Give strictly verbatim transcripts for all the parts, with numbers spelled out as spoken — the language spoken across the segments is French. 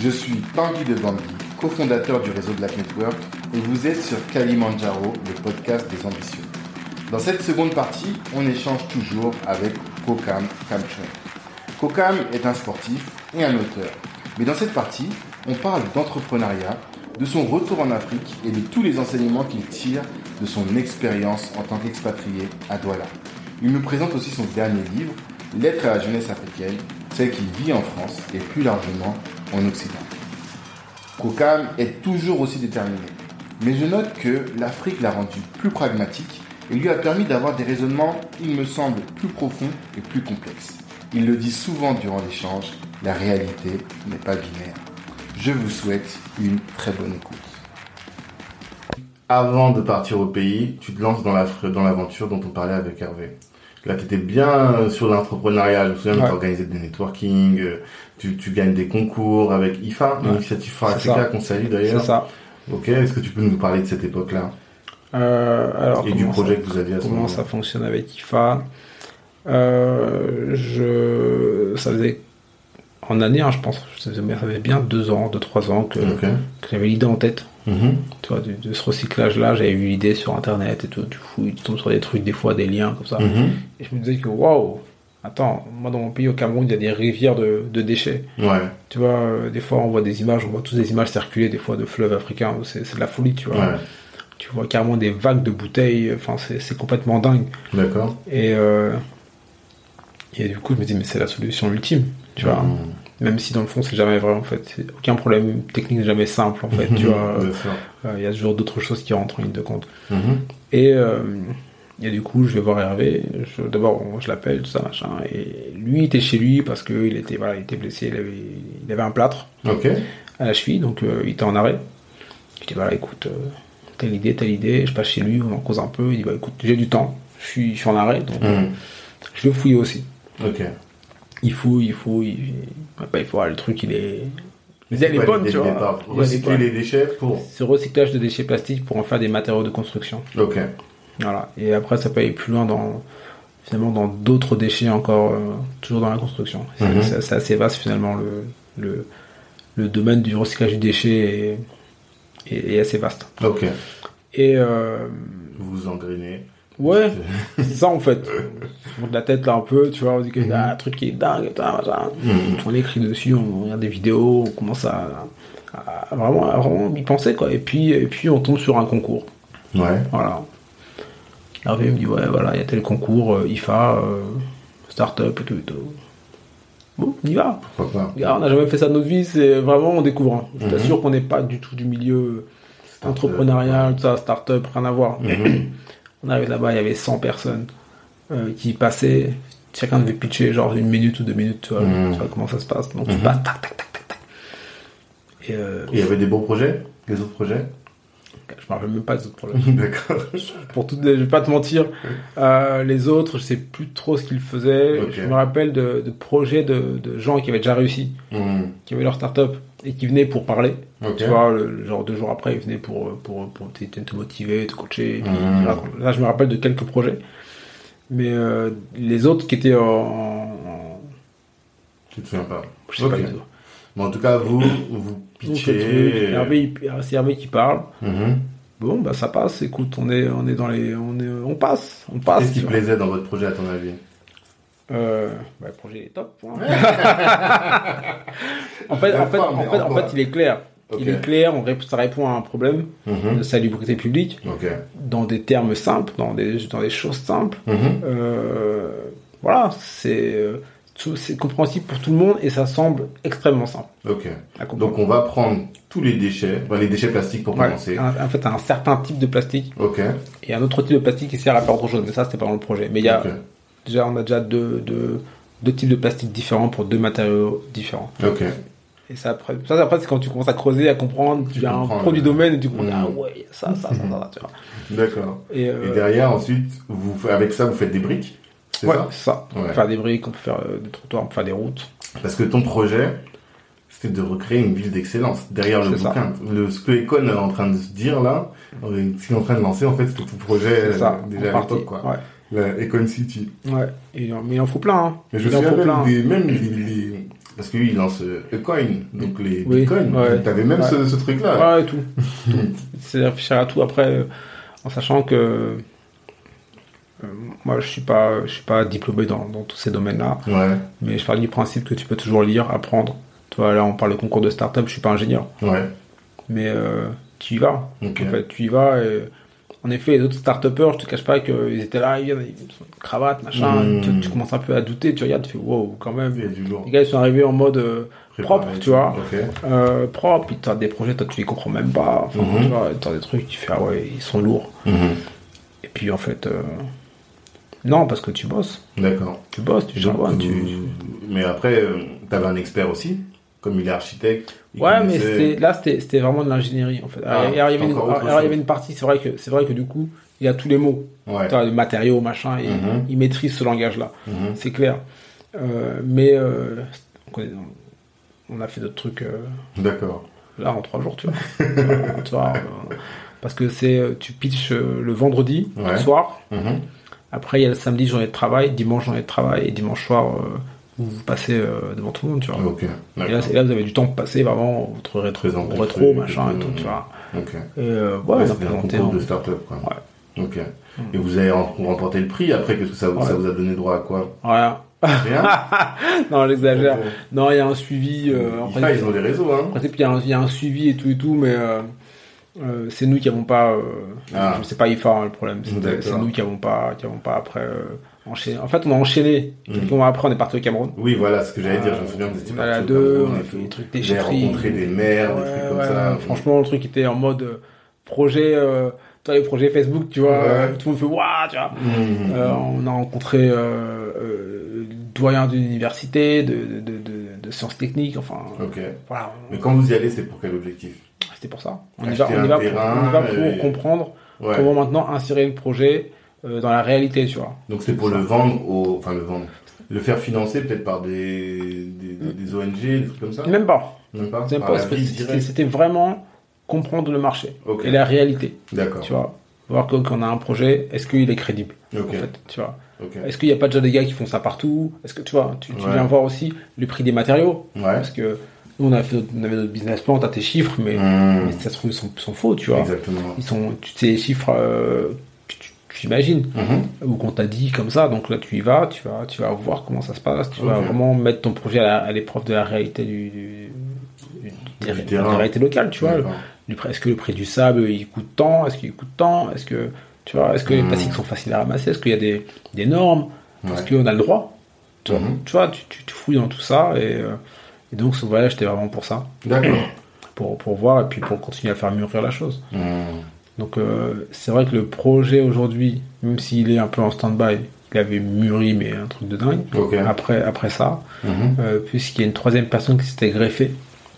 Je suis Tanguy de Bangui, cofondateur du réseau Black Network, et vous êtes sur Kalimandjaro, le podcast des ambitieux. Dans cette seconde partie, on échange toujours avec Kokam Kamchon. Kokam est un sportif et un auteur. Mais dans cette partie, on parle d'entrepreneuriat, de son retour en Afrique et de tous les enseignements qu'il tire de son expérience en tant qu'expatrié à Douala. Il nous présente aussi son dernier livre, Lettres à la jeunesse africaine, celle qui vit en France et plus largement en Occident. Kokam est toujours aussi déterminé. Mais je note que l'Afrique l'a rendu plus pragmatique et lui a permis d'avoir des raisonnements, il me semble, plus profonds et plus complexes. Il le dit souvent durant l'échange, la réalité n'est pas binaire. Je vous souhaite une très bonne écoute. Avant de partir au pays, tu te lances dans, la, dans l'aventure dont on parlait avec Hervé. Là, tu étais bien sur l'entrepreneuriat. Je me souviens, ouais. Tu organisais des networking, tu, tu gagnes des concours avec I F A, ouais. L'initiative For Africa, qu'on salue d'ailleurs. C'est ça. Ok, est-ce que tu peux nous parler de cette époque-là euh, alors, et du projet ça, que vous aviez à ce moment-là? Comment ça fonctionne avec I F A euh, je... Ça faisait en année, hein, je pense, ça faisait bien deux ans, deux, trois ans que, okay. que j'avais l'idée en tête. Mm-hmm. Tu vois, de, de ce recyclage-là, j'avais eu l'idée sur Internet et tout. Du coup, tu tombes sur des trucs, des fois, des liens comme ça. Mm-hmm. Et je me disais que, waouh, attends, moi, dans mon pays, au Cameroun, il y a des rivières de, de déchets. Ouais. Tu vois, euh, des fois, on voit des images, on voit tous des images circuler, des fois, de fleuves africains. C'est, c'est de la folie, tu vois. Ouais. Tu vois carrément des vagues de bouteilles. Enfin, c'est, c'est complètement dingue. D'accord. Et, euh, et du coup, je me dis, mais c'est la solution ultime, tu vois. Mm. Même si dans le fond c'est jamais vrai en fait, c'est aucun problème technique n'est jamais simple en fait, tu vois. Il euh, y a toujours d'autres choses qui rentrent en ligne de compte. Mm-hmm. Et, euh, et du coup je vais voir Hervé. Je, d'abord je l'appelle tout ça machin. Et lui il était chez lui parce que il était voilà il était blessé, il avait il avait un plâtre okay. à la cheville donc euh, il était en arrêt. Je dis voilà écoute euh, telle idée telle idée, je passe chez lui, on en cause un peu. Il dit bah écoute j'ai du temps, je suis je suis en arrêt donc mm. euh, je vais fouiller aussi. Ok. Il faut, il faut, il, pas il faut, le truc il est, il est bonne, tu vois. Recycler les déchets pour. Ce recyclage de déchets plastiques pour en faire des matériaux de construction. Ok. Voilà. Et après ça peut aller plus loin dans, finalement dans d'autres déchets encore, euh, toujours dans la construction. C'est, mm-hmm. c'est, c'est assez vaste finalement le, le, le domaine du recyclage du déchet est, est, est assez vaste. Ok. Et euh, vous vous engrenez. Ouais, c'est ça en fait. On monte la tête là un peu, tu vois, on dit qu'il y a un truc qui est dingue, et ça, machin. Mm-hmm. On écrit dessus, on regarde des vidéos, on commence à, à vraiment, à vraiment y penser quoi. Et puis, et puis on tombe sur un concours. Ouais. Voilà. Hervé me dit ouais, voilà, il y a tel concours, euh, I F A, euh, start-up et tout et tout. Bon, on y va. Pourquoi pas. Regarde, on n'a jamais fait ça de notre vie, c'est vraiment on découvre. Hein. Je t'assure mm-hmm. qu'on n'est pas du tout du milieu start-up, entrepreneurial, tout ça, start-up, rien à voir. Mm-hmm. On arrive là-bas, il y avait cent personnes euh, qui passaient. Chacun devait pitcher genre une minute ou deux minutes, tu vois, mmh. tu vois comment ça se passe. Donc mmh. tu passes, tac, tac, tac, tac, tac. Et euh, il y avait des beaux projets, des autres projets. Je me rappelle même pas des autres projets. D'accord. Pour tout, je vais pas te mentir. Euh, les autres, je sais plus trop ce qu'ils faisaient. Okay. Je me rappelle de, de projets de, de gens qui avaient déjà réussi, mmh. qui avaient leur start-up et qui venaient pour parler. Okay. Tu vois, le, le genre deux jours après, ils venaient pour pour pour te, te motiver, te coacher. Et puis, mmh. là, là, je me rappelle de quelques projets. Mais euh, les autres qui étaient en, en... tu te souviens pas. Je sais okay. pas du tout. Bon, en tout cas, vous, vous pitchez. Hervé, c'est Hervé qui parle. Mm-hmm. Bon, bah ça passe. Écoute, on est, on est dans les, on est, on passe, on passe. Qu'est-ce qui plaisait dans votre projet à ton avis? Euh, bah, le projet est top. Hein. en fait, en fait, en fait, en fait, il est clair. Okay. Il est clair. On rép- ça répond à un problème mm-hmm. de salubrité publique okay. dans des termes simples, dans des, dans des choses simples. Mm-hmm. Euh, voilà, c'est. Euh, c'est compréhensible pour tout le monde et ça semble extrêmement simple. Ok. Donc on va prendre tous les déchets, enfin, les déchets plastiques pour ouais. commencer. En fait, un certain type de plastique. Ok. Et un autre type de plastique qui sert à faire autre chose. Mais ça, c'était pas dans le projet. Mais il y a okay. déjà, on a déjà deux, deux, deux types de plastiques différents pour deux matériaux différents. Ok. Et ça après, ça après c'est quand tu commences à creuser, à comprendre. Tu as un produit domaine et du coup, mmh. ah ouais, ça, ça, ça, ça, ça, tu vois. D'accord. Et, euh, et derrière, ensuite, vous avec ça, vous faites des briques. C'est ouais, ça c'est ça. On ouais. peut faire des briques, on peut faire euh, des trottoirs, on peut faire des routes. Parce que ton projet, c'était de recréer une ville d'excellence derrière le c'est bouquin. Ça. Le, ce que Econ est en train de se dire là, ce qu'il est en train de lancer, en fait, c'était tout projet ça, déjà à l'époque, quoi. Ouais. La Econ City. Ouais. Et, mais il en faut plein. Hein. Mais je il me souviens même, des, même les, les, Parce que lui, il lance Ecoin, donc les oui, bitcoins. Ouais. T'avais même ouais. ce, ce truc-là. Ouais, tout. tout. C'est réfléchir à tout. Après, euh, en sachant que euh, moi, je suis pas, je suis pas diplômé dans, dans tous ces domaines-là. Ouais. Mais je parle du principe que tu peux toujours lire, apprendre. Tu vois, là, on parle de concours de start-up. Je suis pas ingénieur. Ouais. Mais euh, tu y vas. Okay. En fait, tu y vas. Et, en effet, les autres start-upers, je te cache pas qu'ils étaient là, ils viennent, ils ont une cravate, machin. Mmh. Tu, tu commences un peu à douter. Tu regardes, tu fais wow, quand même. Il y a du lourd. Les gars, ils sont arrivés en mode euh, propre, tu vois. Okay. Euh, propre. Ils t'as des projets, toi, tu les comprends même pas. Enfin, mmh. tu vois, t'as des trucs, tu fais ah ouais, ils sont lourds. Mmh. Et puis en fait, euh, non, parce que tu bosses. D'accord. Tu bosses, tu charbonnes. Tu... Mais après, euh, t'avais un expert aussi. Comme il est architecte. Il ouais, connaissait... mais c'était, là, c'était, c'était vraiment de l'ingénierie, en fait. Ah, alors, il y avait une, alors, il y avait une partie, c'est vrai que, c'est vrai que du coup, il a tous les mots. Ouais. Tu vois, les matériaux, machin, et mm-hmm. il maîtrise ce langage-là. Mm-hmm. C'est clair. Euh, mais, euh, on a fait d'autres trucs. Euh, D'accord. Là, en trois jours, tu vois. euh, tu vois euh, parce que c'est, tu pitches le vendredi, ouais. le soir. Mm-hmm. Après, il y a le samedi, journée de travail, dimanche, journée de travail, et dimanche soir, euh, vous passez euh, devant tout le monde, tu vois. Okay, et, là, et là, vous avez du temps pour passer vraiment votre rétro, rétro machin et tout, tu vois. Okay. Et euh, ouais, ouais, on a présenté un concours en... de start-up, quoi. Ouais. Ok. Mm. Et vous avez remporté le prix, après, qu'est-ce que ça, ouais. ça vous a donné droit à quoi? Rien. Rien. Non, j'exagère. Okay. Non, il y a un suivi. Euh, en principe, ils ont des réseaux, hein. En principe, il y, y a un suivi et tout et tout, mais euh, euh, c'est nous qui n'avons pas. Euh, ah. Je sais pas I F A, hein, le problème. C'est nous qui n'avons pas, qui n'avons pas après. Euh, Enchaîné. En fait, on a enchaîné. Quelques mois après, on est parti au Cameroun. Oui, voilà ce que j'allais euh, dire. Je me souviens que vous étiez parti au deux, on a fait des trucs déchetteries. J'ai rencontré des maires, ouais, des trucs comme ouais, ça. Franchement, le truc était en mode euh, projet, euh, toi, les projets Facebook, tu vois, ouais. euh, tout le monde fait waouh, tu vois. Mmh. Euh, on a rencontré euh, euh, doyen d'université, de, de, de, de, de sciences techniques, enfin. Ok. Voilà. Mais quand vous y allez, c'est pour quel objectif? C'était pour ça. On y va, on y va, pour, on y va pour et... comprendre ouais. comment maintenant insérer le projet. Euh, dans la réalité, tu vois. Donc c'est pour ça. le vendre, au... enfin le vendre, le faire financer peut-être par des, des, des, des O N G, des trucs comme ça. Même pas. Même pas. Même pas c'était, c'était vraiment comprendre le marché okay. et la réalité. D'accord. Tu vois, voir qu'on a un projet, est-ce qu'il est crédible okay. en fait, tu vois. Okay. Est-ce qu'il n'y a pas déjà des gars qui font ça partout? Est-ce que tu vois, tu, tu ouais. viens voir aussi le prix des matériaux, ouais. parce que nous on, a fait notre, on avait notre business plan, t'as tes chiffres, mais, mmh. mais ça se trouve ils sont, sont faux, tu vois. Exactement. Ils sont, tu sais, les chiffres. Euh, J'imagine, mm-hmm. ou qu'on t'a dit comme ça, donc là tu y vas, tu vas, tu vas voir comment ça se passe, tu okay. vas vraiment mettre ton projet à, la, à l'épreuve de la réalité du, du, du, du de la réalité locale, tu vois. Du, est-ce que le prix du sable il coûte tant, est-ce qu'il coûte tant, est-ce que tu vois, est-ce que mm. les plastiques sont faciles à ramasser, est-ce qu'il y a des, des normes, ouais. est-ce qu'on a le droit, tu, mm-hmm. vois, tu vois, tu, tu, tu fouilles dans tout ça et, euh, et donc ce voyage c'était vraiment pour ça, d'accord, pour pour voir et puis pour continuer à faire mûrir la chose. Mm. Donc euh, c'est vrai que le projet aujourd'hui, même s'il est un peu en stand-by, il avait mûri mais un truc de dingue. Okay. Après après ça, mm-hmm. euh, puisqu'il y a une troisième personne qui s'était greffée,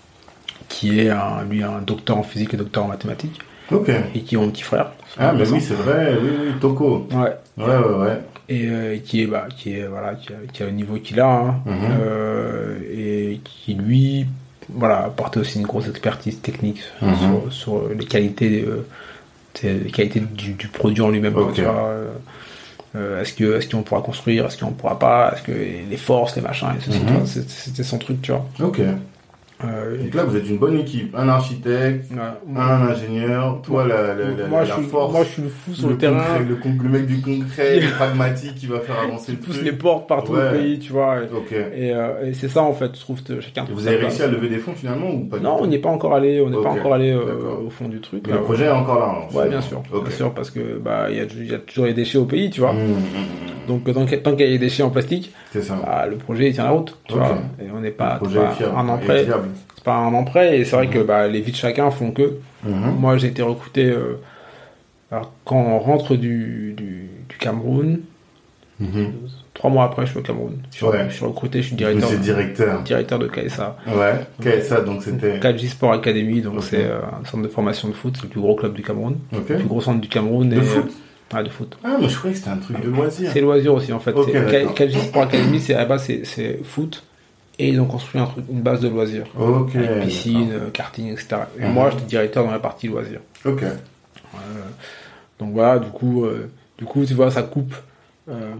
qui est un, lui un docteur en physique et docteur en mathématiques, okay. et qui ont un petit frère. Ah mais oui c'est vrai, oui oui Toko. Ouais. Ouais ouais ouais. Et euh, qui est bah qui est voilà qui a, qui a le niveau qu'il a, hein, mm-hmm. euh, et qui lui voilà apportait aussi une grosse expertise technique mm-hmm. sur, sur les qualités. Euh, les qualités du, du produit en lui-même. Okay. Tu vois, euh, est-ce que est-ce qu'on pourra construire, est-ce qu'on pourra pas, est-ce que les forces, les machins, et ceci, mm-hmm. c'était, c'était son truc, tu vois. Ok. Euh, Donc là, vous êtes une bonne équipe, un architecte, ouais, moi, un ingénieur, toi la, la, la, moi, la, je la suis, force. Moi, je suis le fou sur le le terrain. Concret, le, con, le mec du concret, le pragmatique qui va faire avancer le pousse truc. les portes partout ouais. au pays, tu vois. Et, okay. et, euh, et c'est ça, en fait, je trouve que chacun. Et vous avez réussi place. à lever des fonds finalement ou pas? Non, on n'y est pas encore allé, on n'est okay. pas encore allé euh, au fond du truc. Mais là, le projet est encore là. Hein, ouais, bien sûr, okay. bien sûr, parce que bah il y a, y a toujours les déchets au pays, tu vois. Mmh, mmh. Donc tant, tant qu'il y a des déchets en plastique, c'est ça. Bah, le projet il tient la route, tu okay. vois. Et on n'est pas, le projet pas est fiable, un an près. C'est pas un an près, et c'est vrai mmh. que bah, les vies de chacun font que. Mmh. Moi, j'ai été recruté. Euh, alors, quand on rentre du, du, du Cameroun, mmh. trois mois après, je suis au Cameroun. Je suis, ouais. je suis recruté, je suis directeur. C'est directeur. Directeur de K S A. Ouais, K S A, donc c'était. K J Sport Academy, donc okay. c'est euh, un centre de formation de foot, c'est le plus gros club du Cameroun. Okay. Le plus gros centre du Cameroun. De et, foot euh, ah, de foot. Ah, mais je croyais que c'était un truc de loisir. C'est loisir aussi, en fait. Okay, K J Sport Academy, c'est, à la base, c'est, c'est foot. Et ils ont construit un truc, une base de loisirs. Ok. Avec piscine, d'accord. karting, et cetera. Et mmh. moi, j'étais directeur dans la partie loisirs. Ok. Euh, donc voilà, du coup, euh, du coup, tu vois, ça coupe. Euh,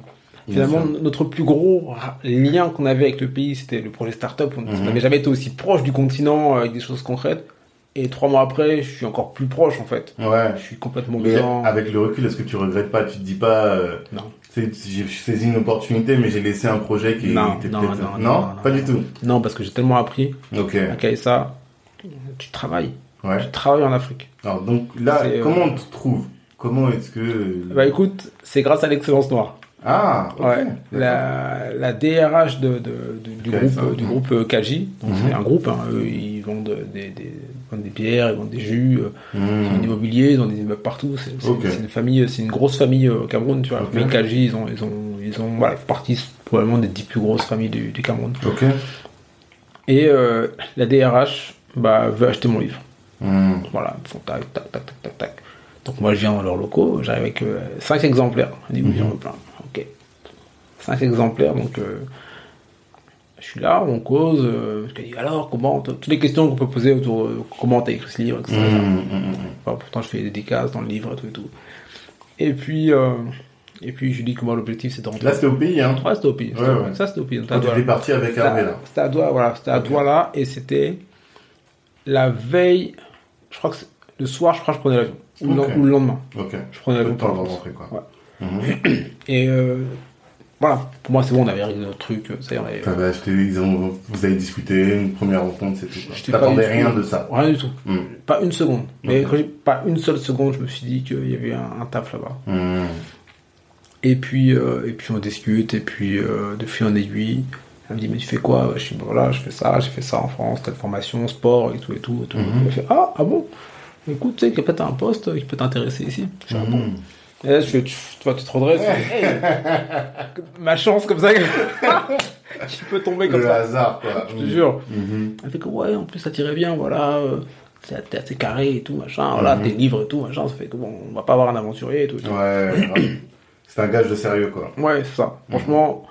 Finalement, notre plus gros lien qu'on avait avec le pays, c'était le projet Startup. On n'avait mm-hmm. jamais été aussi proche du continent avec des choses concrètes. Et trois mois après, je suis encore plus proche, en fait. Ouais. Je suis complètement mais dedans. Avec le recul, est-ce que tu regrettes pas? Tu te dis pas, euh, non. C'est, j'ai saisi une opportunité, mais j'ai laissé un projet qui non, était non, peut-être... Non, non, non, non, pas non, du tout. Non, parce que j'ai tellement appris. Ok. À Kaïsa, tu travailles. Ouais. Tu travailles en Afrique. Alors, donc là, c'est, comment euh... on te trouve? Comment est-ce que... Bah écoute, c'est grâce à l'excellence noire. Ah, ok. Ouais. La, la D R H de, de, de, du, okay, groupe, euh, du groupe Kaji, donc mm-hmm. c'est un groupe, hein, eux, ils vendent des, des, vendent des bières, ils vendent des jus, mm. ils ont de l'immobilier, ils ont des immeubles partout. C'est, c'est, okay. c'est une famille, c'est une grosse famille au Cameroun, tu vois. Okay. Mais Kaji, ils ont, ils ont, ils ont, voilà, ils font partie probablement des dix plus grosses familles du, du Cameroun. Ok. Et euh, la D R H, bah, veut acheter mon livre. Mm. Voilà, ils font tac, tac, tac, tac, tac, tac. Donc moi, je viens dans leurs locaux, j'arrive avec euh, cinq exemplaires. On dit oui, j'en veux plein. Ok. Cinq exemplaires, donc euh, je suis là, on cause. Euh, je dis alors, comment, toutes les questions qu'on peut poser autour de comment t'as écrit ce livre, et cetera. Mmh, mmh, mmh. Enfin, pourtant, je fais des dédicaces dans le livre et tout et tout. Et puis, euh, et puis je dis que moi, l'objectif, c'est de rentrer. Là, c'était au pays, hein? Ouais, c'était au pays. Ouais, ouais. Ça, c'était au pays. Quand tu étais parti avec Hervé, là. C'était à Douala, voilà, c'était à okay. Douala, et c'était la veille, je crois que c'est, le soir, je crois que je prenais l'avion. Ou, okay. le lendemain. Ok. Je prenais l'avion pour rentrer, quoi. Ouais. Mmh. Et euh, voilà, pour moi c'est bon, on avait réglé notre truc, ça y est, on avait... T'avais acheté, ils ont, vous avez discuté, une première rencontre, c'est tout. Je t'attendais rien tout, de ça. Rien du tout. Mmh. Pas une seconde. Mais okay. quand j'ai pas une seule seconde, je me suis dit qu'il y avait un, un taf là-bas. Mmh. Et puis, euh, et puis on discute, et puis euh, de fil en aiguille, elle me dit mais tu fais quoi? Je dis bah, voilà, je fais ça, j'ai fait ça en France, telle formation, sport et tout et tout. Et tout. Mmh. Elle fait ah, ah bon? Écoute, tu sais qu'il y a peut-être un poste qui peut t'intéresser ici. Je dis ah bon? Et là, je fais, tu, tu, tu te redresses, hey, ma chance comme ça, qui peut tomber comme le ça. Le hasard, quoi. Je te jure. Mm-hmm. Elle fait que, ouais, en plus, ça tirait bien, voilà, euh, c'est assez carré et tout, machin, mm-hmm. voilà, tes livres et tout, machin, ça fait que, bon, on va pas avoir un aventurier et tout. Et tout. Ouais, c'est un gage de sérieux, quoi. Ouais, c'est ça. Mm-hmm. Franchement,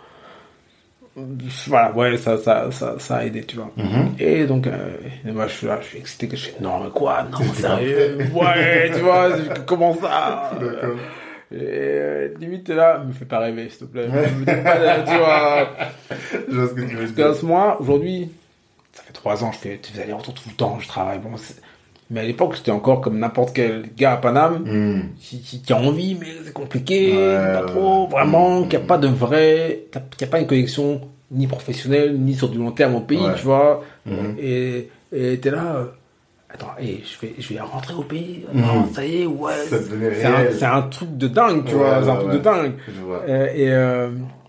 voilà, ouais, ça, ça, ça, ça a aidé, tu vois. Mm-hmm. Et donc, euh, et moi, je suis là, je suis excité, que je fais, non, mais quoi, non, sérieux, ouais, tu vois, comment ça? D'accord. Et euh, limite, t'es là, me fais pas rêver, s'il te plaît. Me dis pas, là, tu vois. Je vois ce que tu veux dire. Parce qu'à ce moment, aujourd'hui, ça fait trois ans, je fais des allers-retours tout le temps, je travaille. Bon, c'est... Mais à l'époque, j'étais encore comme n'importe quel gars à Paname, mm. qui, qui, qui a envie, mais c'est compliqué, ouais, pas trop, vraiment, mm. qui a pas de vrai, qui a pas une connexion ni professionnelle, ni sur du long terme au pays, ouais. tu vois. Mm. Et, et t'es là, euh, attends, hey, je vais, je vais rentrer au pays. Non, mmh. ça y est, ouais. Ça c'est, c'est, un, c'est un truc de dingue, tu ouais, vois. Ouais, c'est un truc ouais. de dingue. Euh, et, euh,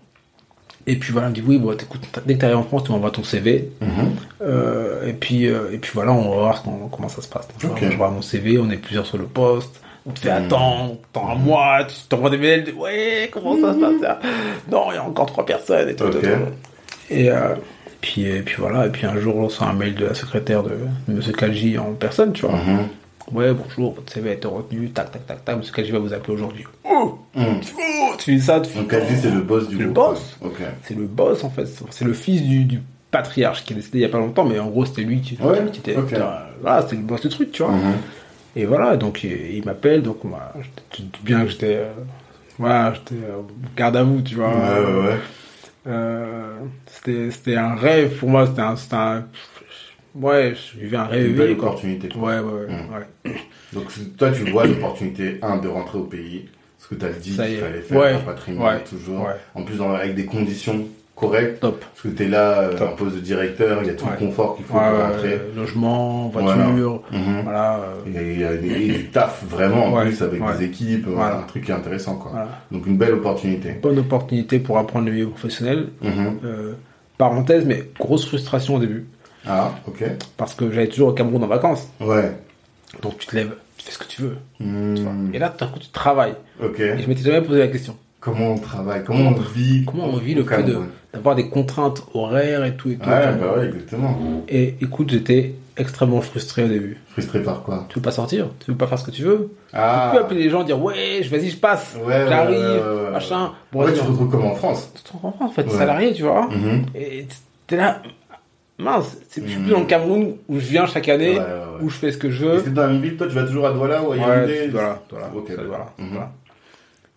et puis voilà, on me dit, oui, bon, écoute, dès que tu arrives en France, tu m'envoies ton C V. Mmh. Euh, et, puis, euh, et puis voilà, on va voir comment, comment ça se passe. Donc, okay. Je vois mon C V, on est plusieurs sur le poste. On te fait mmh. attendre, attends un mois, tu t'envoies des mails, ouais, comment ça se passe ça? Non, il y a encore trois personnes et tout. Okay. tout, tout. Et, euh, Puis, et puis voilà, et puis un jour, on reçoit un mail de la secrétaire de, de M. Kalji en personne, tu vois. Mm-hmm. Ouais, bonjour, votre C V a été retenu, tac, tac, tac, tac, M. Kalji va vous appeler aujourd'hui. Oh, mm. oh tu dis ça, tu Donc Kalji, c'est le boss du c'est groupe. Le boss. Okay. C'est le boss, en fait. C'est le fils du, du patriarche qui est décédé il y a pas longtemps, mais en gros, c'était lui qui, ouais, qui était. Okay. Voilà, c'était le boss du truc, tu vois. Mm-hmm. Et voilà, donc il, il m'appelle, donc moi, je te dis bien que j'étais. Euh, voilà, j'étais euh, garde à vous, tu vois. Ouais, ouais, ouais. Euh, c'était, c'était un rêve pour moi, c'était un, c'était un, ouais, je vivais un rêve. Une belle opportunité. Ouais, ouais, ouais, mmh. ouais. Donc, toi, tu vois l'opportunité, un, de rentrer au pays, ce que tu as dit qu'il fallait faire, ouais, un patrimoine, ouais, toujours. Ouais. En plus, dans, avec des conditions correctes. Top. Parce que tu es là, Top. En poste de directeur, il y a tout ouais. le confort qu'il faut ouais, pour rentrer. Euh, logement, voiture, voilà. Mmh. voilà euh... Il y a, il y a du taf, vraiment, en ouais, plus, avec ouais. des équipes, voilà. Un truc qui est intéressant, quoi. Voilà. Donc, une belle opportunité. Bonne opportunité pour apprendre le milieu professionnel. Mmh. Euh, parenthèse, mais grosse frustration au début. Ah, ok. Parce que j'allais toujours au Cameroun en vacances. Ouais. Donc, tu te lèves, tu fais ce que tu veux. Mmh. Tu vois. Et là, tout à coup, tu travailles. Ok. Et je m'étais jamais posé la question. Comment on travaille? Comment on vit? Comment on vit le fait de, d'avoir des contraintes horaires et tout et tout. Ouais, bah ouais, exactement. Et écoute, j'étais extrêmement frustré au début. Frustré par quoi? Tu veux pas sortir? Tu veux pas faire ce que tu veux? Ah. Tu peux appeler les gens et dire ouais, vas-y, je passe, ouais, j'arrive, ouais, ouais, ouais. machin. Bon, ouais, tu te retrouves comme en France. Tu te retrouves en France, en fait, ouais. salarié, tu vois. Mm-hmm. Et t'es là, mince, c'est, mm-hmm. je suis plus dans le Cameroun où je viens chaque année, ouais, ouais, ouais. où je fais ce que je veux. Et c'est dans la même ville, toi, tu vas toujours à Douala ou à Yaoundé? Ouais, Douala, Douala. Ok, Douala. Mm-hmm. Douala.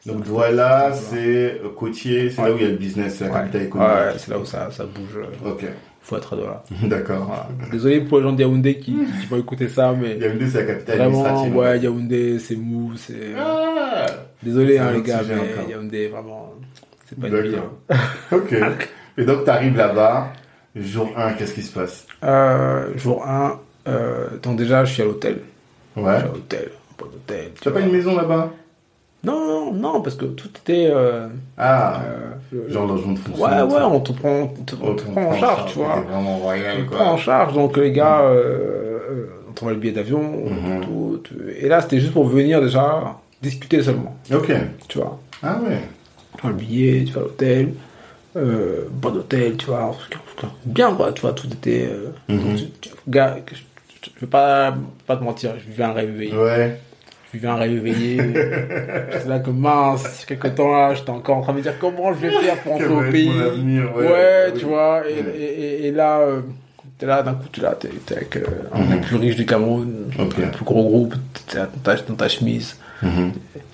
Donc Douala, c'est côtier, c'est ouais. là où il y a le business, c'est la ouais. capitale économique. Ouais, c'est là où ça, ça bouge. Ok. Faut être à Douala. D'accord. Voilà. Désolé pour les gens de Yaoundé qui, qui vont écouter ça, mais... Yaoundé, c'est la capitale vraiment, administrative. Ouais, Yaoundé, c'est mou, c'est... Ah, désolé, hein, les gars, mais encore. Yaoundé, vraiment, c'est pas une ville. Ok. Et donc, t'arrives là-bas, jour un, qu'est-ce qui se passe? euh, Jour un, euh, donc déjà, je suis à l'hôtel. Ouais. Je suis à l'hôtel, pas d'hôtel. Tu as pas une maison là-bas? Non, non, non, parce que tout était... Euh, ah, euh, genre logement de fonction. Ouais, ouais, on te prend, on te, on te prend en charge, charge, tu vois. C'est vraiment royal, on te quoi. prend en charge, donc les gars, mmh. euh, on t'envoie le billet d'avion, mmh. tout, tout. Et là, c'était juste pour venir déjà discuter seulement. Ok. Tu vois. Ah ouais. Tu prends le billet, tu vas à l'hôtel, euh, bon hôtel, tu vois. Bien, quoi, tu vois, tout était... Euh, mmh. donc, tu, tu, gars, je, je, je vais pas, pas te mentir, je vivais un rêve éveillé. Ouais. Je vivais un rêve éveillé. J'étais là que mince, quelques temps là, j'étais encore en train de me dire comment je vais faire pour entrer au pays. Avenir, ouais, ouais, ouais, tu oui. vois. Et, ouais. et, et, et là, euh, t'es là, d'un coup, t'es là, t'es, t'es avec euh, un des mm-hmm. plus riches du Cameroun, okay. le plus gros groupe, t'es dans ta, dans ta chemise. Mm-hmm.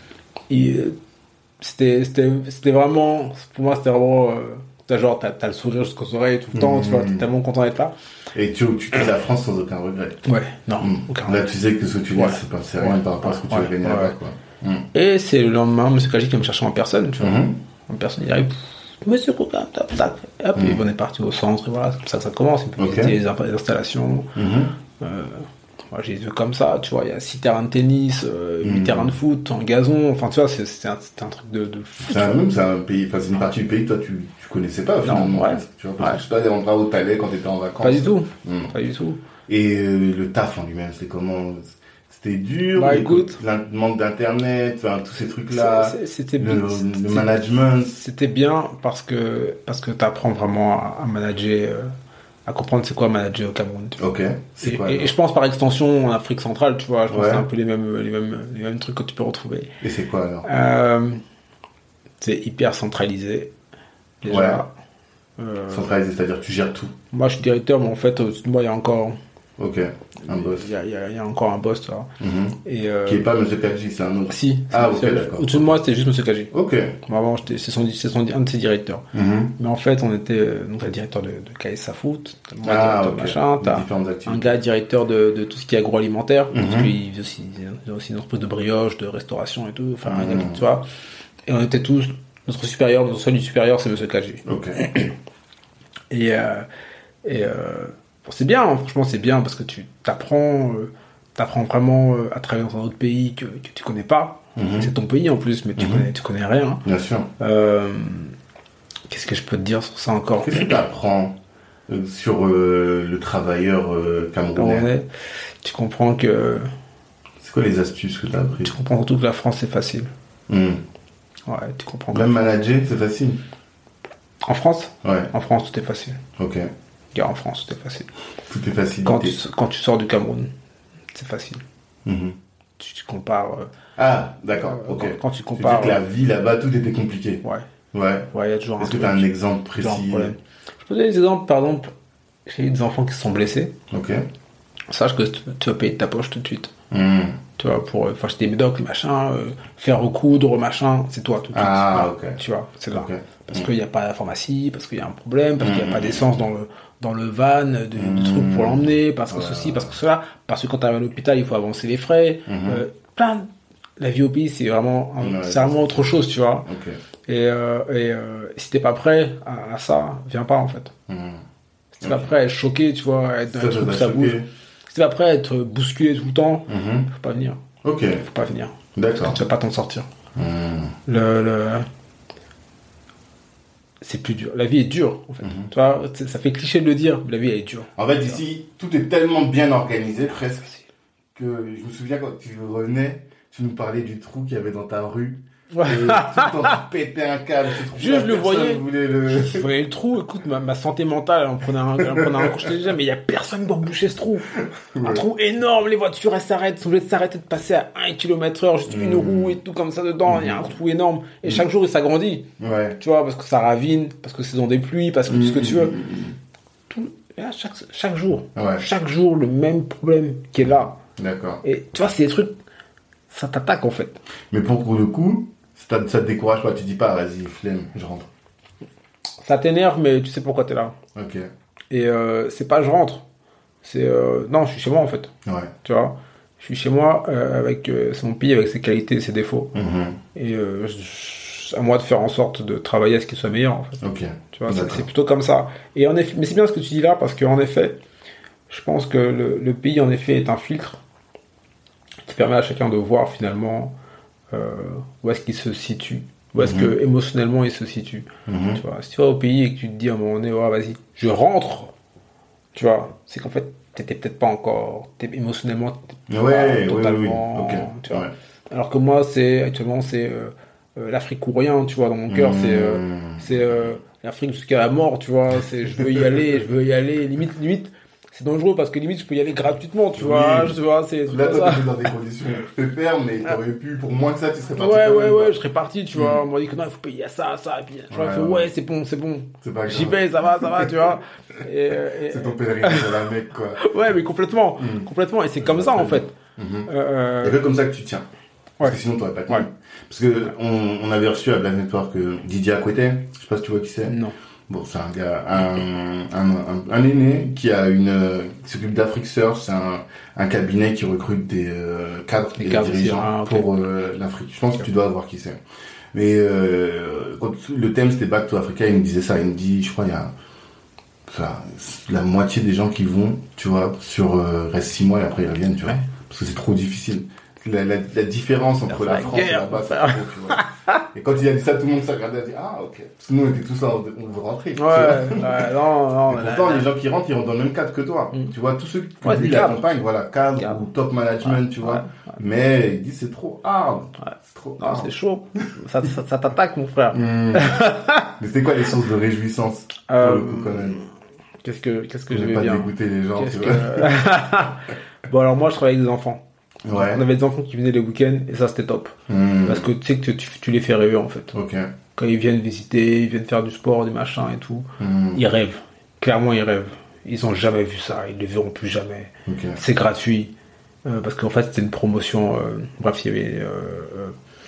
Et euh, c'était, c'était, c'était vraiment, pour moi, c'était vraiment, euh, t'as genre, t'as, t'as le sourire jusqu'aux oreilles tout le temps, mm-hmm. tu vois, t'es tellement content d'être là. Et tu, tu quittes la France sans aucun regret. Ouais, non, mmh. aucun regret. Là, tu sais que ce que tu dis, ouais. c'est pas c'est rien ouais. par rapport à ce que tu ouais. vas gagner ouais. là-bas, quoi. Mmh. Et c'est le lendemain, M. Kaji qui va me chercher en personne, tu vois. Mmh. En personne, il arrive, Monsieur Koka, tac, tac. Et hop, mmh. et on est parti au centre, et voilà, c'est comme ça que ça commence. Il peut okay. visiter les, les installations. Mmh. Euh, moi, j'ai vu comme ça, tu vois, il y a six terrains de tennis, euh, huit mmh. terrains de foot, en gazon, enfin, tu vois, c'est, c'est, un, c'est un truc de, de fou. C'est un, même, c'est un pays, enfin, c'est une partie du pays que toi, tu, tu connaissais pas, finalement. Non, ouais. Tu vois, parce ouais. que je sais pas, des endroits où t'allais quand t'étais en vacances. Pas du tout. Mmh. Pas du tout. Et euh, le taf en lui-même, c'est comment? C'était dur, bah, écoute, le manque d'internet, enfin, tous ces trucs-là, c'est, c'est, c'était le, bien, le management. C'était bien parce que, parce que t'apprends vraiment à, à manager, euh, à comprendre c'est quoi manager au Cameroun. Tu vois. Ok. C'est et, quoi, et, et je pense par extension en Afrique centrale, tu vois, je pense ouais. que c'est un peu les mêmes, les mêmes, les mêmes trucs que tu peux retrouver. Et c'est quoi alors? euh, C'est hyper centralisé. Déjà. Ouais. Euh, centralisé, c'est-à-dire que tu gères tout. Moi, je suis directeur, mais en fait, moi, il y a encore. Ok, un boss. Il y a, il y a, il y a encore un boss, tu vois. Mm-hmm. Et euh... Qui est pas M. Kaji, c'est un autre. Si. Ah, ok, d'accord. Au-dessus de moi, c'était juste M. Kaji. Ok. Vraiment, j'étais, c'est, son, c'est son, un de ses directeurs. Mm-hmm. Mais en fait, on était donc, le directeur de, de K S A Foot, ah, okay. machin, t'as un gars directeur de, de tout ce qui est agroalimentaire, mm-hmm. parce qu'il faisait aussi, il a aussi une entreprise de brioche, de restauration et tout, enfin, mm-hmm. un gars, tu vois. Et on était tous, notre supérieur, notre seul du supérieur, c'est M. Kaji. Ok. Et, euh, et euh, bon, c'est bien, hein, franchement, c'est bien parce que tu t'apprends, euh, t'apprends vraiment euh, à travailler dans un autre pays que, que tu connais pas. Mm-hmm. C'est ton pays en plus, mais tu, mm-hmm. connais, tu connais rien. Bien sûr. Euh, qu'est-ce que je peux te dire sur ça encore? Qu'est-ce que tu apprends euh, sur euh, le travailleur euh, camerounais? Tu comprends que. C'est quoi les astuces que tu as appris? Tu comprends surtout que la France, c'est facile. Mm. Ouais, tu comprends. Même manager, c'est facile. En France? Ouais. En France, tout est facile. Ok. Regarde, en France, tout est facile. Tout est facile. Quand tu, quand tu sors du Cameroun, c'est facile. Mm-hmm. Tu, tu compares. Euh, ah, d'accord. Euh, ok. Quand, quand tu compares. Tu veux dire que la vie là-bas, tout était compliqué. Ouais. Ouais. Ouais, il y a toujours Est-ce un que tu as un exemple précis? Je peux donner des exemples. Par exemple, j'ai eu des enfants qui se sont blessés. Ok. Sache que tu vas payer de ta poche tout de suite. Mm. Tu vois, pour euh, acheter des médocs, machin, euh, faire recoudre, machin, c'est toi tout de suite. Ah, voilà, ok. Tu vois, c'est là. Okay. Parce mmh. qu'il n'y a pas la pharmacie, parce qu'il y a un problème, parce mmh. qu'il n'y a pas d'essence dans le, dans le van, de, de mmh. trucs pour l'emmener, parce que ouais. ceci, parce que cela, parce que quand tu arrives à l'hôpital, il faut avancer les frais. Mmh. Euh, plein. La vie au pays, c'est vraiment, un, ouais, c'est vraiment c'est... autre chose, tu vois. Okay. Et, euh, et euh, si t'es pas prêt à, à ça, viens pas en fait. Mmh. Si t'es okay. pas prêt à être choqué, tu vois, à être dans un truc où ça bouge. Si t'es pas prêt à être bousculé tout le temps, mmh. faut pas venir. Ok. Faut pas venir. D'accord. Parce que tu vas pas t'en sortir. Mmh. Le, le... C'est plus dur. La vie est dure, en fait. Mm-hmm. Tu vois, ça fait cliché de le dire, mais la vie elle est dure. En fait, ici, tout est tellement bien organisé, presque, que je me souviens quand tu revenais, tu nous parlais du trou qu'il y avait dans ta rue. Ouais. Et tout le temps, tu pétais un câble. Juste, je le voyais. Le... Je voyais le trou. Écoute, ma, ma santé mentale, on prenait un, on prenait un coup, je te disais, mais il y a personne pour boucher ce trou. Ouais. Un trou énorme, les voitures, elles s'arrêtent, sont obligées de s'arrêter de passer à un kilomètre heure, juste mmh. une roue et tout comme ça dedans. Il mmh. y a un trou énorme. Et mmh. chaque jour, il s'agrandit. Ouais. Tu vois, parce que ça ravine, parce que c'est dans des pluies, parce que mmh. tout ce que tu veux. Tout, là, chaque, chaque jour. Ouais. Chaque jour, le même problème qui est là. D'accord. Et tu vois, c'est des trucs, ça t'attaque, en fait. Mais pour le coup, Ça, ça te décourage pas, tu dis pas, vas-y, flemme, je rentre. Ça t'énerve, mais tu sais pourquoi t'es là. Ok. Et euh, c'est pas je rentre. C'est euh, non, je suis chez moi en fait. Ouais. Tu vois, je suis chez moi euh, avec euh, c'est mon pays avec ses qualités et ses défauts. Mm-hmm. Et euh, je, à moi de faire en sorte de travailler à ce qu'il soit meilleur en fait. Ok. Tu vois, c'est, c'est plutôt comme ça. Et en effet, mais c'est bien ce que tu dis là parce qu'en effet, je pense que le, le pays en effet est un filtre qui permet à chacun de voir finalement euh, où est-ce qu'il se situe. Où est-ce mm-hmm. que émotionnellement il se situe. Mm-hmm. Tu vois, si tu vas au pays et que tu te dis à un moment donné, oh, vas-y, je rentre, tu vois, c'est qu'en fait, t'étais peut-être pas encore, t'es émotionnellement, t'es ouais, pas totalement, oui, oui. Okay. Tu vois. Ouais. Alors que moi, c'est actuellement, c'est euh, euh, l'Afrique ou rien, tu vois, dans mon cœur, mmh. c'est, euh, c'est euh, l'Afrique jusqu'à la mort, tu vois. C'est, je veux y aller, je veux y aller, limite, limite. C'est dangereux parce que limite je peux y aller gratuitement, tu vois, oui. tu vois, c'est là toi t'es dans des conditions pépères, mais t'aurais pu pour moins que ça tu serais parti. Ouais ouais ouais, je serais parti, tu mmh. vois. On m'a dit que non, il faut payer à ça, ça, et puis je ouais, fait, ouais. ouais c'est bon, c'est bon. C'est pas grave. J'y vais, ça va, ça va, tu vois. Et, et, c'est ton pèlerinage à la Mecque, quoi. Ouais, mais complètement, mmh. complètement, et c'est comme ça en fait. Mmh. Euh... C'est comme ça que tu tiens. Parce ouais. que sinon t'aurais pas tenu. Ouais. Parce que on, on avait reçu à Black Network euh, Didier Akwete, je sais pas si tu vois qui c'est. Non. Bon, c'est un gars, un, un, un, un aîné qui a une, euh, qui s'occupe d'Afrique Search, c'est un, un cabinet qui recrute des euh, cadres et des dirigeants ah, okay. pour euh, l'Afrique. Je pense okay. que tu dois voir qui c'est. Mais euh, quand le thème c'était Back to Africa, il me disait ça, il me dit, je crois, il y a enfin, la moitié des gens qui vont, tu vois, sur euh, restent six mois et après ils reviennent, tu vois, ouais. parce que c'est trop difficile. La, la, la différence entre la, la France guerre, et là-bas, c'est trop, tu vois. Et quand il a dit ça, tout le monde s'est regardé et a dit ah ok. Parce que nous on était tous là, on veut rentrer. Ouais, ouais, non, non. Et pourtant, la, les gens qui rentrent, ils rentrent dans le même cadre que toi. Mm. Tu vois, tous ceux qui ouais, l'accompagnent, voilà, cadre, cadre ou top management, ouais, tu vois. Ouais, ouais. Mais ils disent c'est trop hard. Ouais. C'est trop non, hard. C'est chaud. ça, ça, ça t'attaque, mon frère. Mm. Mais c'était quoi les sources de réjouissance euh, pour le coup, quand même? Qu'est-ce que, qu'est-ce que j'aimais bien? Pas dégoûter les gens, qu'est-ce tu que... vois. Bon, alors moi, je travaille avec des enfants. Ouais. On avait des enfants qui venaient les week-ends et ça c'était top. Mmh. Parce que tu sais que tu, tu les fais rêver en fait. Okay. Quand ils viennent visiter, ils viennent faire du sport, des machins et tout, mmh. ils rêvent. Clairement ils rêvent. Ils ont jamais vu ça, ils ne le verront plus jamais. Okay. C'est gratuit. Euh, parce qu'en fait c'était une promotion. Euh, bref, il y avait. Euh, euh,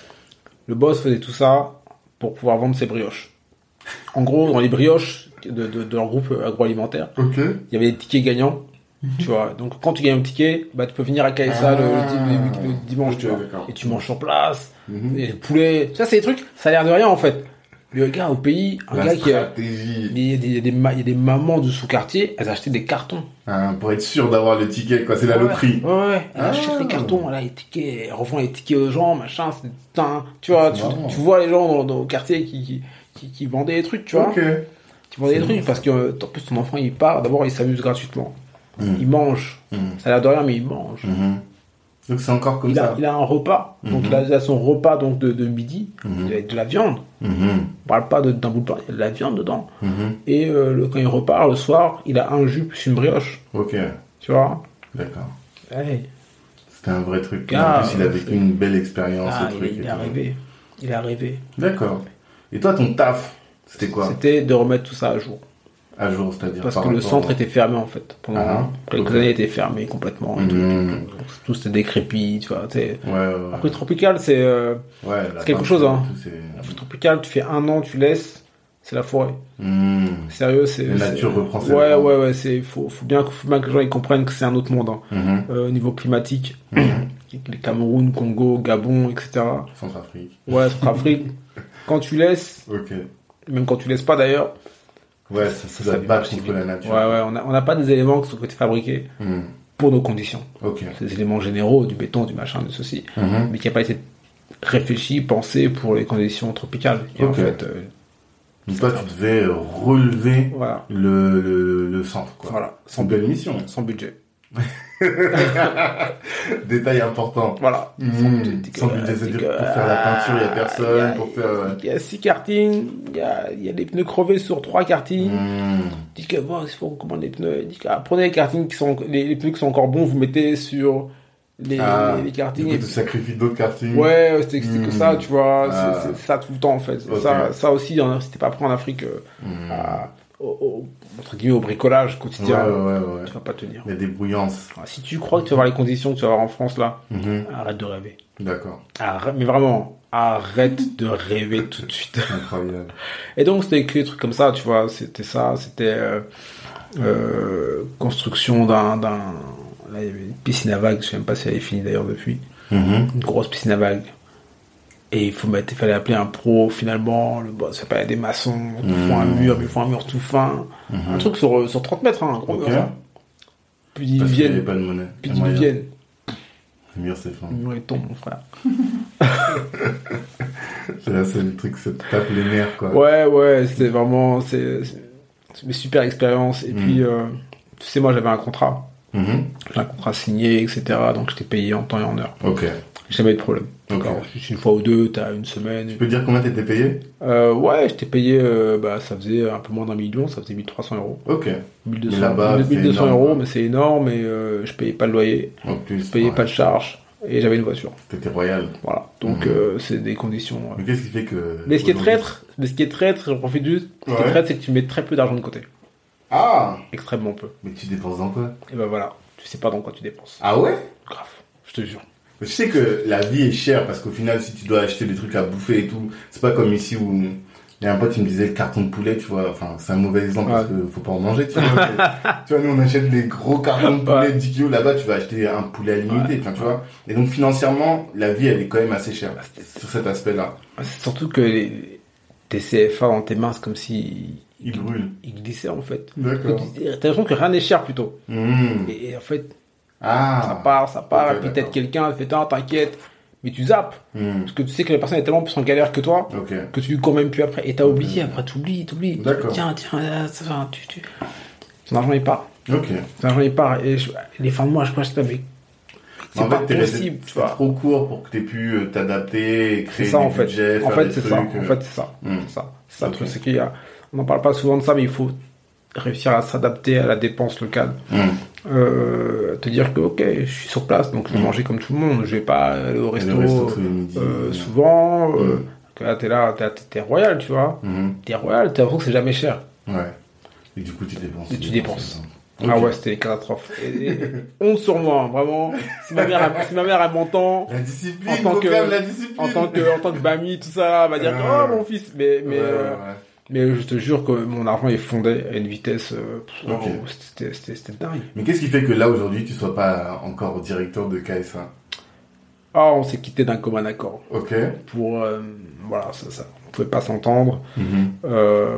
le boss faisait tout ça pour pouvoir vendre ses brioches. En gros, dans les brioches de, de, de leur groupe agroalimentaire, okay. il y avait des tickets gagnants. Tu vois, donc quand tu gagnes un ticket, bah tu peux venir à K S A ah, le, le, le, le dimanche, okay, tu vois, d'accord. Et tu manges sur place, mm-hmm. et le poulet, ça c'est des trucs, ça a l'air de rien en fait. Le gars au pays, un La gars stratégie. qui a, il y a des, il y a des, il y a des mamans du sous-quartier, elles achetaient des cartons. Ah, pour être sûr d'avoir le ticket, quoi, c'est la ouais, loterie. Ouais, ouais, elles ah. achètent les cartons, là, les tickets, elles revendent les tickets aux gens, machin, c'est putain, tu vois, tu, tu vois les gens dans, dans le quartier qui, qui, qui, qui vendaient des trucs, tu vois. Ok. Qui vendaient des trucs, parce que, en plus, ton enfant, il part, d'abord, il s'amuse gratuitement. Mmh. Il mange. Mmh. Ça a l'air de rien, mais il mange. Mmh. Donc c'est encore comme il ça. A, il a un repas. Mmh. Donc il a, il a son repas donc de, de midi. Mmh. Il a de la viande. Mmh. On parle pas de, d'un bout de pain. Il y a de la viande dedans. Mmh. Et euh, le, quand il repart le soir, il a un jus plus une brioche. Ok. Tu vois. D'accord. Hey. C'était un vrai truc. Ah, en plus, il a vécu une belle expérience. Ah, ce truc il, il a rêvé. Il a rêvé. D'accord. Et toi, ton taf, c'était quoi? C'était de remettre tout ça à jour. À jour, c'est-à-dire parce que le centre était fermé en fait pendant ah, quelques okay. années, il était fermé complètement. Mmh. Tout, tout, tout, tout c'était décrépit, tu vois. Ouais, ouais, ouais. L'Afrique tropicale, c'est, euh, ouais, c'est quelque chose. Hein. C'est... L'Afrique tropicale, tu fais un an, tu laisses, c'est la forêt. Mmh. Sérieux, c'est. La nature c'est... reprend ses Ouais, droits. ouais, ouais. C'est faut, faut bien, faut bien que les gens ils comprennent que c'est un autre monde hein. Mmh. euh, au niveau climatique. Mmh. Les Cameroun, Congo, Gabon, et cetera. Centrafrique. Ouais, Centrafrique. Quand tu laisses, okay. même quand tu laisses pas d'ailleurs. Ouais, ça, ça, ça doit battre contre la nature. Ouais, ouais, on n'a on a pas des éléments qui sont fabriqués mmh. pour nos conditions. Okay. C'est des éléments généraux, du béton, du machin, de ceci, mmh. mais qui n'a pas été réfléchi, pensé pour les conditions tropicales. Et okay. en fait, euh, donc toi, tu devais relever voilà. le, le, le centre, quoi. Voilà. Sans belle mission. Sans budget. Détail important. Voilà. Mmh. Sans budget, sans budget c'est-à-dire que pour faire la peinture, il n'y a personne. Y a, pour faire... Il y a six kartings, il y a, y a des pneus crevés sur trois kartings. Mmh. Il dit que bon, il faut qu'on commande des pneus. Il dit que ah, prenez les kartings qui sont, les, les pneus qui sont encore bons, vous mettez sur les, ah, les, les kartings. Du coup, tu sacrifies d'autres kartings. Ouais, c'était, c'était mmh. que ça, tu vois. Ah. C'est, c'est ça tout le temps, en fait. Okay. Ça, ça aussi, hein, c'était pas pris en Afrique. Euh, mmh. à, au, au, entre guillemets, au bricolage quotidien, ouais, ouais, ouais, ouais. tu vas pas tenir. Il y a des brouillances. Alors, si tu crois que tu vas avoir les conditions que tu vas avoir en France, là, Mm-hmm. arrête de rêver. D'accord. Arrête, mais vraiment, arrête de rêver tout de suite. Incroyable. Et donc, c'était écrit des trucs comme ça, tu vois, c'était ça, c'était euh, euh, construction d'un, d'un... Là, il y avait une piscine à vagues, je sais même pas si elle est finie d'ailleurs depuis. Mm-hmm. Une grosse piscine à vagues. Et il faut mettre, il fallait appeler un pro, finalement, le boss, c'est pas des maçons, ils Mmh. font un mur, mais ils font un mur tout fin. Mmh. Un truc sur, sur trente mètres, hein, un gros Ok. mur, ça. Puis ils Parce qu'il y avait viennent, pas de monnaie. puis Il y a ils moyen. viennent. Le mur, c'est fin. Le mur, il tombe, mon frère. C'est là, c'est le truc, ça te tape les nerfs, quoi. Ouais, ouais, c'était vraiment, c'est, c'est une super expérience. Et Mmh. puis, euh, tu sais, moi, j'avais un contrat. Mm-hmm. J'ai un contrat signé, et cetera. Donc, j'étais payé en temps et en heure. Ok. Jamais eu de problème. Ok. D'accord. Juste une fois ou deux, t'as une semaine. Tu peux dire combien t'étais payé? Euh, ouais, j'étais payé, euh, bah, ça faisait un peu moins d'un million, ça faisait mille trois cents euros. Ok. mille deux cents, Mais là-bas, mille deux cents c'est énorme, euros, quoi. mais c'est énorme et euh, je payais pas le loyer, En plus. je payais ouais. pas de charge et j'avais une voiture. T'étais royal. Voilà. Donc, Mhm. euh, c'est des conditions. euh. Mais qu'est-ce qui fait que. Mais ce qui est aujourd'hui- traître, mais ce qui est traître, j'en profite juste, ce qui est Ouais. traître, c'est que tu mets très peu d'argent de côté. Ah! Extrêmement peu. Mais tu dépenses dans quoi? Et ben voilà. Tu sais pas dans quoi tu dépenses. Ah ouais? Grave. Je te jure. Je sais que la vie est chère parce qu'au final, si tu dois acheter des trucs à bouffer et tout, c'est pas comme ici où il y a un pote qui me disait le carton de poulet, tu vois. Enfin, c'est un mauvais exemple parce Ouais. que faut pas en manger, tu vois. mais, tu vois, nous on achète des gros cartons de poulet Ouais. de dix kilos. Là-bas, tu vas acheter un poulet à l'unité, Ouais. enfin, tu vois. Et donc financièrement, la vie elle est quand même assez chère Ah, c'était- sur cet aspect-là. C'est surtout que les, tes C F A dans tes mains, c'est comme si Il brûle. ils glissaient en fait. D'accord. T'as l'impression que rien n'est cher plutôt. Mmh. Et, et en fait, Ah. ça part, ça part, Ok, et puis peut-être d'accord. quelqu'un fait ah, t'inquiète, mais tu zappes. Mmh. Parce que tu sais que la personne est tellement plus en galère que toi Ok. que tu lui cours même plus après. Et t'as oublié, après t'oublies, t'oublies. D'accord. Tiens, tiens, euh, ça va, tu, tu. Ton argent il part. Ok. Ton argent il part. Et je- les fins de mois, je pense que mais c'est En pas fait, t'es resté- possible, tu c'était vois. trop court pour que t'aies pu euh, t'adapter, et C'est créer ça des en fait. budgets, En faire fait, des c'est trucs. ça. euh. En fait, c'est ça. Hmm. C'est ça. C'est ça le Ok. truc, c'est qu'il y a. On n'en parle pas souvent de ça, mais il faut réussir à s'adapter à la dépense locale. Mmh. Euh, te dire que ok, je suis sur place, donc je vais Mm. manger comme tout le monde. Je vais pas aller au Et resto, le resto tous les midis. euh, souvent. Euh, Mm. que là, t'es là, t'es, t'es royal, tu vois. Mhm. T'es royal, t'as l'impression que c'est jamais cher. Ouais. Et du coup, tu dépenses. Et tu dépenses. Ok. Ah ouais, c'était une catastrophe. Et, et, honte sur moi, hein, vraiment. Si ma mère, elle- si ma mère, elle m'entend, La discipline, En tant que- Coca, la discipline. en tant que, en tant que Bami, tout ça, elle va dire que, Euh, oh mon fils, mais, mais, Ouais, euh, ouais, ouais. mais je te jure que mon argent est fondé à une vitesse, euh, pff, Ok. oh, c'était, c'était, c'était dingue. Mais qu'est-ce qui fait que là, aujourd'hui, tu sois pas encore directeur de K S A? Ah, on s'est quitté d'un commun accord. Ok. Pour, euh, voilà, ça, ça, on pouvait pas s'entendre. Mhm. Euh,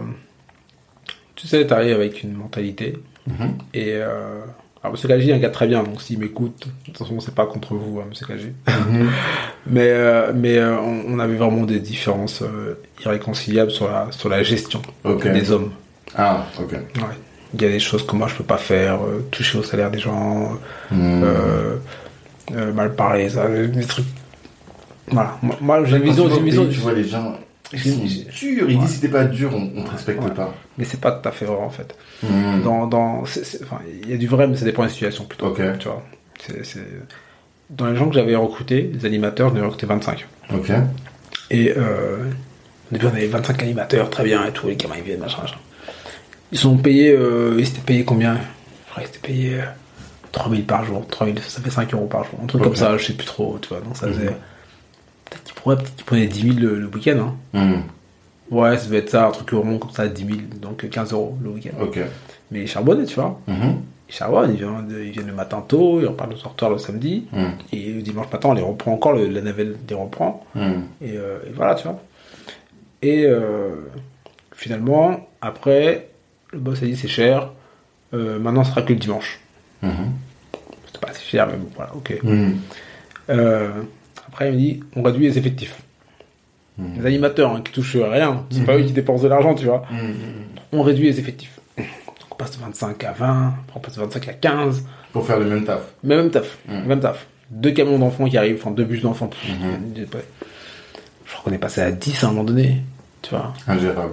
tu sais, t'arrives avec une mentalité. Mhm. Et euh, alors, M. Kaji est un gars très bien, donc s'il m'écoute, attention, c'est pas contre vous, hein, M. Kaji. Mhm. Mais, euh, mais euh, on, on avait vraiment des différences euh, irréconciliables sur la, sur la gestion Ok. des hommes. Ah, ok. Ouais. Il y a des choses que moi je peux pas faire, euh, toucher au salaire des gens, Mhm. euh, euh, mal parler, ça, des trucs. Voilà. Moi, moi, j'ai une Quand vision, tu vas j'ai au une vision, pays, tu vois les gens, ils j'ai- sont j'ai- durs. Ils Ouais. disent si t'es pas dur, on, on te respecte Ouais. pas. mais c'est pas tout à fait vrai en fait. Mhm. Dans, dans, c'est- c'est- enfin, il y a du vrai, mais ça dépend des situations plutôt. Ok. Tu vois. C'est, c'est... Dans les gens que j'avais recrutés, les animateurs, j'en avais recruté vingt-cinq. Ok. Et euh, au début, on avait vingt-cinq animateurs, très bien, et tout, les gamins ils viennent, machin, machin. Ils sont payés, euh, ils s'étaient payés combien? Je crois qu'ils s'étaient payés euh, trois mille par jour, trois mille, ça fait cinq euros par jour, un truc Ok. comme ça, je sais plus trop, tu vois, donc ça Mhm. faisait... Peut-être qu'ils prenaient, peut-être qu'ils prenaient dix mille le, le week-end, hein. Mhm. Ouais, ça devait être ça, un truc rond comme ça, dix mille, donc quinze euros le week-end. Ok. Mais ils charbonnaient, tu vois. Mhm. Ils charbonnent, ils viennent, ils viennent le matin tôt, ils repartent le soir tard le samedi, Mhm. et le dimanche matin, on les reprend encore, le- la navette les reprend. Mhm. Et, euh, et voilà, tu vois. Et euh, finalement, après, le boss a dit c'est cher, euh, maintenant ce sera que le dimanche. Mhm. C'était pas si cher, mais bon, voilà, ok. Mhm. Euh, après, il me dit on réduit les effectifs. Mhm. Les animateurs hein, qui touchent rien, c'est Mhm. pas eux qui dépensent de l'argent, tu vois. Mhm. On réduit les effectifs. Donc on passe de vingt-cinq à vingt, après on passe de vingt-cinq à quinze, Pour faire le même taf. mais même taf, Mhm. même taf. Deux camions d'enfants qui arrivent, enfin deux bus d'enfants. pff, Mhm. Je crois qu'on est passé à dix à un moment donné, tu vois. Ingérable.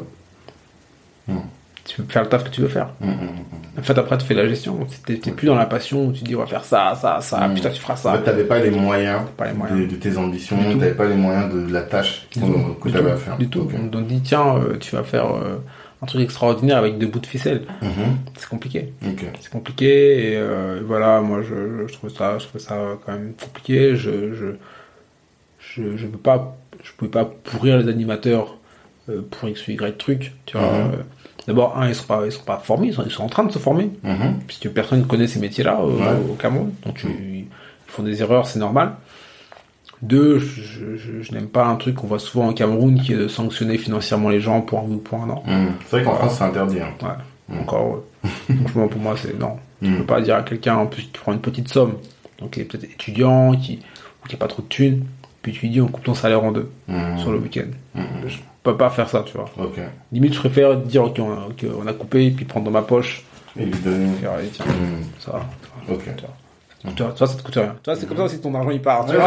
Tu peux faire le taf que tu veux faire. Mhm. En fait, après, tu fais la gestion. T'es, t'es plus dans la passion où tu dis, on va faire ça, ça, ça, Mm. putain, tu feras En ça. fait, t'avais pas les moyens, Pas les moyens. De, de tes ambitions, Du tout. t'avais pas les moyens de la tâche Du qu'on- tout, que du t'avais tout, à faire. du tout. Ok. On te dit, tiens, euh, tu vas faire euh, un truc extraordinaire avec deux bouts de ficelle. Mmh. C'est compliqué. Okay. C'est compliqué et euh, voilà, moi je, je trouve ça, je trouve ça quand même compliqué. Je, je, je, je peux pas, je pouvais pas pourrir les animateurs euh, pour X ou Y truc. Tu vois. Mmh. Euh, d'abord, un, ils sont pas, ils sont pas formés, ils sont, ils sont en train de se former, mmh. puisque personne ne connaît ces métiers-là au, ouais. au Cameroun. Donc tu, ils font des erreurs, c'est normal. Deux, je, je, je n'aime pas un truc qu'on voit souvent au Cameroun qui est de sanctionner financièrement les gens pour un oui ou pour un non. Mmh. C'est vrai qu'en euh, France c'est interdit. Hein. Ouais. Mmh. Encore, ouais. Franchement pour moi c'est non. Mmh. Tu peux pas dire à quelqu'un en plus qui prend une petite somme, donc qui est peut-être étudiant, qui ou qui a pas trop de thunes, puis tu lui dis on coupe ton salaire en deux mmh. sur le week-end. Mmh. Je peux pas faire ça, tu vois. Okay. Limite je préfère dire ok on a, okay, on a coupé et puis prendre dans ma poche et lui donner. Faire, allez, tiens, mmh. ça va. Ok. Toi, toi, ça te coûte rien. Toi, c'est comme ça aussi ton argent il part, tu vois.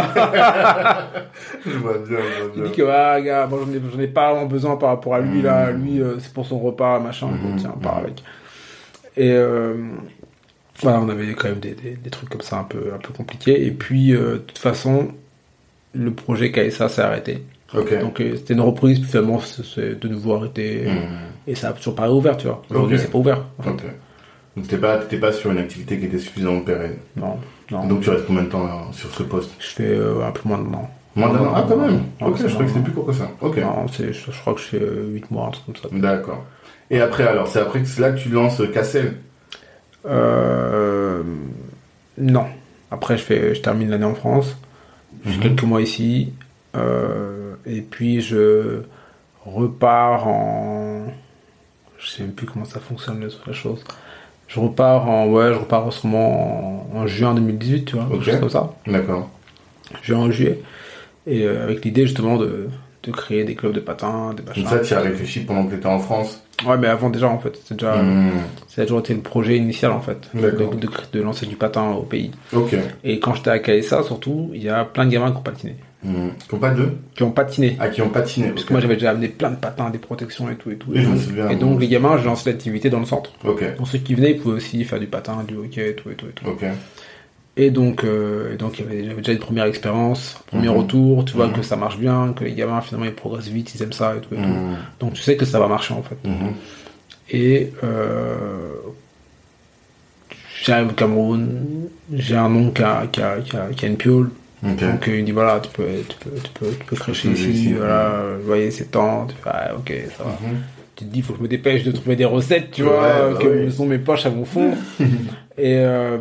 Je vois bien, je vois bien. Tu dis que, ah, gars, bon, j'en ai, j'en ai pas vraiment besoin par rapport à lui, mmh. là. Lui, euh, c'est pour son repas, machin. Mmh. Bon, tiens, on part avec. Et, euh, voilà, on avait quand même des, des, des trucs comme ça un peu, un peu compliqués. Et puis, euh, de toute façon, le projet K S A s'est arrêté. Okay. Donc, euh, c'était une reprise, puis finalement, c'est, c'est de nouveau arrêté. Mmh. Et ça a toujours pas réouvert, tu vois. Aujourd'hui, okay. c'est pas ouvert. En fait. Okay. Donc t'étais pas, t'étais pas sur une activité qui était suffisamment pérenne. Non, non. Donc tu restes combien de temps là, sur ce poste? Je fais euh, un peu moins d'un an. Moins d'un an? Ah quand même. Ok, je crois que c'était plus court que ça. Ok. Non, c'est, je, je crois que je fais huit mois, un truc comme ça. D'accord. Et après alors, c'est après que c'est là que tu lances Cassel? Euh... Non. Après je fais, je termine l'année en France. Je fais mm-hmm. quelques mois ici. Euh... Et puis je repars en... Je sais même plus comment ça fonctionne la chose. Je repars en, ouais, je repars sûrement en, en juin deux mille dix-huit, tu vois, quelque okay. chose comme ça. D'accord. Juin en juillet. Et euh, avec l'idée justement de, de créer des clubs de patins, des machins. Donc ça, tu as réfléchi pendant que tu étais en France? Ouais, mais avant déjà, en fait. C'était déjà, mmh. Ça a toujours été le projet initial, en fait. De, de, de lancer du patin au pays. Ok. Et quand j'étais à K S A, surtout, il y a plein de gamins qui ont patiné. Mmh. Qui ont pas de Qui ont patiné. Ah, qui ont patiné. Parce okay. que moi, j'avais déjà amené plein de patins, des protections et tout et tout. Et, et, je donc, me souviens, et donc, les gamins, j'ai lancé l'activité dans le centre. Ok. Donc, ceux qui venaient, ils pouvaient aussi faire du patin, du hockey et tout et tout et tout. Ok. Et donc, euh, et donc, il y avait, j'avais déjà une première expérience, premier mmh. retour, tu vois mmh. que ça marche bien, que les gamins, finalement, ils progressent vite, ils aiment ça et tout et mmh. tout. Donc, tu sais que ça va marcher, en fait. Mmh. Et, euh, j'arrive au Cameroun, j'ai un oncle qui a, qui a, qui a, qui a une piole. Okay. Donc, euh, il dit, voilà, tu peux, tu peux, tu peux, tu peux crêcher ici, ici, voilà, vous voyez, c'est temps, tu fais, ah, ok, ça va. Mmh. Tu te dis, il faut que je me dépêche de trouver des recettes, tu ouais, vois, bah que oui. sont mes poches à mon fond. et, euh,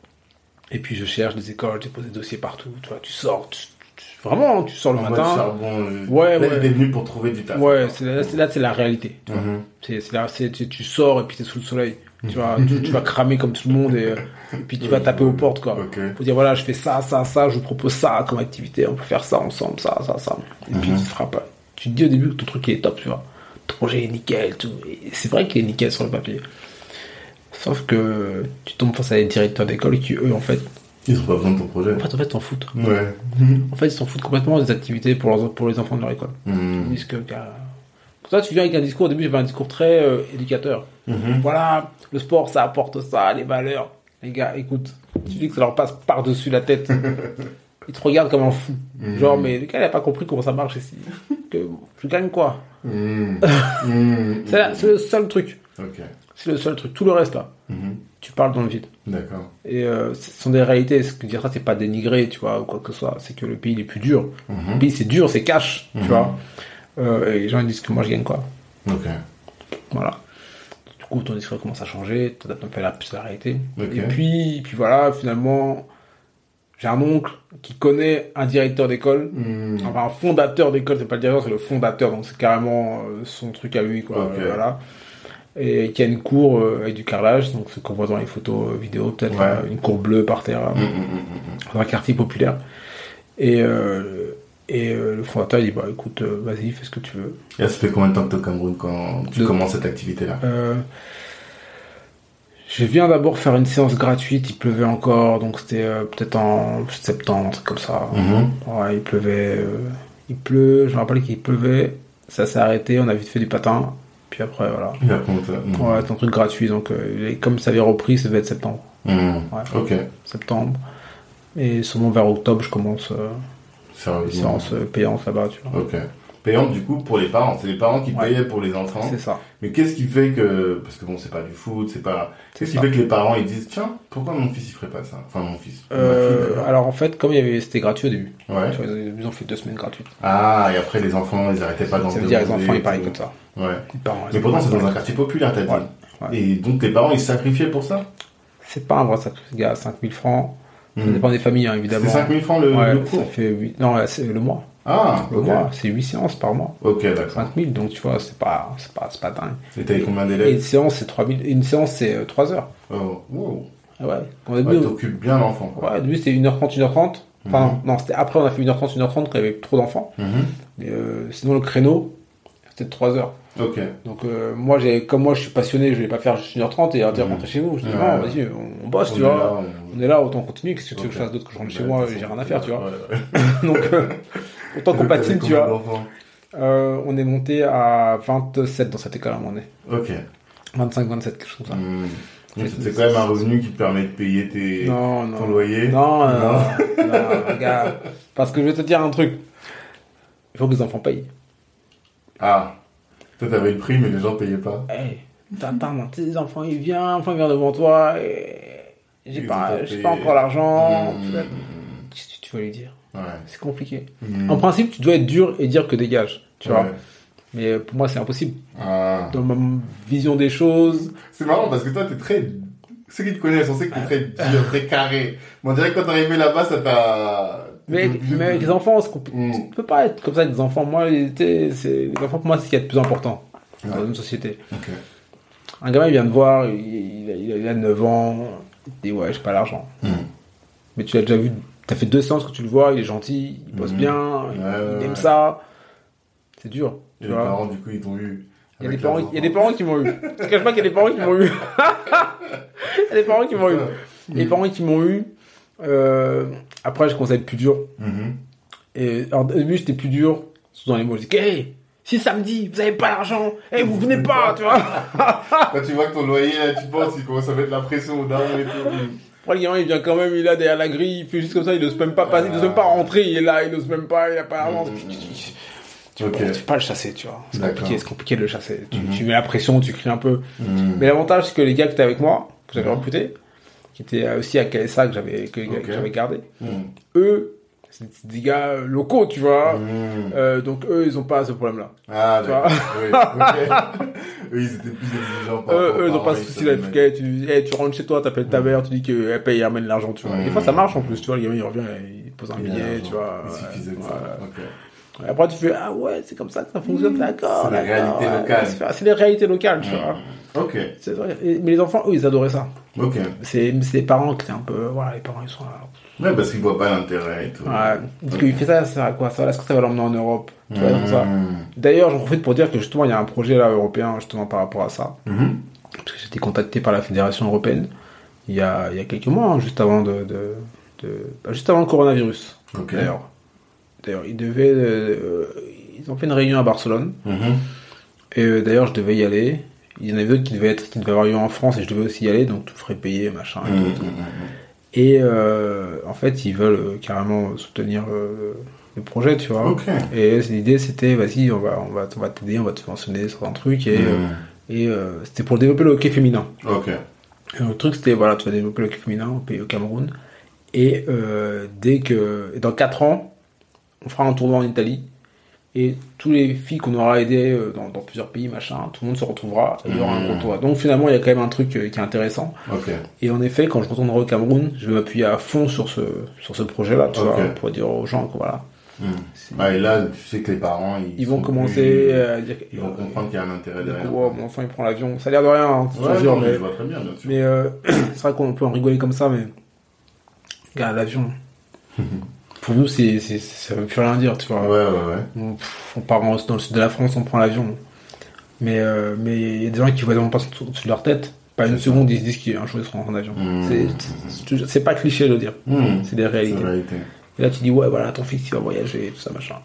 Et puis je cherche des écoles, j'ai posé des dossiers partout, tu vois, tu sors, tu, tu, vraiment, tu sors le en matin. Charbon, ouais, là, ouais. t'es venu pour trouver du taf. Ouais, c'est là, c'est, là, c'est la réalité. Tu, mm-hmm. vois. C'est, c'est là, c'est, tu, tu sors et puis t'es sous le soleil. Tu vois, tu, tu vas cramer comme tout le monde et, et puis tu vas taper aux portes, quoi. Okay. Faut dire, voilà, je fais ça, ça, ça, je vous propose ça comme activité, on peut faire ça ensemble, ça, ça, ça. Et mm-hmm. puis tu te frappes. Tu te dis au début que ton truc est top, tu vois. Ton projet est nickel, tout. Et c'est vrai qu'il est nickel sur le papier. Sauf que tu tombes face à des directeurs d'école qui, eux, en fait, ils n'ont pas besoin de ton projet. En fait, en fait, ils s'en foutent. Ouais. En fait, ils s'en foutent complètement des activités pour, leurs, pour les enfants de leur école. Mmh. Ils disent que, car... Toi, tu viens avec un discours, au début, j'avais un discours très euh, éducateur. Mmh. Voilà, le sport, ça apporte ça, les valeurs. Les gars, écoute, tu dis que ça leur passe par-dessus la tête. Ils te regardent comme un fou. Mmh. Genre, mais le gars, il n'a pas compris comment ça marche ici. Que je gagne quoi mmh. c'est, la, c'est le seul truc. Okay. C'est le seul truc. Tout le reste, là, mmh. tu parles dans le vide. D'accord. Et euh, ce sont des réalités. Ce que dire ça, c'est pas dénigrer, tu vois, ou quoi que ce soit. C'est que le pays il est plus dur. Mmh. Le pays, c'est dur, c'est cash, mmh. tu vois. Euh, et les gens ils disent que moi, je gagne quoi. Ok. Voilà. Du coup, ton discours commence à changer. Tu adaptes un peu la, la réalité. Okay. Et puis, puis voilà, finalement, j'ai un oncle qui connaît un directeur d'école. Mmh. Enfin, un fondateur d'école. C'est pas le directeur, c'est le fondateur. Donc, c'est carrément euh, son truc à lui, quoi. Okay. Euh, voilà. Et qui a une cour euh, avec du carrelage, donc ce qu'on voit dans les photos euh, vidéo, peut-être ouais. euh, une cour bleue par terre, mmh, mmh, dans un quartier populaire. Et, euh, et euh, le fondateur il dit bah écoute, euh, vas-y, fais ce que tu veux. Et ça fait combien de temps que tu es au Cameroun quand tu de... commences cette activité-là? euh, Je viens d'abord faire une séance gratuite, il pleuvait encore, donc c'était euh, peut-être en septembre, un truc comme ça. Mmh. Ouais, il pleuvait, euh, il pleut, je me rappelle qu'il pleuvait, ça s'est arrêté, on a vite fait du patin. Puis après, voilà. Il a compté. Mmh. Ouais, c'est un truc gratuit, donc euh, comme ça avait repris, ça devait être septembre. Mmh. Ouais. Ok. Septembre. Et sûrement vers octobre, je commence euh, une séance euh, payante là-bas, tu vois. Ok. payante du coup pour les parents. C'est les parents qui Ouais. payaient pour les enfants. C'est ça. Mais qu'est-ce qui fait que, parce que bon, c'est pas du foot, c'est pas, C'est qu'est-ce qui ça. fait que les parents ils disent, tiens, pourquoi mon fils il ferait pas ça? Enfin, mon fils. Ma Euh, fille, alors en fait, comme il y avait, c'était gratuit au début. Ouais. Tu vois, ils ont fait deux semaines gratuites. Ah, et après les enfants, ils arrêtaient pas d'en Ça veut dire les demander, enfants, ils tout. parlaient comme ça. Ouais. Les parents, Mais ils pourtant, c'est parlaient dans un comme quartier populaire, t'as dit. Ouais, ouais. Et donc, les parents, ils se sacrifiaient pour ça? ça. C'est pas un vrai sacrifice, gars, cinq mille francs. Ça Mhm. dépend des familles, hein, évidemment. C'est cinq mille francs le, Ouais, le ça cours? fait huit... Non, là, c'est le mois. Ah, Le ok. mois, c'est huit séances par mois. Ok, d'accord. cinq mille, donc tu vois, c'est pas, c'est pas, c'est pas dingue. Et t'avais combien Et d'élèves? une séance, c'est trois mille. Une séance, c'est euh, trois heures. Oh, wow. Ah ouais. Au Ouais, début, t'occupes bien l'enfant, quoi. ouais, au début, c'était une heure trente, une heure trente. Enfin, Mhm. non, c'était après, on a fait une heure trente, une heure trente quand il y avait trop d'enfants. Mhm. Mais euh, sinon, le créneau, c'était de trois heures. Ok. Donc, euh, moi, j'ai, comme moi, je suis passionné, je vais pas faire juste une heure trente et dire Mhm. rentrer chez vous. Je dis, Ouais. non, vas-y, on, on bosse, On tu est vois. là, on- On est là, autant continuer. Qu'est-ce que tu veux Ok. que je fasse d'autre que je rentre Ouais, chez moi, de toute j'ai façon, rien à faire, tu vois. ouais, ouais. Donc, euh, autant qu'on Donc, patine, t'avais tu vois. combien d'enfants? Euh, on est monté à vingt-sept dans cette école à un moment donné. Ok. vingt-cinq, vingt-sept, quelque chose comme ça. Hmm. Donc, C'est- c'est quand même un revenu qui te permet de payer tes... Non, ton non. loyer? Non, non, non, non, regarde. Parce que je vais te dire un truc. Il faut que les enfants payent. Ah. Toi, t'avais le prix, mais les gens payaient pas. Hey, t'attends, tes enfants, ils viennent, l'enfant il vient devant toi, et j'ai Ils ont pas, pas j'ai payé. pas encore l'argent. Hmm. Qu'est-ce que tu vas lui dire? Ouais. C'est compliqué. Hmm. En principe, tu dois être dur et dire que dégage, tu Ouais. vois. Mais pour moi, c'est impossible. Ah. Dans ma vision des choses, C'est marrant parce que toi, t'es très... Ceux qui te connaissent, on sait que t'es très dur, très carré. Mais on dirait que quand t'es arrivé là-bas, ça t'a... mais, t'étais obligé mais de- avec les enfants, c'est compli- Mm. tu peux pas être comme ça avec des enfants. Moi, les, t'sais, c'est, les enfants, pour moi, c'est ce qu'il y a de plus important Ouais. dans une société. Ok. Un gamin, il vient te voir, il, il, a, il a- il a neuf ans, il te dit ouais, j'ai pas l'argent. Hmm. Mais tu l'as déjà vu, t'as fait deux séances que tu le vois, il est gentil, il bosse Mhm. bien, Ouais, il, ouais, il aime ouais. ça. C'est dur. Et tu les vois. parents, du coup, ils t'ont eu. Il y a des avec parents, leurs il y a des enfants. parents qui m'ont eu. Je te cache pas qu'il y a des parents qui m'ont eu. Il y a des parents qui m'ont eu. Les parents qui m'ont eu. Euh, après, je commençais à être plus dur. Mhm. Et alors, au début, j'étais plus dur. Surtout dans les mots, je dis, hey, si samedi, vous avez pas l'argent, hey, vous venez pas, tu vois. Quand tu vois que ton loyer, là, tu penses, il commence à mettre la pression au daron et tout. Après, le gamin, il vient quand même, il est là derrière la grille, il fait juste comme ça, il ose même pas passer, il ose même pas rentrer, il est là, il ose même pas, il a pas l'argent. Tu Ok. peux, tu peux pas le chasser, tu vois. C'est D'accord. compliqué, c'est compliqué de le chasser. Tu, Mhm. tu mets la pression, tu cries un peu. Mhm. Mais l'avantage, c'est que les gars qui étaient avec moi, que j'avais Mhm. recrutés, qui étaient aussi à K S A, que j'avais, que, Ok. que j'avais gardé, Mhm. eux, c'est c'est des gars locaux, tu vois. Mhm. Euh, donc eux, ils ont pas ce problème-là. Ah, tu vois. d'accord. Oui, ok. Eux, ils étaient plus exigeants par Eux, rapport eux, ils aux ont pas parents, ce ils souci se là. mettaient- Tu, dis, hey, tu rentres chez toi, t'appelles ta mère, tu dis qu'elle paye et ramène l'argent, tu vois. Et des fois, ça marche en plus, tu vois. Le gamin, il revient, il pose un Il y a billet, l'argent. tu vois. Il ouais, suffisait de ça. voilà. Ok. Et après, tu fais, ah ouais, c'est comme ça que ça fonctionne, d'accord. C'est la d'accord, réalité ouais, locale. c'est- C'est les réalités locales, tu vois. Ok. C'est vrai. Et- Mais les enfants, eux, ils adoraient ça. Ok. C'est c'est les parents qui étaient un peu. Voilà, les parents, ils sont là. Ouais, parce qu'ils voient pas l'intérêt et tout. Ouais. Parce Ok. qu'il fait ça, ça sert à quoi ça, est-ce que ça va l'emmener en Europe? Tu vois, comme ça. Mhm. D'ailleurs, j'en profite pour dire que justement, il y a un projet là européen, justement, par rapport à ça. Mhm. Parce que j'ai été contacté par la Fédération européenne il y a, il y a quelques mois, hein, juste avant de, de, de- bah, juste avant le coronavirus. Ok. D'ailleurs. D'ailleurs, ils devaient. euh, ils ont fait une réunion à Barcelone. Mhm. Et euh, d'ailleurs, je devais y aller. Il y en avait d'autres qui devaient être, qui devaient avoir lieu en France et je devais aussi y aller, donc tout frais payé, machin. Et, tout, Mhm. et tout. Et euh, en fait, ils veulent euh, carrément soutenir euh, le projet, tu vois. Ok. Et l'idée, c'était, vas-y, on va, on va, on va t'aider, on va te subventionner sur un truc. Et, euh, Mhm. et euh, c'était pour développer le hockey féminin. Ok. Et le truc, c'était, voilà, tu vas développer le hockey féminin au pays, au Cameroun. Et euh, dès que, et dans quatre ans, on fera un tournoi en Italie. Et tous les filles qu'on aura aidées euh, dans, dans plusieurs pays, machin, tout le monde se retrouvera. Et il y aura un Mhm. gros tournoi. Donc finalement, il y a quand même un truc euh, qui est intéressant. Ok. Et en effet, quand je retournerai au Cameroun, je vais m'appuyer à fond sur ce, sur ce projet-là, tu Ok. vois, pour dire aux gens que voilà. Mhm. c'est- Ah, et là, tu sais que les parents, ils, Ils vont sont commencer plus- à dire Ils vont comprendre qu'il y a un intérêt dire que, derrière. wow, mon enfant il prend l'avion. Ça a l'air de rien, hein, je te Ouais, jure, non, mais mais, je vois très bien, bien sûr. mais euh, c'est vrai qu'on peut en rigoler comme ça, mais regarde l'avion. Pour nous, c'est, c'est, ça veut plus rien dire, tu vois. Ouais, ouais, ouais. On, pff, on part en- dans le sud de la France, on prend l'avion. Mais euh, mais il y a des gens qui voient vraiment pas au-dessus de leur tête. Pas une C'est seconde, ils se disent qu'un jour ils seront en avion. Mmh. C'est, c'est, c'est pas cliché de le dire. Mhm. C'est des C'est réalités. la réalité. Et là, tu dis, ouais, voilà, ton fils, il va voyager, tout ça, machin.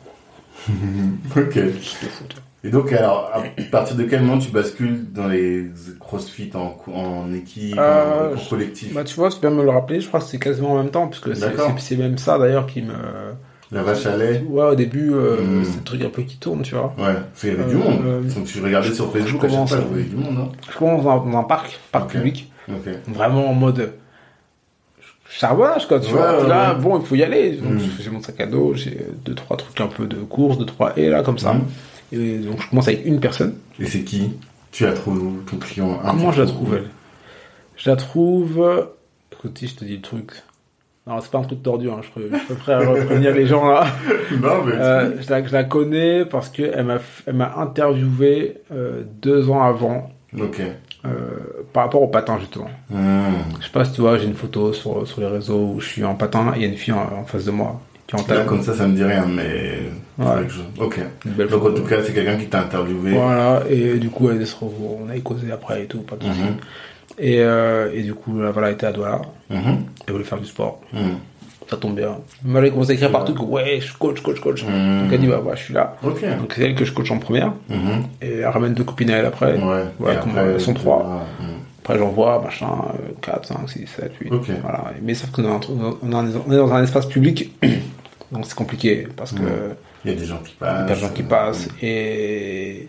Ok. Je te fous, tu vois. Et donc, alors, à partir de quel moment tu bascules dans les crossfit en, cou- en équipe, Euh, en, en collectif? Bah, tu vois, tu peux me le rappeler, je crois que c'est quasiment en même temps, puisque c'est, D'accord. c'est, c'est même ça d'ailleurs qui me, La vache à lait. Ouais, au début, euh, mmh. c'est le truc un peu qui tourne, tu vois. Ouais, parce qu'il y avait euh, du monde. Euh, Donc tu regardais sur Facebook, je commence, à chaque fois, il y avait du monde, non? Je commence dans, dans un parc, parc okay. public. Okay. Vraiment en mode charbonnage, quoi, tu ouais, vois. Ouais, là, ouais. bon, il faut y aller. Donc mmh. j'ai mon sac à dos, j'ai deux, trois trucs un peu de course, deux, trois et là, comme ça. Mmh. Et donc je commence avec une personne. Et c'est qui? Tu la trouves où, ton client? Comment je la trouve, elle? Je la trouve... Écoute, si je te dis le truc... Non, c'est pas un truc tordu, hein. je, je suis prêt à prévenir les gens là. Non, mais euh, je, la, je la connais parce qu'elle m'a, elle m'a interviewé euh, deux ans avant. Ok. Euh, par rapport au patin, justement. Mmh. Je sais pas si tu vois, j'ai une photo sur, sur les réseaux où je suis en patin et il y a une fille en, en face de moi. Qui est en Là, comme ça, ça me dit rien, mais. Ouais. Je... Ok. Donc, photo. En tout cas, c'est quelqu'un qui t'a interviewé. Voilà, et du coup, elle se retrouve, on a causé après et tout, pas de soucis. Mmh. Et, euh, et du coup, là, voilà, elle était à Douala. Mm-hmm. Elle voulait faire du sport. Mm. Ça tombe bien. Elle m'avait commencé à écrire partout que ouais, je coach, coach, coach. Mm. Donc elle dit, bah, bah, je suis là. Okay. Donc c'est elle que je coach en première. Mm-hmm. Et elle ramène deux copines à elle après. Ouais. Voilà, comme elles sont trois. Mm. Après, j'envoie, machin, quatre, cinq, six, sept, huit. Okay. Voilà. Mais sauf qu'on est dans un espace public. Donc c'est compliqué. Parce que. Mm. Il y a des gens qui passent. Il y a des gens qui passent. Mm. Et.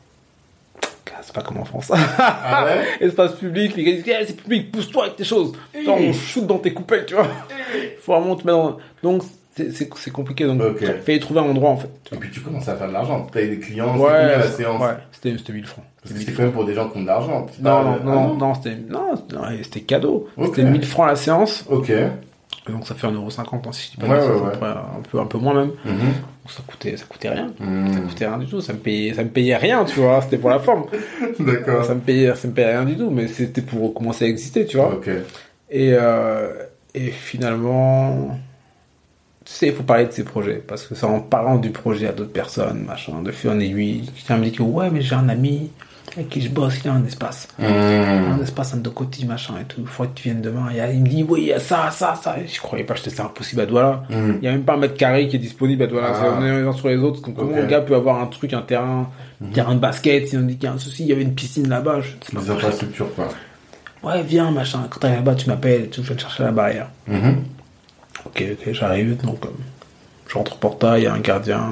C'est pas comme en France. Ah ouais. Espace public, les gars disent eh, c'est public, pousse-toi avec tes choses. Mmh. On shoot dans tes coupelles, tu vois. Faut vraiment te mettre dans... Donc c'est, c'est, c'est compliqué, donc okay. Fallait trouver un endroit en fait. Et puis tu commences à faire de l'argent. Tu as des clients, ouais, c'était à la séance. Ouais, c'était, c'était mille francs. C'était, c'était quand même pour des gens qui ont de l'argent. Non, non, non, non, non, c'était, non, c'était cadeau. Okay. C'était mille francs la séance. Ok. Donc ça fait un euro cinquante, hein, si je dis pas ouais, ça, ouais, ouais. Un, peu, un peu moins même. Mm-hmm. Donc ça coûtait, ça coûtait rien. Mm. Ça coûtait rien du tout. Ça me payait, ça me payait rien, tu vois. C'était pour la forme. D'accord. Ça me payait, ça me payait rien du tout, mais c'était pour commencer à exister, tu vois. Ok. Et, euh, et finalement, tu sais, il faut parler de ces projets. Parce que c'est en parlant du projet à d'autres personnes, machin, de fil en aiguille, quelqu'un me dit que ouais, mais j'ai un ami avec qui je bosse, il a un espace. Mmh. Un espace, un Docoti, machin et tout. Il faudrait que tu viennes demain. Et il me dit, oui, il y a ça, ça, ça. Et je croyais pas que c'était impossible à Douala. Mmh. Il y a même pas un mètre carré qui est disponible à Douala. Ah. On est les uns sur les autres. Comment okay. un gars peut avoir un truc, un terrain, mmh. un terrain de basket, si on dit qu'il y a un souci, il y avait une piscine là-bas. Je Des infrastructures, quoi. Ouais, viens, machin. Quand t'arrives là-bas, tu m'appelles et tu viens te chercher à la barrière. Mmh. Ok, ok, j'arrive. Donc, euh, je rentre au portail, il y a un gardien.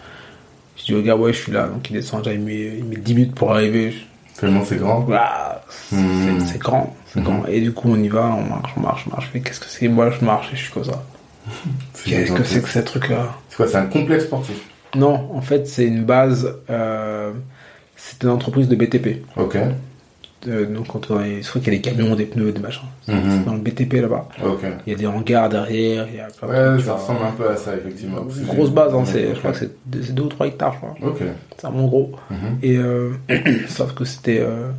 Je dis au gars, ouais, je suis là. Donc, il descend. Il met, il met dix minutes pour arriver. Tellement c'est grand. Voilà, c'est, mmh. c'est, c'est grand, c'est mmh. grand. Et du coup, on y va, on marche, on marche, on marche. Mais qu'est-ce que c'est? Moi, je marche et je suis comme ça. Qu'est-ce que c'est que ces trucs-là? C'est quoi? C'est un complexe sportif? Non, en fait, c'est une base. Euh, c'est une entreprise de B T P. Ok. Euh, donc, quand on est, je crois qu'il y a des camions, des pneus, des machins. C'est, mmh. c'est dans le B T P là-bas. Ok. Il y a des hangars derrière. Il y a plein ouais, de ça ressemble un peu à ça, effectivement. C'est une grosse base, hein, c'est, je crois que c'est, c'est deux ou trois hectares, je crois. Ok. C'est vraiment gros. Mmh. Et euh, sauf que c'était. Euh,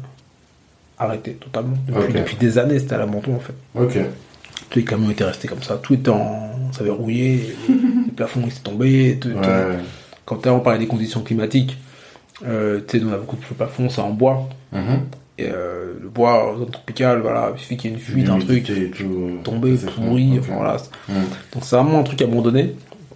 arrêté totalement. Depuis, okay. depuis des années, c'était à l'abandon en fait. Ok. Tous les camions étaient restés comme ça. Tout était en. Ça avait rouillé, les, les plafonds étaient tombés. Tout, ouais, tout. Ouais. Quand on parlait des conditions climatiques, euh, tu sais, on a beaucoup de plafonds, c'est en bois. Mm-hmm. Et euh, le bois, en zone tropicale, voilà, il suffit qu'il y ait une fuite, un truc, tout, tombé, pourri, okay. Enfin voilà. Mm. Donc c'est vraiment un truc abandonné.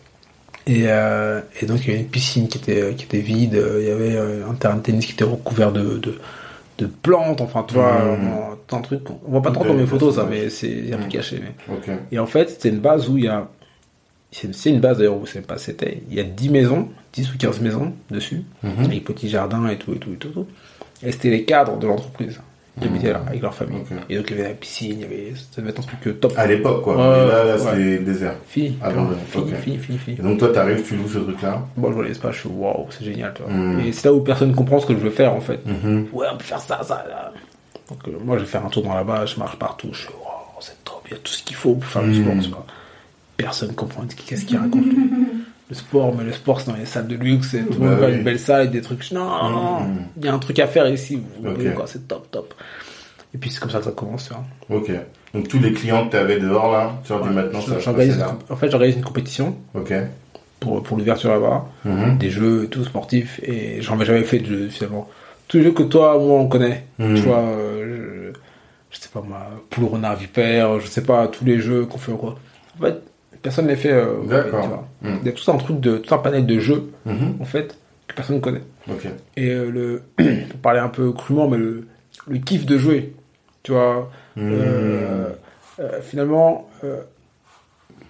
Et, euh, et donc il y avait une piscine qui était, qui était vide, il y avait un terrain de tennis qui était recouvert de. de de plantes, enfin tu vois, mmh. un truc, on voit pas trop dans mes photos ça, mais c'est un peu caché. Mais... Okay. Et en fait, c'est une base où il y a, c'est, c'est une base d'ailleurs où c'est pas c'était, il y a dix maisons, dix ou quinze maisons dessus, mmh. avec petit jardin et tout et tout et tout. Et, tout. Et c'était les cadres de l'entreprise qui habitaient là, avec leur famille. Okay. Et donc il y avait la piscine, il y avait, ça devait être un truc top. À l'époque quoi, ouais, là, là ouais. c'était désert. Fille, avant fille, okay. fille, fille, fille. Et donc toi t'arrives, tu loues ce truc là. Bon, je vois l'espace, je suis waouh, c'est génial, tu vois. Mm. Et c'est là où personne comprend ce que je veux faire en fait. Mm-hmm. Ouais, on peut faire ça, ça, là. Donc euh, moi je vais faire un tour dans la bas, je marche partout, je suis waouh, c'est top, il y a tout ce qu'il faut pour faire mm. le sport, tu vois. Personne comprend qu'est-ce qu'il raconte. Le sport, mais le sport c'est dans les salles de luxe, et tout le monde va une belle salle, des trucs. Non, non, non, mm. il y a un truc à faire ici, vous okay. voyez, quoi, c'est top, top. Et puis c'est comme ça que ça commence. Hein. Ok. Donc tous les clients que tu avais dehors là, tu leur dis ouais, maintenant ça j'organise là. En fait, j'organise une compétition. Ok. Pour, pour l'ouverture là-bas. Mm-hmm. Des jeux et tout sportifs. Et j'en avais jamais fait de jeux finalement. Tous les jeux que toi, moi, on connaît. Mm-hmm. Tu vois, euh, je, je sais pas moi, poule, renard, vipère, je sais pas, tous les jeux qu'on fait ou quoi. En fait, personne ne les fait. Euh, D'accord. Tu vois. Mm. Il y a tout un truc de, tout un panel de jeux, mm-hmm. en fait, que personne ne connaît. Ok. Et euh, le, pour parler un peu crûment, mais le, le kiff de jouer. Tu vois, mmh. euh, euh, finalement, euh,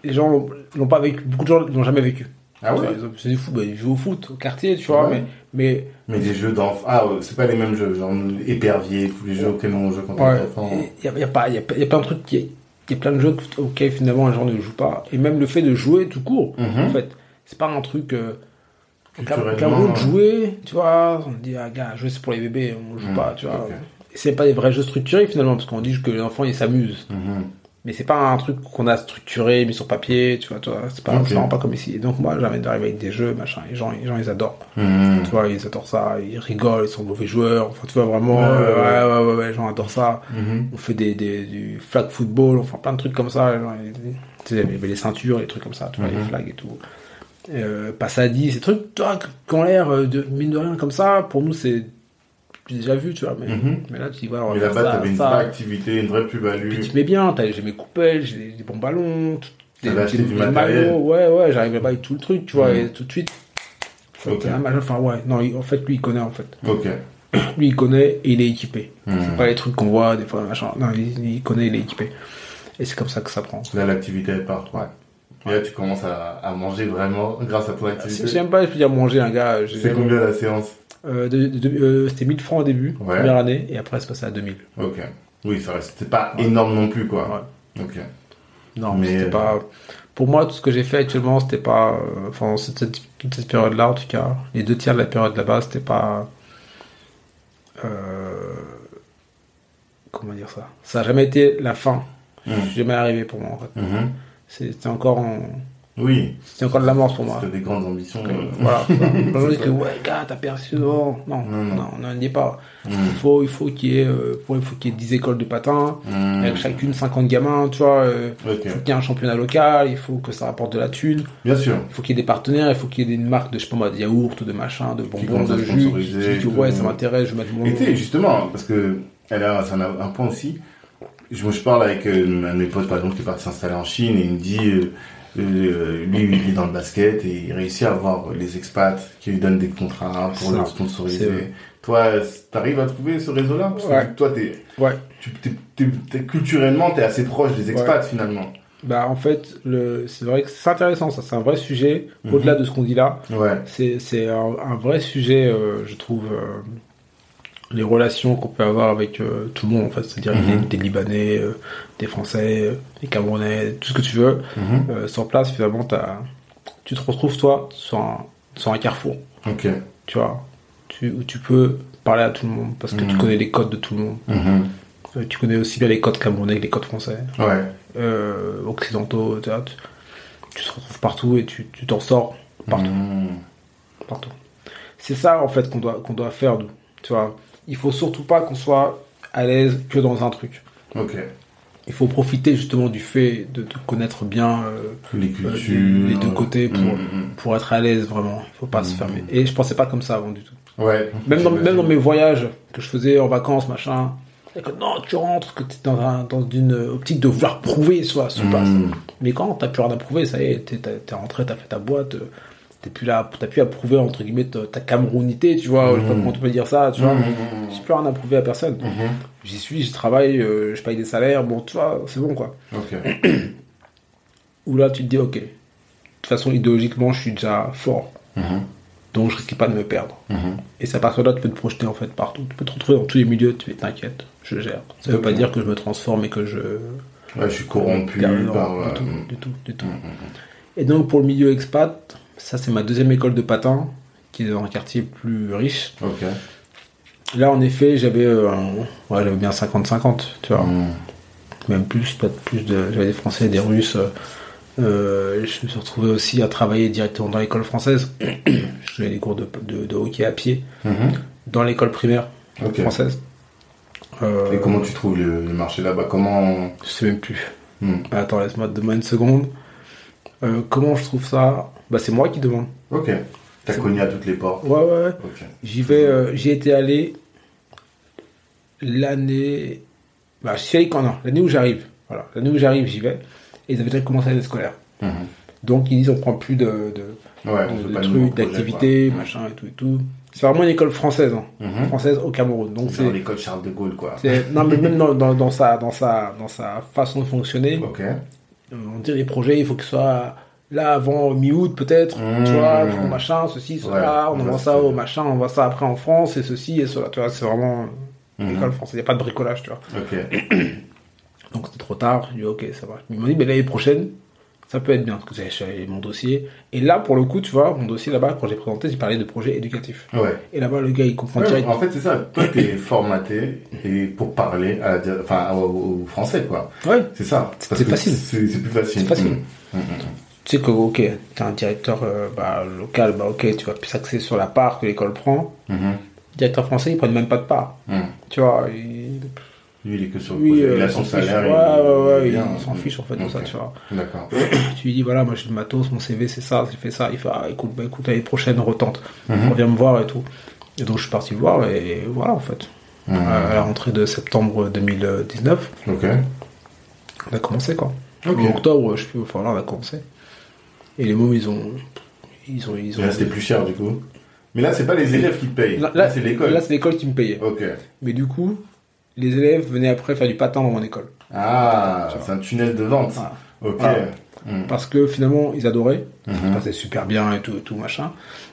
les gens l'ont, l'ont pas vécu. Beaucoup de gens l'ont jamais vécu. Ah ouais. C'est du foot, bah, ils jouent au foot, au quartier, tu vois, ouais. mais, mais. Mais des jeux d'enfants. Ah, ouais, c'est pas les mêmes jeux, genre épervier, tous les jeux auxquels on joue quand on est enfant. Il y a, y a pas, il y a, y a plein de trucs qui. Il y a plein de jeux auxquels finalement les gens ne jouent pas. Et même le fait de jouer tout court, mm-hmm. en fait, c'est pas un truc. Euh, Clairement, de jouer, tu vois, on dit, ah gars, jouer c'est pour les bébés, on joue mmh, pas, tu vois. Okay. Et c'est pas des vrais jeux structurés finalement, parce qu'on dit que les enfants ils s'amusent. Mmh. Mais c'est pas un truc qu'on a structuré, mis sur papier, tu vois, tu vois c'est, pas, okay. c'est vraiment pas comme ici. Et donc moi, j'avais d'arriver avec des jeux, machin, les gens, les gens ils adorent. Mmh. Tu vois, ils adorent ça, ils rigolent, ils sont mauvais joueurs, enfin tu vois, vraiment, ouais, euh, ouais, ouais, ouais, ouais, les gens adorent ça. Mmh. On fait des, des, du flag football, on fait plein de trucs comme ça, tu sais, il y avait les ceintures, les trucs comme ça, tu vois, mmh. les flags et tout. Euh, passe à dix, ces trucs toi, qui ont l'air de mine de rien comme ça, pour nous c'est j'ai déjà vu, tu vois, mais, mm-hmm. mais là tu dis voilà, mais là-bas ça, t'avais une ça. vraie activité, une vraie plus-value. Puis tu te mets bien, t'as, j'ai mes coupelles, j'ai des, des bons ballons, t'as acheté du matériel. Maillots, ouais, ouais, j'arrive là-bas avec tout le truc, tu vois, mm. et tout de suite. Okay. Un match, enfin, ouais, non, il, en fait, lui il connaît en fait. Ok. Lui il connaît et il est équipé. Mm. C'est pas les trucs qu'on voit des fois, machin. Non, il, il connaît, il est équipé. Et c'est comme ça que ça prend. Là, l'activité elle part. Ouais. Et là, tu commences à, à manger vraiment grâce à ton activité. Si j'aime pas, je peux dire manger un gars. C'est combien la séance euh, de, de, de, euh, C'était mille francs au début, ouais. première année, et après c'est passé à deux mille. Ok. Oui, ça reste. C'était pas ouais. énorme non plus, quoi. Ouais. Ok. Non, mais c'était euh... pas. Pour moi, tout ce que j'ai fait actuellement, c'était pas. Euh, enfin, cette, cette, toute cette période-là, en tout cas, les deux tiers de la période là-bas, c'était pas. Euh... Comment dire ça Ça a jamais été la fin. Mmh. Je suis jamais arrivé pour moi, en fait. Mmh. C'était encore en... Oui. C'était encore de l'amorce pour moi. C'était des grandes ambitions. Euh, voilà. Les gens disent que, ouais, gars, t'as perdu. Non, non, non, non, on n'en dit pas. Mm. Il faut, il faut qu'il y ait, euh, il faut qu'il y ait dix écoles de patin, mm. avec chacune cinquante gamins, tu vois. Euh, okay. Il faut qu'il y ait un championnat local, il faut que ça rapporte de la thune. Bien sûr. Il faut qu'il y ait des partenaires, il faut qu'il y ait une marque de, je sais pas moi, de yaourt, de machin, de bonbons, de jus. Qui dit, ouais, ça m'intéresse, je vais mettre mon. Et tu sais, justement, parce que, elle a, ça a un point aussi. Je, je parle avec euh, un de mes potes, par exemple, qui est parti s'installer en Chine, et il me dit, euh, euh, lui, il est dans le basket, et il réussit à avoir les expats qui lui donnent des contrats pour le sponsoriser. Toi, t'arrives à trouver ce réseau-là? Parce ouais. que toi, t'es, ouais. tu, t'es, t'es, t'es, culturellement, t'es assez proche des expats, ouais. finalement. Bah, en fait, le, c'est vrai que c'est intéressant, ça. C'est un vrai sujet, mm-hmm. au-delà de ce qu'on dit là. Ouais. C'est, c'est un, un vrai sujet, euh, je trouve, euh, les relations qu'on peut avoir avec euh, tout le monde, en fait. C'est-à-dire mm-hmm. des, des Libanais, euh, des Français, euh, des Camerounais, tout ce que tu veux. Mm-hmm. Euh, sur place, finalement, t'as, tu te retrouves, toi, sur un, sur un carrefour. Ok. Tu vois, tu, où tu peux parler à tout le monde, parce que mm-hmm. tu connais les codes de tout le monde. Mm-hmm. Euh, tu connais aussi bien les codes camerounais que les codes français. Ouais. Euh, occidentaux, tu, tu, tu te retrouves partout et tu, tu t'en sors partout. Mmh. Partout. C'est ça, en fait, qu'on doit, qu'on doit faire, nous. Tu vois, il faut surtout pas qu'on soit à l'aise que dans un truc. Ok. Il faut profiter justement du fait de, de connaître bien euh, les cultures, euh, les, les deux côtés pour, mmh. pour être à l'aise, vraiment. Il faut pas mmh. se fermer. Et je pensais pas comme ça avant du tout. Ouais. Même dans, même dans mes voyages que je faisais en vacances, machin. Que non, tu rentres, que t'es dans, un, dans une optique de vouloir prouver soit sur place. Mmh. Mais quand t'as plus rien à prouver, ça y est, t'es, t'es rentré, t'as fait ta boîte, t'es plus là, t'as plus à prouver entre guillemets ta, ta camerounité, tu vois, mmh. je sais pas comment tu peux dire ça, tu vois. Mmh. J'ai plus rien à prouver à personne. Mmh. J'y suis, j'y travaille, euh, je paye des salaires, bon, tu vois, c'est bon quoi. Okay. Où là, tu te dis, ok, de toute façon, idéologiquement, je suis déjà fort. Mmh. Donc je risque pas de me perdre. Mmh. Et c'est à partir de là, tu peux te projeter en fait partout. Tu peux te retrouver dans tous les milieux, tu fais t'inquiète, je gère. Ça veut okay. pas dire que je me transforme et que je... Ouais, je suis corrompu par... Du tout, du tout, du tout. Mmh. Et donc pour le milieu expat, ça c'est ma deuxième école de patin, qui est dans un quartier plus riche. Okay. Là en effet, j'avais, euh, un... ouais, j'avais bien cinquante cinquante, tu vois. Mmh. Même plus, peut-être plus de... J'avais des Français et des Russes... Euh... Euh, je me suis retrouvé aussi à travailler directement dans l'école française. Je faisais des cours de, de, de hockey à pied mm-hmm. dans l'école primaire okay. française. Euh, Et comment tu trouves le, le marché là-bas? Comment... Je sais même plus. Mm. Attends, laisse-moi te demander une seconde. Euh, comment je trouve ça? Bah, c'est moi qui demande. Ok. T'as c'est cogné bon. À toutes les portes. Ouais, ouais, ouais. Okay. J'y vais, euh, j'y étais allé l'année. Bah, j'y suis allé quand non, l'année où j'arrive. Voilà, l'année où j'arrive, j'y vais. Et ils avaient déjà commencé l'année scolaire. Mmh. Donc ils disent on prend plus de, de, ouais, de, de trucs, d'activités, quoi. Machin et tout et tout. C'est vraiment une école française, hein. Mmh. Française au Cameroun. Donc c'est, c'est dans l'école Charles de Gaulle, quoi. C'est, non mais même dans, dans, dans sa dans sa dans sa façon de fonctionner. Ok. on dit les projets, il faut que ce soit là avant mi-août peut-être, mmh. tu vois, pour machin, ceci, cela, ouais, on envoie ça au machin, on envoie ça après en France, et ceci, et cela, tu vois, c'est vraiment mmh. l'école française, il n'y a pas de bricolage, tu vois. Okay. Donc c'était trop tard, je dis ok, ça va. Ils m'ont dit, mais l'année prochaine, ça peut être bien, parce que j'ai mon dossier. Et là, pour le coup, tu vois, mon dossier là-bas, quand j'ai présenté, j'ai parlé de projet éducatif. Ouais. Et là-bas, le gars, il comprend ouais, direct. En fait, c'est ça. Toi, t'es formaté et pour parler à la, enfin, aux, aux Français, quoi. Ouais. C'est ça. C'est facile. C'est, c'est plus facile. C'est facile. Mmh. Mmh. Tu sais que, ok, t'es un directeur euh, bah, local, bah ok, tu vas plus axer sur la part que l'école prend. Mmh. Directeur français, ils prennent même pas de part. Mmh. Tu vois, il... Lui, il est que sur le oui, projet. Euh, il a son salaire. Ouais, ouais, ouais, il, bien, il s'en fiche en fait de okay. ça, tu vois. D'accord. Tu lui dis, voilà, moi j'ai le matos, mon C V c'est ça, j'ai fait ça. Il fait, ah, écoute, bah écoute, l'année prochaine, retente. Mm-hmm. Reviens me voir et tout. Et donc je suis parti le voir et voilà en fait. Mm-hmm. À la rentrée de septembre deux mille dix-neuf, okay. on a commencé quoi. Okay. En octobre, je sais plus, enfin là on a commencé. Et les mômes, ils ont. Ils ont, ils ont là c'était plus cher du coup. Mais là, c'est pas les élèves qui te payent. Là, là là c'est l'école. Là, c'est l'école qui me payait. Ok. Mais du coup, les élèves venaient après faire du patin dans mon école. Ah, c'est un tunnel de vente. Voilà. Ok. Voilà. Mmh. Parce que finalement, ils adoraient. Mmh. Ça passait super bien et tout, et tout machin.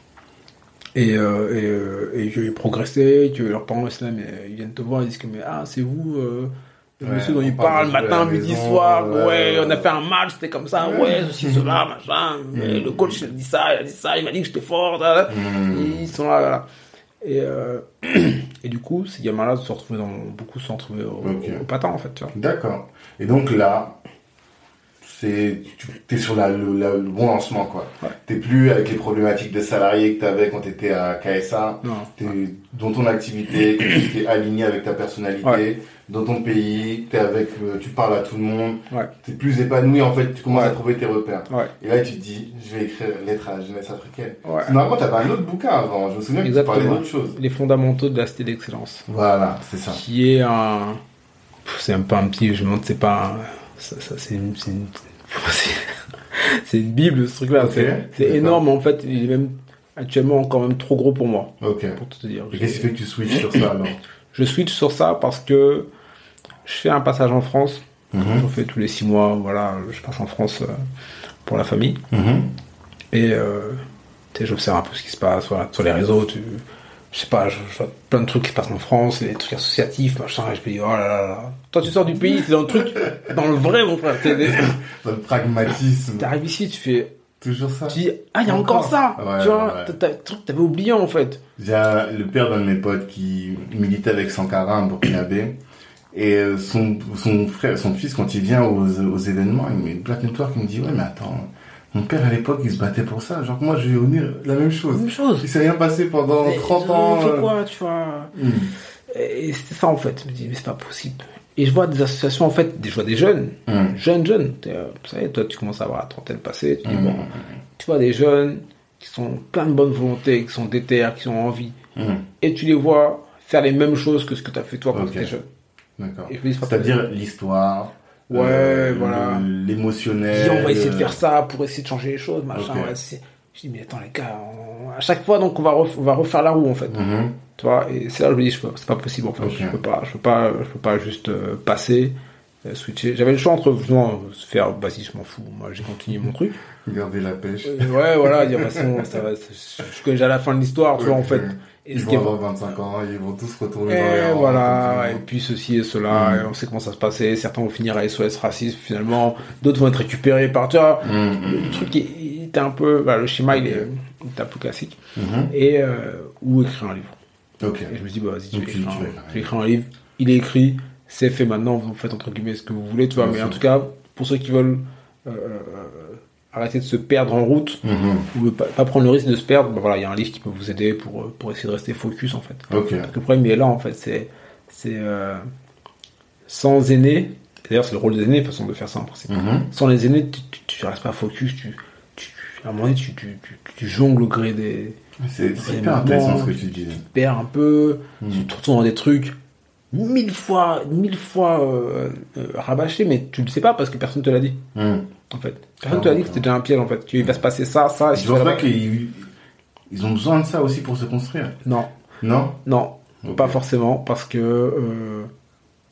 Et, euh, et, euh, et je progressais, que leurs parents ils, mais, ils viennent te voir, ils disent que mais, ah, c'est vous, euh, le ouais, monsieur dont il parle matin, midi, soir. Ouais, ouais, on a fait un match, c'était comme ça, ouais, ouais ceci, cela, machin. Mmh. Le coach il a dit ça, il a dit ça, il m'a dit que j'étais fort. Là, mmh. Ils sont là, là. Et, euh, et du coup, ces gamins-là se sont retrouvés dans, beaucoup se sont retrouvés au, okay. au patin, en fait, tu vois. D'accord. Et donc là, c'est, tu es sur la, le, la, le bon lancement, quoi. Ouais. T'es plus avec les problématiques de salariés que t'avais quand t'étais à K S A. Non. T'es ouais. dans ton activité, t'es aligné avec ta personnalité. Ouais. Dans ton pays, t'es avec, euh, tu parles à tout le monde. Ouais. T'es plus épanoui, en fait. Tu commences ouais. à trouver tes repères. Ouais. Et là, tu te dis, je vais écrire lettre à la jeunesse africaine. Ouais. Normalement, t'avais un autre bouquin avant. Je me souviens Exactement. que tu parlais d'autre chose. Les fondamentaux de la cité d'excellence. Voilà, c'est ça. Qui est un, c'est un peu un petit, je me demande, c'est pas, un... ça, ça, c'est une, c'est une... c'est une bible ce truc-là, okay. c'est, c'est énorme en fait, il est même actuellement encore même trop gros pour moi. Ok. Pour tout te dire. Et qu'est-ce qui fait que tu switches sur ça alors? Je switch sur ça parce que je fais un passage en France, mm-hmm. je fais tous les six mois, voilà, je passe en France euh, pour la famille. Mm-hmm. Et euh, tu sais, j'observe un peu ce qui se passe, voilà, sur les réseaux, tu... je sais pas, je, je vois plein de trucs qui se passent en France, des trucs associatifs, machin, et je me dis, oh là là là. Toi, tu sors du pays, t'es dans le truc, dans le vrai, mon frère. T'es des... dans le pragmatisme. T'arrives ici, tu fais. Toujours ça. Tu dis, ah, il y a encore, encore ça. Ouais, tu vois, ouais. t'as, t'as, t'avais oublié, en fait. J'ai le père d'un de mes potes qui militait avec Sankara, un burkinabé. Et son, son frère, son fils, quand il vient aux, aux événements, il met une plaque noire qui me dit, ouais, mais attends. Mon père, à l'époque, il se battait pour ça. Genre, moi, je vais unir la même chose. La même chose. Il s'est rien passé pendant mais trente ans. Il fait quoi, tu vois. Mm. Et c'est ça, en fait. Je me dis, mais c'est pas possible. Et je vois des associations, en fait, je vois des jeunes. Mm. Jeunes, jeunes. Euh, vous savez, toi, tu commences à avoir la trentaine passée. Tu dis, mm. bon, tu vois des jeunes qui sont plein de bonne volonté, qui sont déter, qui ont envie. Mm. Et tu les vois faire les mêmes choses que ce que tu as fait toi quand okay. tu étais jeune. D'accord. Et je me dis, c'est pas C'est-à-dire possible. l'histoire. Ouais, euh, voilà. L'émotionnel. Dis, on va essayer de faire ça pour essayer de changer les choses, machin. Okay. Ouais, c'est... Je dis, mais attends, les gars, on... à chaque fois, donc, on va, ref... on va refaire la roue, en fait. Mm-hmm. Tu vois, et c'est là que je me dis, je peux... c'est pas possible, en fait. Okay. Je peux pas, je peux pas, je peux pas juste euh, passer, euh, switcher. J'avais le choix entre, non, se faire, vas-y, je m'en fous. Moi, j'ai continué mon truc. Garder la pêche. Euh, ouais, voilà, dire, de toute façon, ça va, je connais déjà la fin de l'histoire, tu okay. vois, en fait. Et ils vont avoir vingt-cinq ans, ils vont tous retourner dans les rangs. Voilà, et puis ceci et cela, mmh. et on sait comment ça se passait. Certains vont finir à S O S racisme finalement, d'autres vont être récupérés par, tu vois, mmh. le truc il était un peu, bah, le schéma okay. il, est, il était un peu classique. Mmh. Et euh, ou écrire un livre. Okay. Et je me dis, bah vas-y, tu okay, vais écrire, tu un, vas je vais écrire un livre, il est écrit, c'est fait maintenant, vous faites entre guillemets ce que vous voulez, tu vois, mais sûr. En tout cas, pour ceux qui veulent euh, arrêter de se perdre en route, mm-hmm. ou pas, pas prendre le risque de se perdre, ben voilà, il y a un livre qui peut vous aider pour, pour essayer de rester focus en fait. Okay. Parce que le problème il est là en fait, c'est, c'est euh, sans aînés, d'ailleurs c'est le rôle des aînés, façon de faire ça en principe. Mm-hmm. Sans les aînés, tu, tu, tu restes pas focus, tu, tu, à un moment donné tu, tu, tu, tu jongles au gré des... C'est, c'est hyper intéressant ce que tu dis. Tu te perds un peu, mm. tu te retrouves dans des trucs mille fois, mille fois euh, euh, rabâchés, mais tu le sais pas parce que personne te l'a dit. Mm. En fait, personne ne te l'a dit que c'était déjà un piège en fait, qu'il va se passer ça, ça. Je pense pas qu'ils ils ont besoin de ça aussi pour se construire. Non. Non. Non, okay. Pas forcément, parce que euh,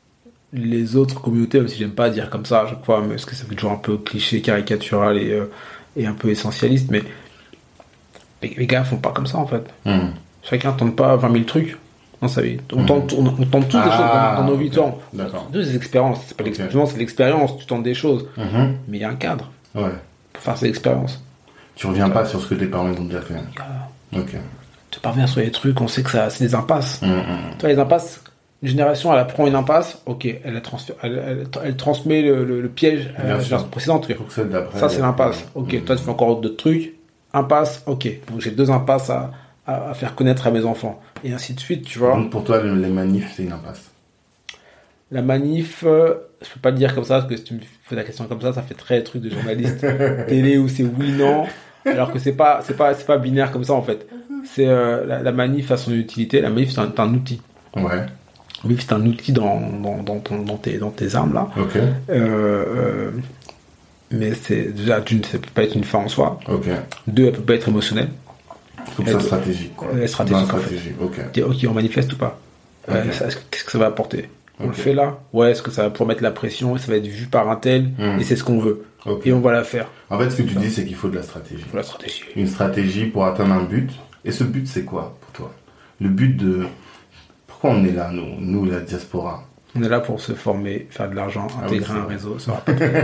les autres communautés, même si j'aime pas dire comme ça à chaque fois, mais parce que ça fait toujours un peu cliché, caricatural et, euh, et un peu essentialiste, mais les, les gars font pas comme ça en fait. Mm. Chacun tente pas vingt mille trucs dans sa vie. On, mm. tente, on, on tente tous ah, des choses dans, dans nos vies. Okay. D'accord. Tous des expériences. C'est pas okay. l'expérience, c'est l'expérience. Tu tentes des choses. Mm-hmm. Mais il y a un cadre ouais. pour faire ces expériences. Tu reviens pas sur ce que tes parents ont déjà fait. Euh, ok. Tu parviens sur les trucs, on sait que ça, c'est des impasses. Mm-hmm. Tu vois, les impasses, une génération, elle apprend une impasse, ok, elle, transfère, elle, elle, elle transmet le, le, le piège à la génération précédente. Ça, c'est l'impasse. Ok, mm-hmm. toi, tu fais encore d'autres trucs. Impasse, ok. Donc, j'ai deux impasses à, à, à faire connaître à mes enfants. Et ainsi de suite, tu vois. Donc, pour toi, les manifs, c'est une impasse. La manif, euh, je peux pas le dire comme ça, parce que si tu me fais la question comme ça, ça fait très truc de journaliste télé où c'est oui, non. Alors que c'est pas, c'est pas, c'est pas binaire comme ça, en fait. C'est, euh, la, la manif a son utilité. La manif, c'est un, c'est un outil. Ouais. Oui, c'est un outil dans, dans, dans, ton, dans, tes, dans tes armes, là. Ok. Euh, euh, mais c'est, déjà, d'une, ça peut pas être une fin en soi. Ok. Deux, elle peut pas être émotionnelle. Faut que ça soit stratégique, quoi. Elle est stratégique, stratégique, en fait. Ok. Ok, on manifeste ou pas? Okay. Euh, ça, qu'est-ce que ça va apporter? On okay. le fait là? Ouais, est-ce que ça va pouvoir mettre la pression? Ça va être vu par un tel, mm. et c'est ce qu'on veut. Okay. Et on va la faire. En fait, ce que tu dis, c'est qu'il faut de la stratégie. Il faut la stratégie. Une stratégie pour atteindre un but. Et ce but, c'est quoi pour toi? Le but de... Pourquoi on est là, nous, nous la diaspora? On est là pour se former, faire de l'argent, intégrer ah oui, un réseau. Ça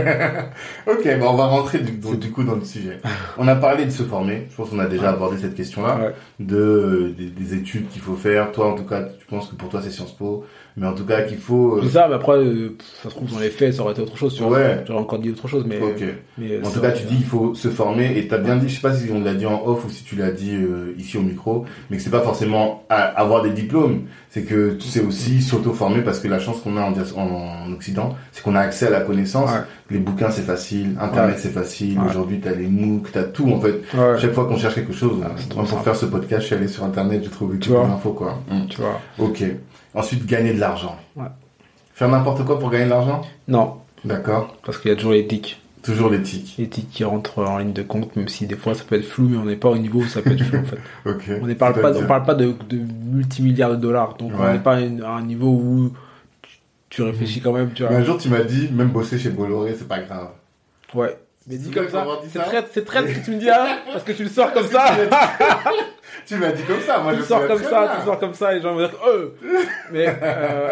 ok, bon, on va rentrer du, du, du coup dans le sujet. On a parlé de se former. Je pense qu'on a déjà ouais. abordé cette question-là. Ouais. De, des, des études qu'il faut faire. Toi, en tout cas, tu penses que pour toi, c'est Sciences Po. Mais en tout cas, qu'il faut... Euh... C'est ça, mais après, euh, ça se trouve dans les faits, ça aurait été autre chose. Tu vois, ouais. j'aurais encore dit autre chose, mais... Ok. mais en tout cas, tu dis qu'il faut se former. Et tu as bien dit, je sais pas si on l'a dit en off ou si tu l'as dit euh, ici au micro, mais que c'est pas forcément à avoir des diplômes. C'est que tu sais aussi s'auto-former parce que la chance qu'on a en, en, en Occident, c'est qu'on a accès à la connaissance. Ouais. Les bouquins, c'est facile. Internet, ouais. c'est facile. Ouais. Aujourd'hui, t'as les MOOC, t'as tout, en fait. Ouais. Chaque fois qu'on cherche quelque chose, ah, moi, pour faire ce podcast, je suis allé sur Internet, j'ai trouvé toutes les infos, quoi. Mmh. Tu vois. Ok. Ensuite, gagner de l'argent. Ouais. Faire n'importe quoi pour gagner de l'argent? Non. D'accord. Parce qu'il y a toujours l'éthique. Toujours l'éthique. L'éthique qui rentre en ligne de compte, même si des fois ça peut être flou, mais on n'est pas au niveau où ça peut être flou, en fait. Ok. On ne parle pas, on parle pas de, de multimilliards de dollars, donc ouais. on n'est pas à un niveau où tu, tu réfléchis quand même, tu vois. Mais un jour, tu m'as dit, même bosser chez Bolloré, c'est pas grave. Ouais. Mais dis comme ça, c'est très, c'est très ce que tu me dis, hein, parce que tu le sors comme ça. Tu m'as dit comme ça, moi tu je le sors comme ça, bien. tu le sors comme ça, et les gens vont dire, euh. Mais, euh...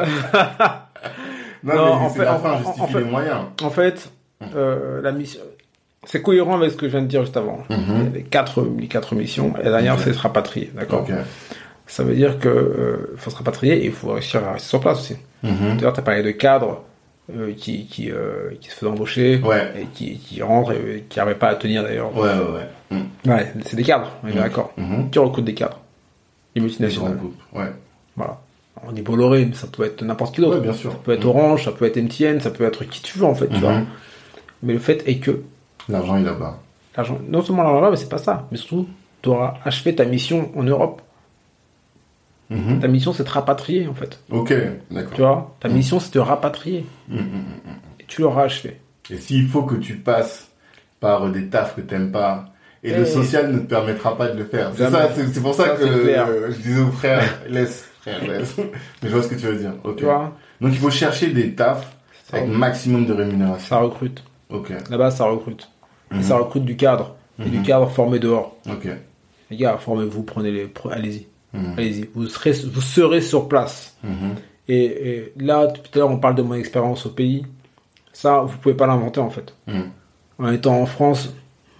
non, non, mais en fait, la fin justifie en fait, les moyens. En fait, euh, la mission, c'est cohérent avec ce que je viens de dire juste avant. Mm-hmm. Les quatre, les quatre missions, la dernière, okay. c'est se rapatrier, d'accord? Okay. Ça veut dire que, euh, faut se rapatrier et il faut réussir à rester sur place aussi. Mm-hmm. D'ailleurs, t'as parlé de cadres. Euh, qui qui euh, qui se faisait embaucher ouais. et qui qui rentre et qui n'arrivait pas à tenir d'ailleurs. Ouais ouais ouais. Mmh. Ouais, c'est des cadres, on est mmh. d'accord. Mmh. Qui recrute des cadres. Les multinationales. Ouais. Voilà. On dit Bolloré, mais ça peut être n'importe qui d'autre. Ouais, bien sûr. Ça peut être mmh. Orange, ça peut être M T N, ça peut être qui tu veux en fait, mmh. tu vois. Mais le fait est que l'argent est là-bas. L'argent, non seulement l'argent est là, mais c'est pas ça, mais surtout tu auras achevé ta mission en Europe. Mmh. Ta mission, c'est de rapatrier, en fait. Ok, d'accord. Tu vois, ta mmh. mission, c'est de rapatrier. Mmh. Et tu l'auras achevé. Et s'il faut que tu passes par des tafs que t'aimes pas, et, et le social ne te permettra pas de le faire. C'est ça, c'est, c'est pour ça, ça que euh, je disais aux frères, laisse, frère, laisse. Mais je vois ce que tu veux dire. Ok. Tu vois. Donc il faut chercher des tafs ça avec recrute. Maximum de rémunération. Ça recrute. Ok. Là-bas, ça recrute. Mmh. Et ça recrute du cadre. Mmh. Et du cadre formé dehors. Ok. Les gars, formez-vous, prenez les, allez-y. Mmh. Allez-y, vous serez, vous serez sur place. Mmh. Et, et là, tout à l'heure, on parle de mon expérience au pays. Ça, vous pouvez pas l'inventer en fait. Mmh. En étant en France,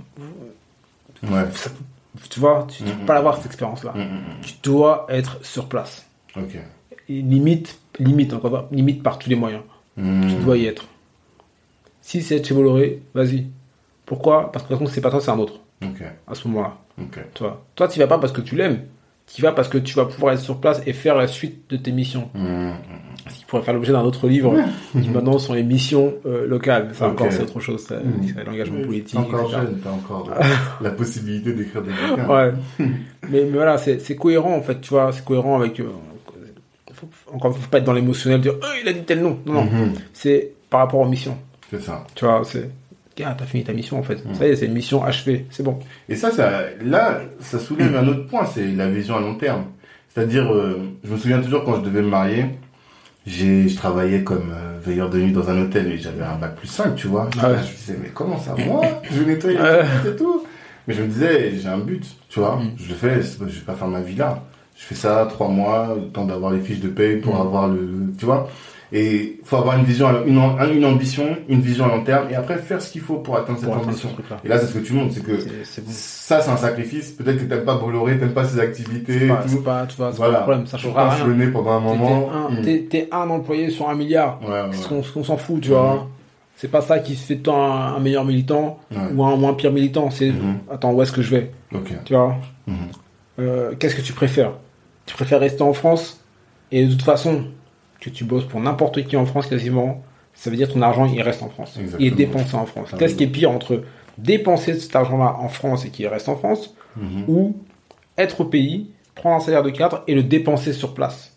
ouais. ça, tu vois, tu ne mmh. peux pas l'avoir cette expérience-là. Mmh. Tu dois être sur place. Okay. Et limite, limite, encore limite par tous les moyens. Mmh. Tu dois y être. Si c'est chez Bolloré, vas-y. Pourquoi? Parce que de toute façon, c'est pas toi, c'est un autre. Okay. À ce moment-là. Okay. Toi, toi, tu vas pas parce que tu l'aimes. Tu vas parce que tu vas pouvoir être sur place et faire la suite de tes missions. Mmh. Ce qui pourrait faire l'objet d'un autre livre mmh. qui maintenant sont les missions euh, locales. Ça okay. encore, c'est autre chose. C'est, mmh. c'est l'engagement politique. T'es encore jeune, t'as encore euh, la possibilité d'écrire des bouquins. Ouais. mais, mais voilà, c'est, c'est cohérent en fait, tu vois. C'est cohérent avec... Euh, faut, encore, faut pas être dans l'émotionnel, dire oh, il a dit tel nom. Non, non. Mmh. C'est par rapport aux missions. C'est ça. Tu vois, c'est... Ah, t'as fini ta mission en fait. Mmh. Ça y est, c'est une mission achevée, c'est bon. Et ça, ça, là, ça soulève un autre point, c'est la vision à long terme. C'est-à-dire, euh, je me souviens toujours quand je devais me marier, j'ai, je travaillais comme euh, veilleur de nuit dans un hôtel et j'avais un bac plus cinq, tu vois. Ah ouais. Je me disais, mais comment ça, moi, je nettoie les toilettes et tout. Mais je me disais, j'ai un but, tu vois. Mm. Je le fais, je vais pas faire ma vie là. Je fais ça trois mois, le temps d'avoir les fiches de paye pour mm. avoir le, tu vois. Et faut avoir une vision, une, une ambition, une vision à long terme, et après faire ce qu'il faut pour atteindre cette pour ambition. Atteindre et là, c'est ce que tu montres, c'est que c'est, c'est bon. Ça, c'est un sacrifice. Peut-être que t'aimes pas Bolloré, t'aimes pas ses activités. C'est pas, c'est pas, tu vois, c'est voilà. Pas le problème. Ça changera rien. Flonner pendant un moment. T'es un, mmh. t'es, t'es un employé sur un milliard. Ouais, ouais. Ce qu'on, ce qu'on s'en fout, tu mmh. vois. C'est pas ça qui fait de toi un, un meilleur militant ouais. ou, un, ou un pire militant. C'est, mmh. attends, où est-ce que je vais? Okay. Tu vois. Mmh. Euh, qu'est-ce que tu préfères? Tu préfères rester en France? Et de toute façon, que tu bosses pour n'importe qui en France quasiment, ça veut dire que ton argent il reste en France. Exactement. Il est dépensé en France. Ah, Qu'est-ce oui. qui est pire entre dépenser cet argent-là en France et qu'il reste en France mm-hmm. ou être au pays, prendre un salaire de cadre et le dépenser sur place?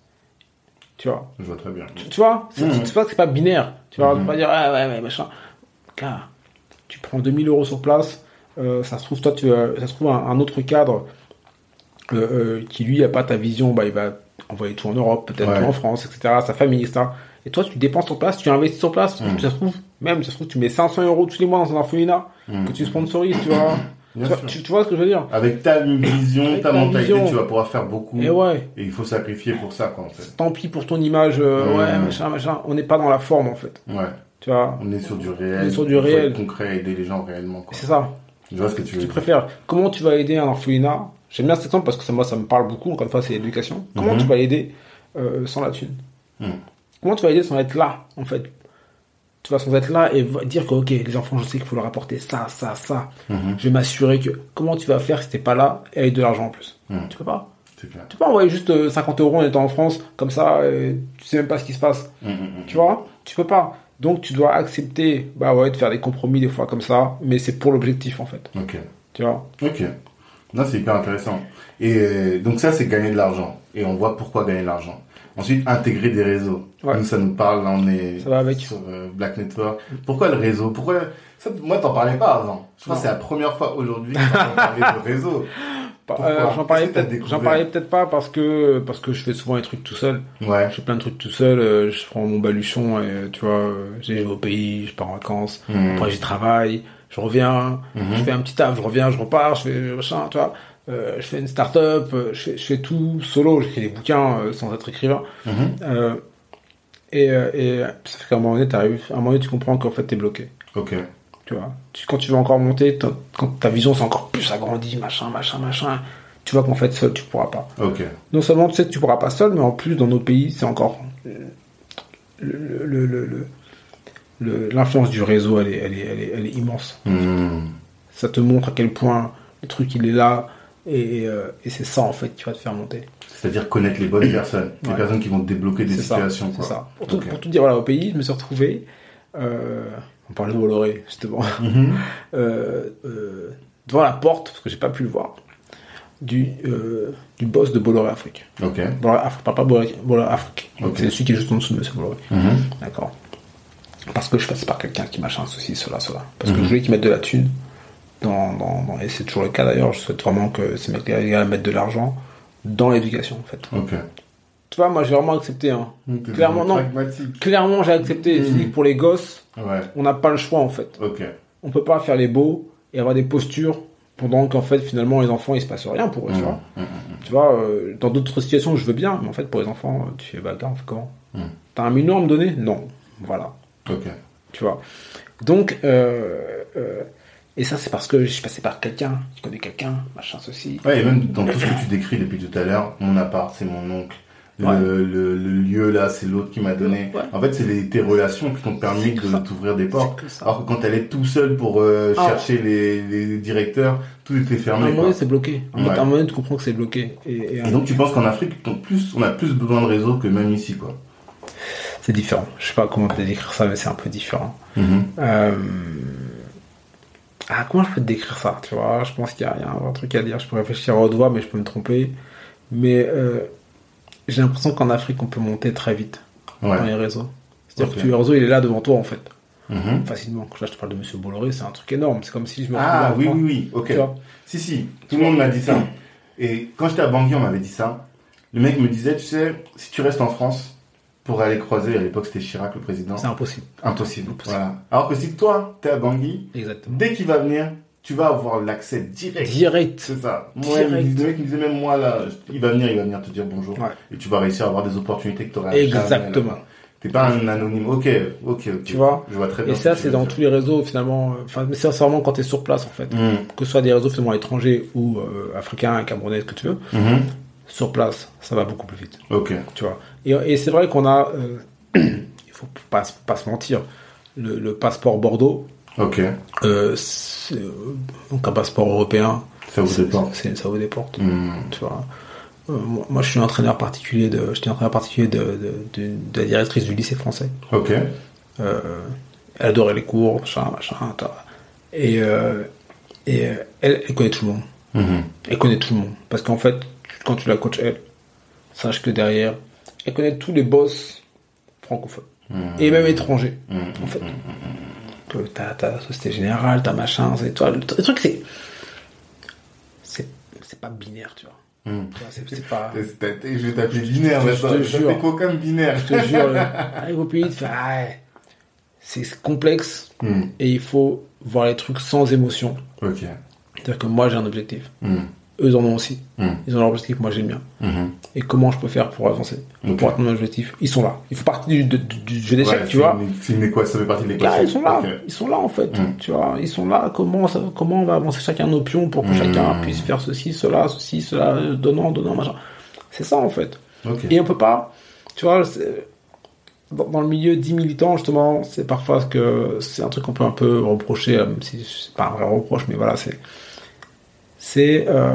Tu vois? Je vois très bien. Tu, tu vois? C'est, mm-hmm. Tu vois que c'est pas binaire. Tu vois? Mm-hmm. Tu vas pas dire ah ouais ouais machin. Car tu prends deux mille euros sur place, euh, ça se trouve toi tu euh, ça se trouve un, un autre cadre euh, euh, qui lui a pas ta vision, bah il va envoyer tout en Europe, peut-être ouais. tout en France, et cetera, sa famille, et cetera. Et toi, tu dépenses sur place, tu investis sur place, mmh. ça se trouve, même, ça se trouve, tu mets cinq cents euros tous les mois dans un orphelinat mmh. que tu sponsorises, tu vois. tu, vois tu, tu vois ce que je veux dire? Avec ta vision, Avec ta, ta mentalité, vision. Tu vas pouvoir faire beaucoup. Et ouais. Et il faut sacrifier pour ça, quoi, en fait. Tant pis pour ton image, euh, mmh. ouais, machin, machin. On n'est pas dans la forme, en fait. Ouais. Tu vois. On est sur du réel. On est sur du réel. Concret, aider les gens réellement, quoi. C'est ça. Je vois ce que tu veux Tu dire. préfères. Comment tu vas aider un orphelinat? J'aime bien cet exemple parce que ça, moi, ça me parle beaucoup. Encore une fois, c'est l'éducation. Comment mmh. tu vas aider euh, sans la thune? mmh. Comment tu vas aider sans être là, en fait? Tu vas sans être là et dire que, ok, les enfants, je sais qu'il faut leur apporter ça, ça, ça. mmh. Je vais m'assurer que... Comment tu vas faire si t'es pas là et avec de l'argent en plus? mmh. Tu peux pas. C'est clair. Tu peux pas envoyer juste cinquante euros en étant en France, comme ça, et tu sais même pas ce qui se passe. mmh. Tu vois? Tu peux pas. Donc, tu dois accepter, bah ouais, de faire des compromis des fois comme ça, mais c'est pour l'objectif, en fait. Ok. Tu vois? Ok. Non, c'est hyper intéressant. Et euh, donc ça, c'est gagner de l'argent. Et on voit pourquoi gagner de l'argent. Ensuite, intégrer des réseaux. Ouais. Nous, ça nous parle. Là, on est ça va avec. sur euh, Black Network. Pourquoi le réseau? Pourquoi ça, moi, t'en parlais pas avant. Je crois que c'est la première fois aujourd'hui qu'on parlait de réseau. Euh, j'en parlais peut-être, j'en parlais peut-être pas parce que parce que je fais souvent des trucs tout seul. Ouais. Je fais plein de trucs tout seul. Euh, je prends mon baluchon et tu vois, euh, j'ai au pays, je pars en vacances. Mmh. Après, j'y travaille. Je reviens, mmh. je fais un petit taf, je reviens, je repars, je fais machin, tu vois. Euh, je fais une start-up, je fais, je fais tout solo, j'écris des bouquins euh, sans être écrivain. Mmh. Euh, et, et ça fait qu'à un moment donné, t'arrives, à un moment donné, tu comprends qu'en fait, t'es bloqué. Ok. Tu vois. Tu, quand tu veux encore monter, quand ta vision s'est encore plus agrandie, machin, machin, machin, tu vois qu'en fait, seul, tu pourras pas. Ok. Non seulement tu sais que tu pourras pas seul, mais en plus, dans nos pays, c'est encore le, le, le, le Le, l'influence du réseau, elle est, elle est, elle est, elle est immense. Mmh. Ça te montre à quel point le truc, il est là, et, euh, et c'est ça, en fait, qui va te faire monter. C'est-à-dire connaître les bonnes personnes, ouais. les personnes qui vont te débloquer des c'est situations. Ça, quoi. C'est ça. Pour tout, okay. pour tout dire, voilà, au pays, je me suis retrouvé, euh, on parlait de Bolloré, justement, mmh. euh, euh, devant la porte, parce que j'ai pas pu le voir, du, euh, du boss de Bolloré Afrique. Ok. Bolloré Afrique, pas Bolloré, Bolloré Afrique. Okay. C'est celui qui est juste en dessous de M. Bolloré. Mmh. D'accord. Parce que je passais par quelqu'un qui machin, ceci, cela, cela. Parce mmh. que je voulais qu'ils mettent de la thune. Dans, dans, dans, et c'est toujours le cas d'ailleurs. Je souhaite vraiment que ces mecs-là mettent de l'argent dans l'éducation, en fait. Ok. Tu vois, moi j'ai vraiment accepté. Hein. Mmh, clairement, non. Clairement, j'ai accepté. Mmh. Je dis que pour les gosses, ouais. on n'a pas le choix, en fait. Ok. On peut pas faire les beaux et avoir des postures pendant qu'en fait, finalement, les enfants, il se passe rien pour eux. Mmh. Tu vois, mmh. tu vois euh, dans d'autres situations, je veux bien. Mais en fait, pour les enfants, tu fais, bah, gars, on fait comment mmh. T'as un million à me donner? Non. Voilà. Ok. Tu vois. Donc, euh, euh, et ça, c'est parce que je suis passé par quelqu'un, qui connaît quelqu'un, machin, ceci. Ouais, et même dans tout ce que tu décris depuis tout à l'heure, mon appart, c'est mon oncle. Le, ouais. le, le, le lieu là, c'est l'autre qui m'a donné. Ouais. En fait, c'est les, tes relations qui t'ont permis de ça. T'ouvrir des portes. Alors que quand t'allais tout seul pour euh, ah. chercher les, les directeurs, tout était fermé. À un moment donné, c'est bloqué. Ouais. À un moment donné, tu comprends que c'est bloqué. Et, et, et donc, tu penses qu'en Afrique, on, plus, on a plus besoin de réseau que même ici, quoi. C'est différent. Je sais pas comment te décrire ça, mais c'est un peu différent. Mmh. Euh... Ah, comment je peux te décrire ça, tu vois? Je pense qu'il y a, il y a un truc à dire. Je peux réfléchir à haute voix, mais je peux me tromper. Mais euh, j'ai l'impression qu'en Afrique, on peut monter très vite ouais. dans les réseaux. C'est-à-dire okay. que le réseau, il est là devant toi, en fait. Mmh. Facilement. Là, je te parle de Monsieur Bolloré, c'est un truc énorme. C'est comme si je me retrouvais Ah, oui, oui, oui, oui. Ok. Si, si. Tout le monde m'a dit ça. Et quand j'étais à Bangui, on m'avait dit ça. Le mec me disait, tu sais, si tu restes en France, pour aller croiser, à l'époque c'était Chirac le président. C'est impossible. Impossible. Impossible. Voilà. Alors que si toi, t'es à Bangui, Exactement. dès qu'il va venir, tu vas avoir l'accès direct. Direct. C'est ça. Moi, Direct. le mec me disait même moi là, il va venir, il va venir te dire bonjour. Ouais. Et tu vas réussir à avoir des opportunités que tu aurais Exactement. T'es pas un anonyme. Ok, ok, ok. Tu vois. Je vois très bien. Et ça, c'est dans tous les réseaux finalement. Enfin, mais c'est vraiment quand t'es sur place en fait. Mm. Que ce soit des réseaux finalement étrangers ou euh, africains, camerounais, ce que tu veux. Mm-hmm. Sur place, ça va beaucoup plus vite. Ok. Tu vois. Et, et c'est vrai qu'on a, euh, il faut pas, pas se mentir, le, le passeport Bordeaux. Ok. Euh, c'est, euh, donc un passeport européen. Ça vous déporte. C'est, ça vous déporte. Mm. Tu vois. Euh, moi, je suis entraîneur particulier de, je suis entraîneur particulier de, de, de, de la directrice du lycée français. Ok. Euh, elle adorait les cours, machin, machin. Et, euh, et elle, elle connaît tout le monde. Mm-hmm. Elle connaît tout le monde. Parce qu'en fait, quand tu la coaches, elle, sache que derrière, elle connaît tous les boss francophones. Mmh. Et même étrangers, mmh. en fait. Mmh. T'as ta Société Générale, t'as machin, c'est toi. Le, le truc, c'est, c'est. C'est pas binaire, tu vois. Mmh. C'est, c'est pas. C'est, je vais t'appeler binaire, je, je te jure. C'est coquin binaire. Je te jure, arrive au pays, tu fais, ah, c'est, c'est complexe, mmh. et il faut voir les trucs sans émotion. Ok. C'est-à-dire que moi, j'ai un objectif. Mmh. Eux en ont aussi. Mmh. Ils ont leur objectif, moi j'ai le mien. Mmh. Et comment je peux faire pour avancer, okay. pour atteindre mon objectif. Ils sont là. Il faut partie du, du, du jeu d'échecs, ouais, tu vois. Une, c'est une équation, ça fait partie de l'équation. Là, ils sont là. Okay. Ils sont là en fait. Mmh. Tu vois, ils sont là. Comment ça, comment on va avancer chacun nos pions pour que mmh. chacun puisse faire ceci, cela, ceci, cela, donnant, donnant, machin. C'est ça en fait. Okay. Et on peut pas. Tu vois, c'est, dans, dans le milieu dix militants justement, c'est parfois que c'est un truc qu'on peut un peu reprocher, même si c'est pas un vrai reproche, mais voilà, c'est, c'est euh,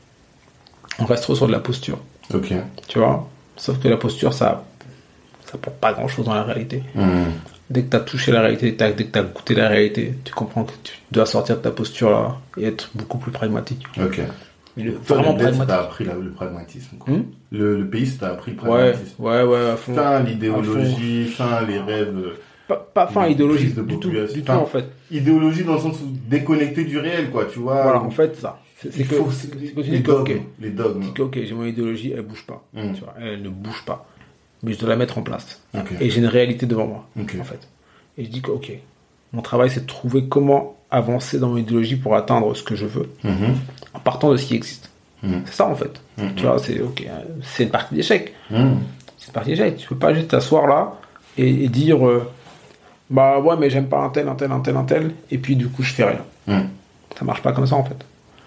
on reste trop sur de la posture. Ok. Tu vois. Sauf que la posture, ça, ça porte pas grand chose dans la réalité. Mmh. Dès que tu as touché la réalité, dès que tu as goûté la réalité, tu comprends que tu dois sortir de ta posture là et être beaucoup plus pragmatique. Ok. Mais le, Toi, vraiment le pragmatique. Ça t'a appris là, le pragmatisme. Quoi. Mmh? Le, le pays, ça t'a appris le pragmatisme. Ouais, ouais, ouais, à fond. Fin l'idéologie, fin les rêves. Pas, pas fin idéologie du tout, du tout en fait. Idéologie dans le sens où déconnecté du réel, quoi, tu vois. Voilà, en fait, ça. C'est, c'est que, faut, c'est, c'est que les, les dogmes, okay. les dogmes. C'est que, ok, j'ai mon idéologie, elle bouge pas. Mm. Tu vois, elle ne bouge pas. Mais je dois la mettre en place. Okay. Et j'ai une réalité devant moi, okay. en fait. Et je dis que, ok, mon travail, c'est de trouver comment avancer dans mon idéologie pour atteindre ce que je veux, mm-hmm. en partant de ce qui existe. Mm. C'est ça, en fait. Mm-hmm. Tu vois, c'est, ok, c'est une partie d'échec. Mm. C'est une partie d'échec. Tu peux pas juste t'asseoir là et, et dire, euh, bah ouais, mais j'aime pas un tel, un tel, un tel, un tel, et puis du coup, je fais rien. Mm. Ça marche pas comme ça, en fait.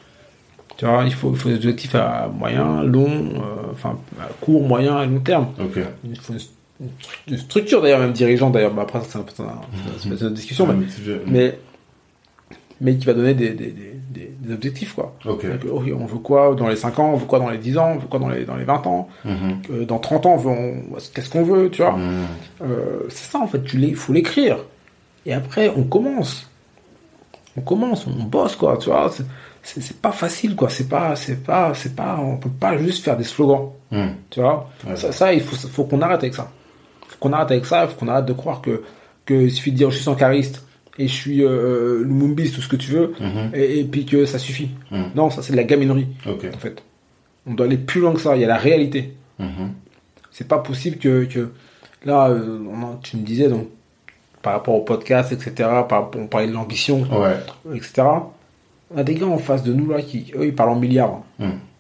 Tu vois, il faut, il faut des objectifs à moyen, long, euh, enfin, à court, moyen et long terme. Okay. Il faut une, une structure, d'ailleurs, même dirigeante, d'ailleurs. Bah, après, c'est, un, c'est, un, c'est une autre discussion, mais, mais, mais qui va donner des, des, des, des objectifs, quoi. Okay. Donc, okay, on veut quoi dans les cinq ans, on veut quoi dans les dix ans, on veut quoi dans les, dans les vingt ans, mm-hmm. euh, dans trente ans, on veut, on, qu'est-ce qu'on veut, tu vois. Mm-hmm. Euh, c'est ça, en fait, il faut l'écrire. Et après, on commence. On commence, on bosse, quoi, tu vois. C'est, C'est, c'est pas facile, quoi. C'est pas, c'est pas, c'est pas, on peut pas juste faire des slogans. Mmh. Tu vois. Ouais. Ça, ça, il faut, faut qu'on arrête avec ça. Faut qu'on arrête avec ça. Il faut qu'on arrête de croire que, que il suffit de dire je suis sankariste et je suis euh, Lumumbis, tout ce que tu veux, mmh. et, et puis que ça suffit. Mmh. Non, ça c'est de la gaminerie. Okay. En fait, on doit aller plus loin que ça. Il y a la réalité. Mmh. C'est pas possible que, que là, euh, on, tu me disais donc par rapport au podcast, et cetera. Par, on parlait de l'ambition, ouais. et cetera. On a des gars en face de nous là qui, eux, ils parlent en milliards. Mmh.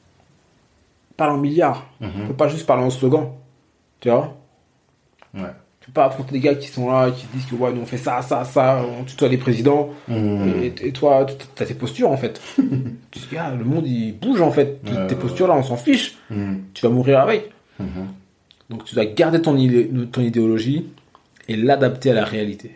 Ils parlent en milliards. Mmh. On peut pas juste parler en slogan. Tu vois? Ouais. Tu peux pas affronter des gars qui sont là, qui disent que ouais, nous on fait ça, ça, ça, on tutoie les présidents. Mmh. Et, et toi, tu as tes postures en fait. Tu dis, ah, le monde il bouge en fait. Euh, tes postures là, on s'en fiche. Mmh. Tu vas mourir avec. Mmh. Donc tu dois garder ton, ton idéologie et l'adapter à la réalité.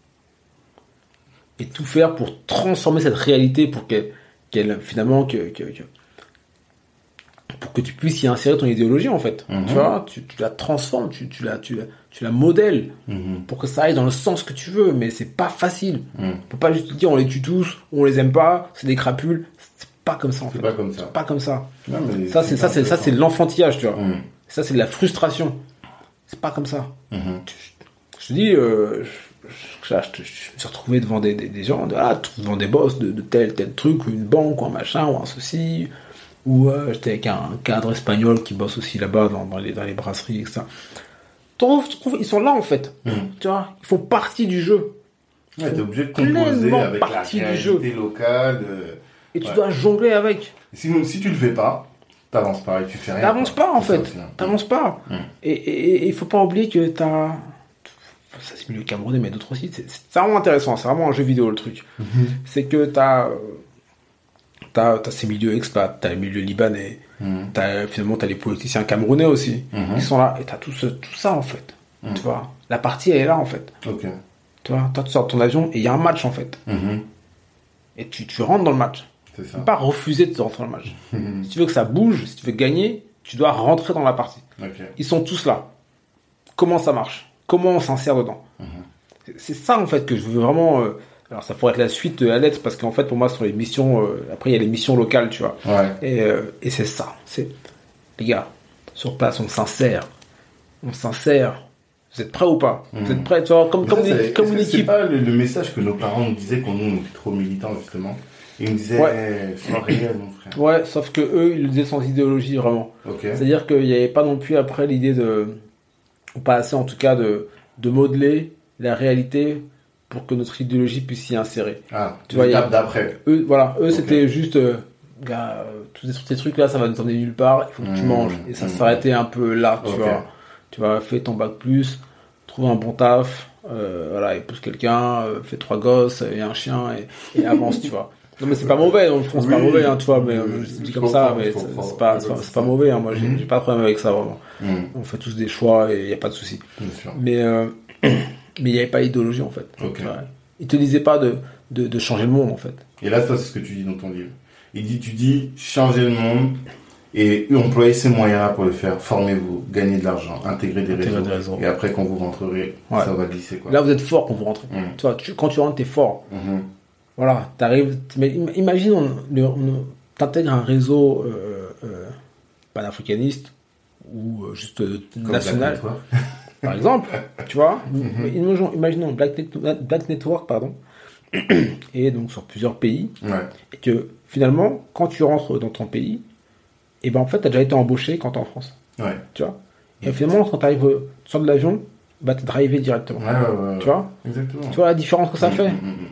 Et tout faire pour transformer cette réalité pour qu'elle, qu'elle finalement, que, que, que, pour que tu puisses y insérer ton idéologie, en fait. Mm-hmm. Tu vois, tu, tu la transformes, tu, tu, la, tu, la, tu la modèles mm-hmm. pour que ça aille dans le sens que tu veux, mais c'est pas facile. Mm. On peut pas juste dire on les tue tous, on les aime pas, c'est des crapules. C'est pas comme ça, en c'est fait. Pas comme ça. C'est pas comme ça. Non, mais ça, c'est, ça, c'est, ça, c'est de l'enfantillage, tu vois. Mm. Ça, c'est de la frustration. C'est pas comme ça. Mm-hmm. Tu, je te dis, euh, Je, je, je, je me suis retrouvé devant des, des, des gens, ah, devant des boss de, de tel, tel truc, une banque, ou un machin, ou un ceci, ou euh, j'étais avec un cadre espagnol qui bosse aussi là-bas dans, dans, les, dans les brasseries, et cetera. trouves, tu trouves, ils sont là en fait. Mmh. Tu vois, ils font partie du jeu. Ouais, t'es obligé de composer avec la réalité locale. Euh... Et tu ouais. dois jongler avec. Sinon, si tu le fais pas, t'avances pas et tu fais rien. T'avances pas en fait. Ça, t'avances pas. Mmh. Et il faut pas oublier que t'as. Ça c'est milieu camerounais, mais d'autres aussi. C'est, c'est vraiment intéressant. C'est vraiment un jeu vidéo le truc. Mmh. C'est que t'as. T'as, t'as ces milieux expats, t'as les milieux libanais, mmh. t'as, finalement t'as les politiciens camerounais aussi, mmh. qui sont là, et t'as tout, ce, tout ça en fait, mmh. tu vois, la partie elle est là en fait, okay. tu vois, toi tu sors de ton avion et il y a un match en fait, mmh. et tu, tu rentres dans le match, c'est ça. Tu peux pas refuser de rentrer dans le match, mmh. si tu veux que ça bouge, si tu veux gagner, tu dois rentrer dans la partie, okay. Ils sont tous là, comment ça marche, comment on s'insère dedans, mmh. c'est, c'est ça en fait que je veux vraiment... Euh, Alors ça pourrait être la suite de la lettre parce qu'en fait pour moi ce sont les missions euh, après il y a les missions locales tu vois ouais. et, euh, et c'est ça c'est les gars sur place on s'insère on s'insère vous êtes prêts ou pas mmh. vous êtes prêts tu vois comme, comme, ça, une, comme une équipe. C'est pas le, le message que nos parents nous disaient quand nous on était trop militants justement ils nous disaient ouais. eh, sois réel mon frère ouais sauf que eux ils le disaient sans idéologie vraiment okay. c'est à dire qu'il n'y avait pas non plus après l'idée de ou pas assez en tout cas de, de modeler la réalité pour que notre idéologie puisse s'y insérer. Ah, tu vois, l'étape d'après. Eux, voilà, eux, okay. C'était juste, euh, gars, euh, tous ces trucs-là, ça va nous emmener nulle part, il faut que mmh, tu manges. Et ça mmh. s'arrêtait un peu là, tu okay. vois. Tu vois, fais ton bac plus, trouve un bon taf, euh, voilà, épouse quelqu'un, euh, fais trois gosses et un chien et, et avance, tu vois. Non, mais c'est pas mauvais, dans le fond, c'est oui, pas mauvais, hein, tu vois, mais euh, je dis comme ça, mais c'est, c'est pas, c'est pas, c'est pas mauvais, hein, moi, j'ai, mmh. j'ai pas de problème avec ça, vraiment. Mmh. On fait tous des choix et il y a pas de souci. Mais, euh, mais il n'y avait pas d'idéologie en fait. Okay. Ouais. Il te disait pas de, de, de changer le monde en fait. Et là, ça, c'est ce que tu dis dans ton livre. Il dit, tu dis changer le monde et employer ces moyens-là pour le faire. Formez-vous, gagnez de l'argent, intégrer des, intégrer réseaux, des réseaux. Et après, quand vous rentrerez, ouais. ça va glisser. Quoi. Là, vous êtes fort quand vous rentrez. Mmh. Tu vois, tu, quand tu rentres, t'es fort. Mmh. Voilà, t'arrives. Mais imagine, on, on, on t'intègres un réseau euh, euh, panafricaniste ou euh, juste euh, national. Par exemple, tu vois, mm-hmm. imaginons Black, Net- Black Network, pardon, et donc sur plusieurs pays, ouais. et que finalement, quand tu rentres dans ton pays, et ben en fait, t'as déjà été embauché quand t'es en France, ouais. tu vois, et finalement, quand t'arrives, tu sors de l'avion, bah t'es drivé directement, ouais, ouais, ouais, tu vois, exactement. Tu vois la différence que ça fait.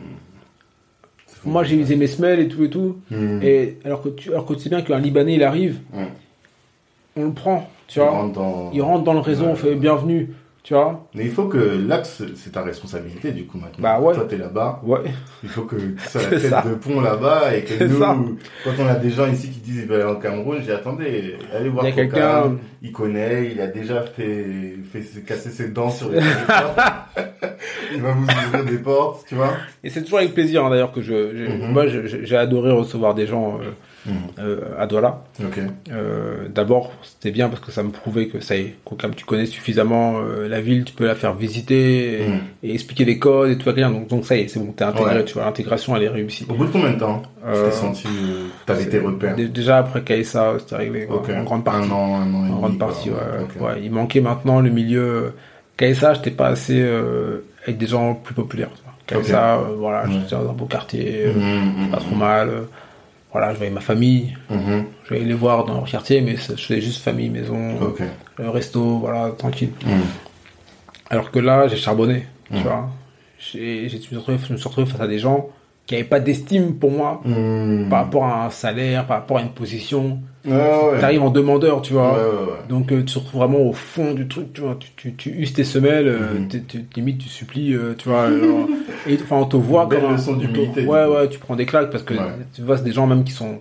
Mm-hmm. Moi, j'ai usé mes semelles et tout et tout, mm-hmm. et alors que tu, alors que tu sais bien qu'un Libanais il arrive, mm. on le prend. Tu vois, rentre dans... il rentre dans le réseau, ouais, on fait bienvenue, tu vois. Mais il faut que l'axe, c'est ta responsabilité du coup maintenant. Bah ouais. Toi t'es là-bas. Ouais. Il faut que tu sois la tête ça. de pont là-bas et que c'est nous, ça. Quand on a des gens ici qui disent ils veulent aller au Cameroun, j'ai attendez, allez voir quelqu'un. Coca, il connaît, il a déjà fait, fait se casser ses dents sur les territoires. Il va vous ouvrir des portes, tu vois. Et c'est toujours avec plaisir hein, d'ailleurs que je, j'ai, mm-hmm. moi j'ai, j'ai adoré recevoir des gens. Euh, Mmh. Euh, à Douala. Okay. Euh, d'abord, c'était bien parce que ça me prouvait que ça y est, comme tu connais suffisamment euh, la ville, tu peux la faire visiter et, mmh. et expliquer les codes et tout rien. Donc, donc ça y est, c'est bon, t'es intégré. Ouais. Tu vois, l'intégration elle est réussie. Au bout de combien de temps euh, tu t'es senti, t'avais tes repères? d- Déjà après Kaïssa, c'était réglé. Okay. En grande partie. Un an, un an et En grande demi, partie, ouais, okay. ouais. Il manquait maintenant le milieu. Kaïssa, j'étais pas assez euh, avec des gens plus populaires. Kaïssa, okay. euh, voilà, mmh. j'étais dans un beau quartier, mmh. pas trop mal. Voilà, je voyais ma famille, mm-hmm. je vais les voir dans leur quartier, mais je faisais juste famille, maison, okay. euh, resto, voilà, tranquille. Mm. Alors que là, j'ai charbonné, mm. tu vois. J'ai, j'ai, je, me suis retrouvé, je me suis retrouvé face à des gens qui n'avaient pas d'estime pour moi mm. par rapport à un salaire, par rapport à une position. Ouais, ouais. T'arrives en demandeur, tu vois. Ouais, ouais, ouais. Donc euh, tu te retrouves vraiment au fond du truc, tu vois. Tu, tu, tu uses tes semelles, euh, mm. tu, tu, limite tu supplies, euh, tu vois. Alors, et enfin on te voit comme un leçon d'humilité. Ouais, ouais, tu prends des claques parce que ouais. tu vois, c'est des gens même qui sont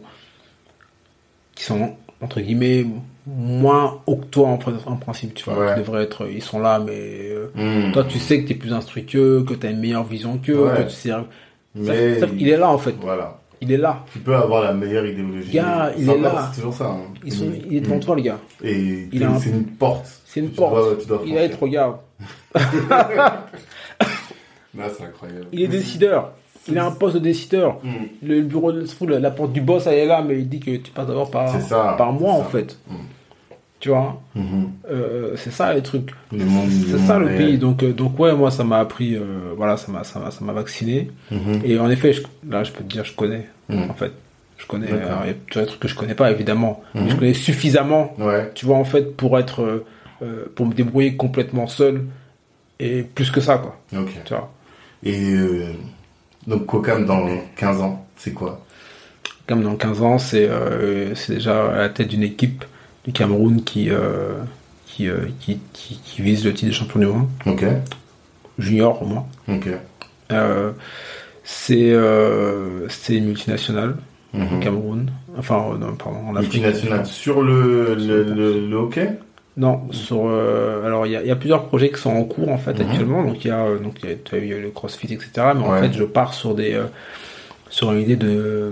qui sont entre guillemets moins hauts que toi en, en principe, tu vois. Ouais. Qui devraient être, ils sont là, mais euh, mm. toi tu sais que t'es plus instruit qu'eux, que t'as une meilleure vision qu'eux, ouais. que tu sais. Mais ça, ça, il est là en fait. Voilà. Il est là. Tu peux avoir la meilleure idéologie. Gars, il est là. C'est toujours ça. Hein. Ils sont, mmh. Il est devant mmh. toi, le gars. Et il a un... c'est une porte. C'est une porte. Dois, tu dois il va être, regarde. Là, c'est incroyable. Il est décideur. Il a un poste de décideur. Mmh. Le bureau de la, la porte du boss, elle est là, mais il dit que tu passes d'abord par, par moi, en fait. Mmh. Tu vois, mmh. euh, c'est ça les trucs. Le monde, c'est le ça monde le pays. Donc, euh, donc ouais, moi ça m'a appris, euh, voilà, ça m'a, ça m'a, ça m'a vacciné. Mmh. Et en effet, je, là, je peux te dire, je connais. Mmh. En fait, je connais. Il y a des trucs que je connais pas évidemment, mmh. mais je connais suffisamment. Ouais. Tu vois, en fait, pour être, euh, pour me débrouiller complètement seul et plus que ça, quoi. Ok. Tu vois. Et euh, donc Kokam dans quinze ans, c'est quoi? Comme dans quinze ans, c'est, euh, c'est déjà à la tête d'une équipe du Cameroun qui, euh, qui, euh, qui, qui, qui vise le titre de champion du monde. Ok. Junior au moins. Ok. Euh, c'est, euh, c'est une multinationale Mm-hmm. au Cameroun. Enfin, euh, non, pardon, en Afrique. Multinationale sur le, le, le, le hockey? Non, sur euh, alors il y a, y a plusieurs projets qui sont en cours en fait Mm-hmm. actuellement. Donc il y a euh, donc il y a, tu as eu le CrossFit et cetera. Mais en Ouais. fait je pars sur des euh, sur une idée de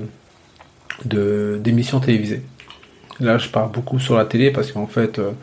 de d'émissions télévisées. Là je pars beaucoup sur la télé parce qu'en fait euh,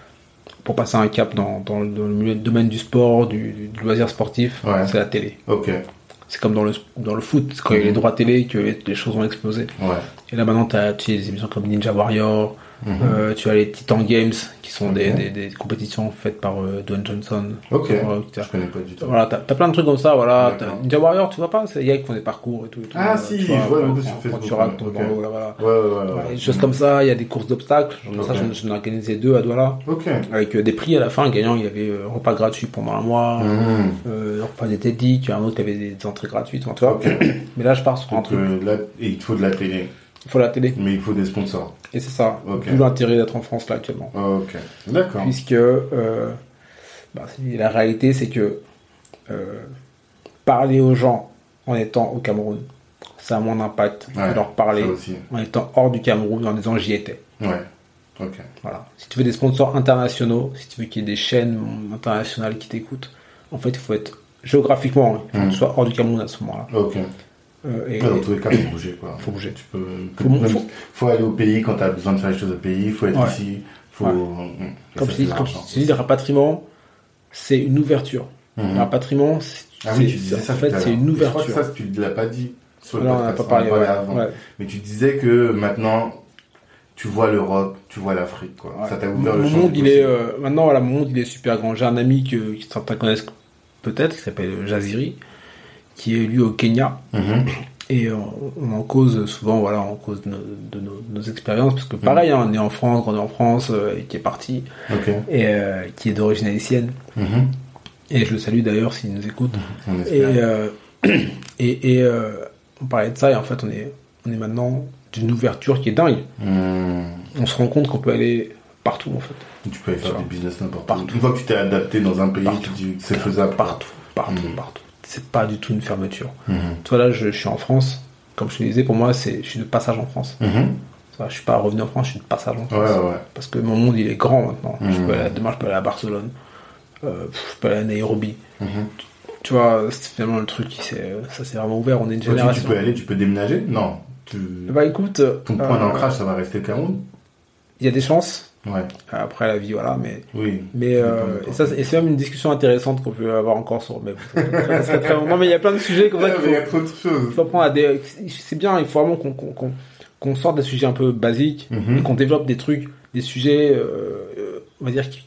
pour passer un cap dans dans le, dans le milieu- domaine du sport, du, du loisir sportif, Ouais. c'est la télé. Ok. C'est comme dans le dans le foot, c'est quand il y a les droits télé que les, les choses ont explosé. Ouais. Et là maintenant tu as tu sais, des émissions comme Ninja Warrior. Mm-hmm. Euh, tu as les Titan Games qui sont Ok. des, des, des compétitions faites par euh, Dwayne Johnson. Ok. Sur, euh, Je connais pas du tout. voilà, t'as, t'as plein de trucs comme ça, voilà. T'as D'accord. Ninja Warrior, tu vois pas, c'est les gars qui font des parcours et tout. Et tout Ah euh, si, tu je vois quand- beaucoup sur quand Facebook, tu rates ton ok. bandeau, là, voilà. Ouais, ouais, ouais. Ouais, ouais. des choses comme ça, il y a des courses d'obstacles. Genre, Ok. Ça, j'en, j'en ai organisé deux à Douala. Ok. Avec euh, des prix à la fin. Le gagnant, il avait euh, repas gratuit pendant un mois, Mmh. euh, repas diététique, un autre, il avait des entrées gratuites, enfin, tu vois. Ok. Mais là, je pars sur un Donc truc. euh, là, et il te faut de la télé, Il faut la télé. mais il faut des sponsors. Et c'est ça. Ok. D'où l'intérêt d'être en France, là, actuellement. Ok. D'accord. Puisque euh, bah, c'est- la réalité c'est que euh, parler aux gens en étant au Cameroun, ça a moins d'impact Ouais, que leur parler ça aussi. en étant hors du Cameroun en disant j'y étais. Ouais. Ok. Voilà. Si tu veux des sponsors internationaux, si tu veux qu'il y ait des chaînes internationales qui t'écoutent, en fait il faut être géographiquement, il faut Mm. que tu sois hors du Cameroun à ce moment-là. Ok. Euh, et, Ouais, dans tous les cas, faut bouger, quoi. Faut bouger. Tu peux. Faut- même- faut- faut aller au pays quand t'as besoin de faire les choses au pays. Faut être Ouais. ici. Faut. Ouais. Mmh. Et comme ça, je dis, c'est comme je l'argent. te dis, le rapatriement, c'est une ouverture. Mhm. Le rapatriement, c'est, Ah oui, tu c'est- disais en ça. fait, tout à c'est l'heure. une Je crois ouverture. que ça, tu ne l'as pas dit sur le Alors, on n'a podcast. pas parlé, en a ouais, avant. ouais. Mais tu disais que maintenant, tu vois l'Europe, tu vois l'Afrique, quoi. Ouais. Ça t'a ouvert le Mon champ. monde, des il est, possibles. euh, maintenant, voilà, mon monde, il est super grand. J'ai un ami que, qui certains connaissent peut-être, qui s'appelle Jaziri, qui est lui au Kenya. Mhm. Et euh, on en cause souvent, voilà, on cause de nos, de nos, nos expériences, parce que pareil, hein, on est en France, grandi en France, euh, et qui est parti, Ok. et euh, qui est d'origine haïtienne. Mhm. Et je le salue d'ailleurs s'il nous écoute. On Et, espère. euh, et, et euh, on parlait de ça, et en fait, on est, on est maintenant d'une ouverture qui est dingue. Mmh. On se rend compte qu'on peut aller partout, en fait. Tu peux aller faire Tu du vois. business n'importe où. Partout. Une fois que tu t'es adapté dans un pays, Partout. tu dis que c'est faisable. Partout, partout, Mhm. partout. C'est pas du tout une fermeture. Mhm. Tu vois, là, je, je suis en France. Comme je te disais, pour moi, c'est, je suis de passage en France. Mhm. Tu vois, je suis pas revenu en France, je suis de passage en Ouais, France. ouais. Parce que mon monde, il est grand maintenant. Je Mhm. peux aller, demain, je peux aller à Barcelone. Euh, je peux aller à Nairobi. Mhm. Tu vois, c'est finalement le truc qui s'est, ça s'est vraiment ouvert. On est une Toi, tu, tu génération. peux aller, tu peux déménager? Non. Tu... Bah écoute, Ton point euh, d'ancrage, ça va rester le Cameroun? il y a des chances. Ouais. Après la vie, voilà, mais Oui. mais Ça euh, dépend de et toi. ça, c'est- et c'est même une discussion intéressante qu'on peut avoir encore sur. Mais ça serait très, ça serait très long. Non, mais il y a plein de sujets comme ça Ouais, qu'il mais il y a faut, trop de choses. il faut apprendre à des. C'est bien, il faut vraiment qu'on qu'on qu'on qu'on sorte des sujets un peu basiques Mhm. et qu'on développe des trucs, des sujets, euh, euh, on va dire qui,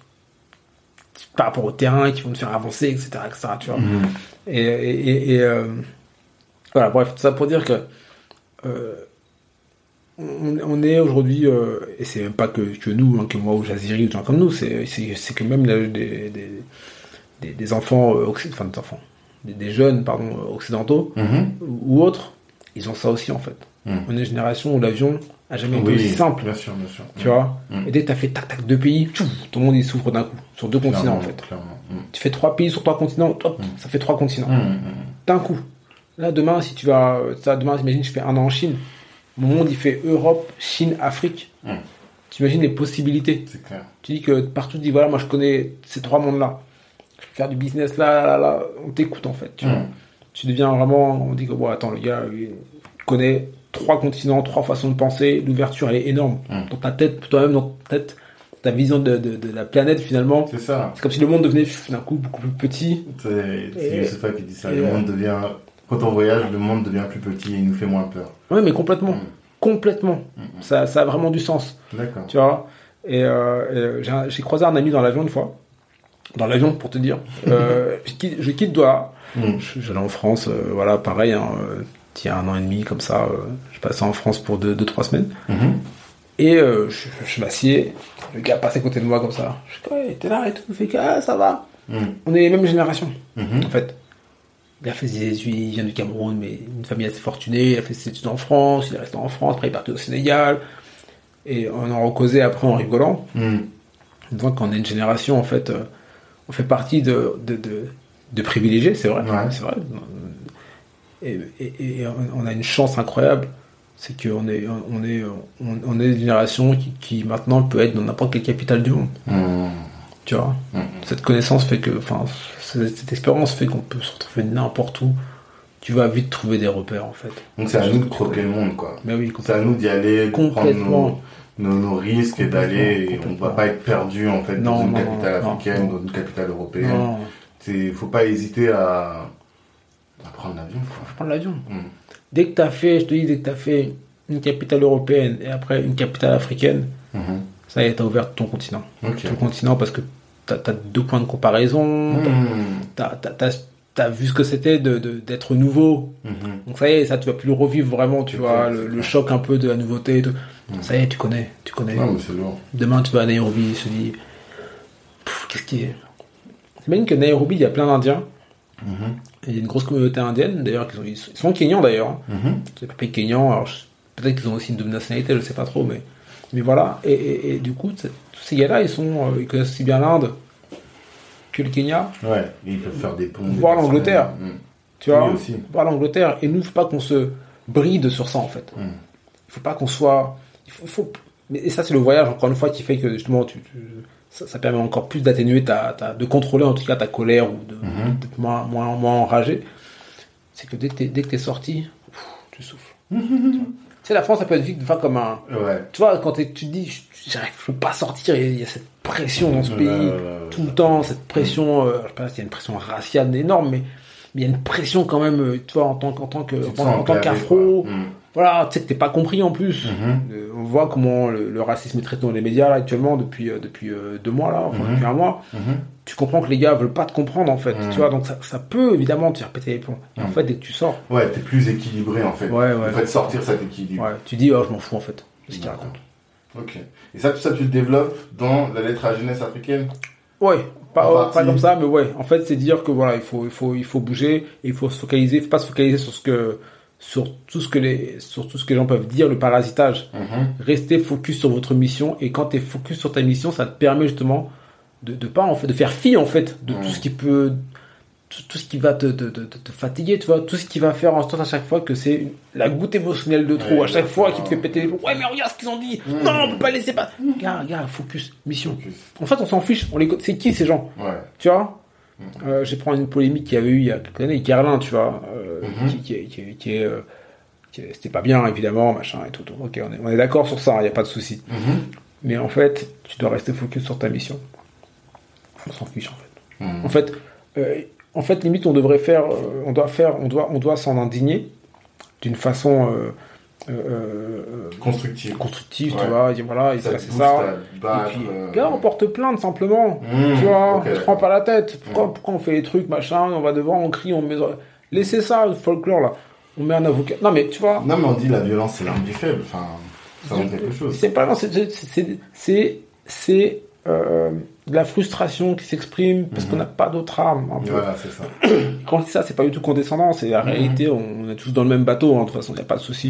qui- par rapport au terrain, qui vont nous faire avancer, et cetera, et cetera. Tu vois. Mhm. Et, et, et, et, euh, voilà, bref, tout ça pour dire que euh, on, on est aujourd'hui, euh, et c'est même pas que, que nous, hein, que moi ou Jaziri ou des gens comme nous, c'est, c'est, c'est que même la- des, des, des, des enfants, euh, occ- enfin des enfants, des, des jeunes, pardon, euh, occidentaux Mhm. ou, ou autres, ils ont ça aussi en fait. Mhm. On est une génération où l'avion a jamais été Oui, aussi simple, Bien sûr, bien sûr. tu vois. Mhm. Et dès que t'as fait tac tac deux pays, tchouf, tout le monde il souffre d'un coup, sur deux continents Clairement, en fait. clairement. Mhm. Tu fais trois pays sur trois continents, hop, Mhm. ça fait trois continents. Mhm. D'un coup. Là, demain, si tu vas, ça, demain, imagine, je fais un an en Chine. Mon monde, il fait Europe, Chine, Afrique. Mm. Tu imagines les possibilités. C'est clair. Tu dis que partout, tu dis, voilà, moi, je connais ces trois mondes-là. Je peux faire du business là, là, là. On t'écoute, en fait. Tu, vois. Mm. Tu deviens vraiment, on dit que, bon, attends, le gars, il connaît trois continents, trois façons de penser. L'ouverture, elle est énorme. Mm. Dans ta tête, toi-même, dans ta tête, ta vision de, de, de la planète, finalement. C'est ça. C'est comme si le monde devenait d'un coup beaucoup plus petit. C'est c'est Et- Youssoupha qui dit ça. et Le euh, monde devient. Quand on voyage, le monde devient plus petit et il nous fait moins peur. Ouais, mais complètement. Mm. Complètement. Mm. Ça, ça a vraiment du sens. D'accord. Tu vois. Et, euh, et j'ai, un- j'ai croisé un ami dans l'avion une fois. Dans l'avion, pour te dire. Euh, je quitte, je quitte Douala. Mm. Je- J'allais en France, euh, voilà, pareil, hein, euh, il y a un an et demi, comme ça. Euh, je passais en France pour deux, deux trois semaines. Mhm. Et euh, je, je m'assieds, le gars passe à côté de moi comme ça. Je dis, ouais, t'es là et tout. Il fait que, ah, ça va. Mm. On est les mêmes générations, mm-hmm. en fait. Il a fait ses études, il vient du Cameroun, mais une famille assez fortunée. Il a fait ses études en France, il est resté en France, après il est parti au Sénégal. Et on en recausait après en rigolant. Mm. Donc, on est une génération, en fait, euh, on fait partie de, de, de, de privilégiés, c'est vrai. Ouais. C'est vrai. Et, et, et on a une chance incroyable. C'est qu'on est, on est, on, on est une génération qui, qui maintenant peut être dans n'importe quelle capitale du monde. Mmh. Tu vois, mmh. Cette connaissance fait que, enfin, cette, cette expérience fait qu'on peut se retrouver n'importe où. Tu vas vite trouver des repères, en fait. Donc c'est à nous de croquer le monde, quoi. Mais oui, c'est à nous d'y aller, de prendre nos, nos, nos risques et d'aller. Et on ne va pas être perdu, en fait, non, dans une non, capitale non, africaine, non. dans une capitale européenne. Il ne faut pas hésiter à, à prendre l'avion. Il faut prendre l'avion. Mmh. Dès que tu as fait, je te dis, dès que tu as fait une capitale européenne et après une capitale africaine, mm-hmm. ça y est, tu as ouvert ton continent. Okay. Ton continent parce que tu as deux points de comparaison, mm. tu as vu ce que c'était de, de, d'être nouveau. Mm-hmm. Donc ça y est, ça tu vas plus le revivre vraiment, tu c'est vois, clair, le, le choc un peu de la nouveauté et tout. Mm. Ça y est, tu connais, tu connais. Non, mais c'est lourd. Demain, tu vas à Nairobi, tu te dis, qu'est-ce qui est... T'imagines que Nairobi, il y a plein d'Indiens. Mm-hmm. Il y a une grosse communauté indienne, d'ailleurs, qui sont, ils sont kenyans d'ailleurs. Mm-hmm. C'est pas pays kenyans, alors je, peut-être qu'ils ont aussi une double nationalité, je sais pas trop, mais, mais voilà. Et, et, et du coup, tous ces gars-là, ils, sont, euh, ils connaissent aussi bien l'Inde que le Kenya. Ouais, et ils peuvent faire des ponts. Voir l'Angleterre. Mmh. Tu vois, oui, voir l'Angleterre. Et nous, il ne faut pas qu'on se bride sur ça, en fait. Il mmh. ne faut pas qu'on soit. Il faut, il faut... Et ça, c'est le voyage, encore une fois, qui fait que justement, tu, tu... Ça, ça permet encore plus d'atténuer ta, ta, de contrôler en tout cas ta colère ou de, mm-hmm. d'être moins, moins, moins enragé. C'est que dès que t'es, dès que t'es sorti, pff, tu souffles. Mm-hmm. Tu sais, la France, ça peut être vite enfin, comme un. Ouais. Tu vois, quand tu te dis, je, j'arrive, je peux pas sortir, et il y a cette pression dans ce pays, ouais, ouais, ouais, tout ouais. le temps, cette pression, euh, je sais pas s'il y a une pression raciale énorme, mais mais il y a une pression quand même, tu vois, en tant, en tant, que, en tant, en tant qu'afro. Mm. Voilà, tu sais que t'es pas compris en plus. Mm-hmm. Euh, on voit comment le, le racisme est traité dans les médias là actuellement depuis euh, depuis euh, deux mois là, enfin mm-hmm. depuis un mois. Mm-hmm. Tu comprends que les gars veulent pas te comprendre en fait. Mm-hmm. Tu vois, donc ça, ça peut évidemment te faire péter les plombs. Et mm-hmm. en fait, dès que tu sors, ouais, t'es plus équilibré en fait. Ouais, ouais. En fait, sortir ça t'équilibre. Ouais, tu dis oh je m'en fous en fait. C'est ce qu'il raconte. Ok. Et ça, tout ça, tu le développes dans la lettre à la jeunesse africaine. Ouais. Pas, pas comme ça, mais ouais. En fait, c'est dire que voilà, il faut il faut il faut bouger, et il faut se focaliser, il faut pas se focaliser sur ce que sur tout ce que les sur tout ce que les gens peuvent dire, le parasitage. Mm-hmm. Restez focus sur votre mission, et quand tu es focus sur ta mission, ça te permet justement de de pas en fait de faire fi en fait de mm. tout ce qui peut tout, tout ce qui va te, te, te, te fatiguer, tu vois, tout ce qui va faire en sorte à chaque fois que c'est une, la goutte émotionnelle de trop, ouais, à chaque fois qui te fait péter les plombs. Ouais, mais regarde ce qu'ils ont dit. Mm. Non, on peut pas laisser pas. Mm. Gars, gars, focus, mission. Focus. En fait, on s'en fiche. On les c'est qui ces gens? Ouais. Tu vois? Euh, je vais prendre une polémique qu'il y avait eu il y a quelques années, Guerlain, tu vois, euh, mm-hmm. qui, qui, qui, qui est, euh, qui est, c'était pas bien évidemment, machin et tout. tout. Ok, on est, on est d'accord sur ça, il n'y a pas de souci. Mm-hmm. Mais en fait, tu dois rester focus sur ta mission. On s'en fiche en fait. Mm-hmm. En fait, euh, en fait, limite, on devrait faire, euh, on doit faire, on doit, on doit s'en indigner d'une façon euh, euh, constructive, constructive, ouais. Tu vois, et voilà, et ça, c'est ça. Battre, et puis, euh... gars, on porte plainte simplement, mmh, tu vois, okay, on se prend pas la tête. Pourquoi, mmh. pourquoi on fait les trucs, machin, on va devant, on crie, on met, laissez ça, le folklore là. On met un avocat. Non mais tu vois. Non mais on dit la violence c'est l'arme du faible. Enfin, ça donne quelque chose. C'est pas non, c'est c'est c'est c'est euh, de la frustration qui s'exprime parce mmh. qu'on n'a pas d'autre arme. Un peu. Voilà, c'est ça. Quand on dit ça, c'est pas du tout condescendant. C'est la mmh. réalité. On est tous dans le même bateau. Hein, de toute façon, il y a pas de souci. Mmh.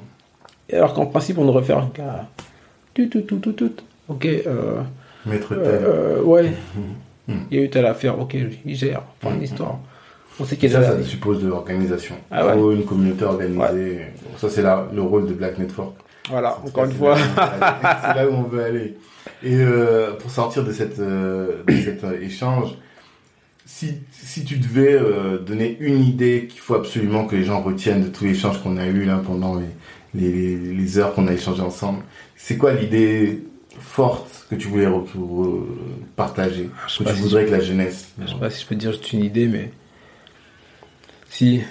Et alors qu'en principe, on devrait faire un tout tout tout tout tout. Ok. Euh, Maître tel. Euh, ouais. Mmh. Il y a eu telle affaire. Ok, il gère. Enfin, une mmh. histoire. On sait qu'il y a ça, ça suppose de l'organisation. Ah ouais. Faut une communauté organisée. Ouais. Ça, c'est là le rôle de Black Network. Voilà, encore une fois. C'est là où on veut aller. Et euh, pour sortir de cette euh, de cet euh, échange, si si tu devais euh, donner une idée qu'il faut absolument que les gens retiennent de tout l'échange qu'on a eu là pendant les les, les heures qu'on a échangé ensemble, c'est quoi l'idée forte que tu voulais re- re- partager, que tu voudrais si que la jeunesse. Je sais pas si je peux te dire juste une idée, mais si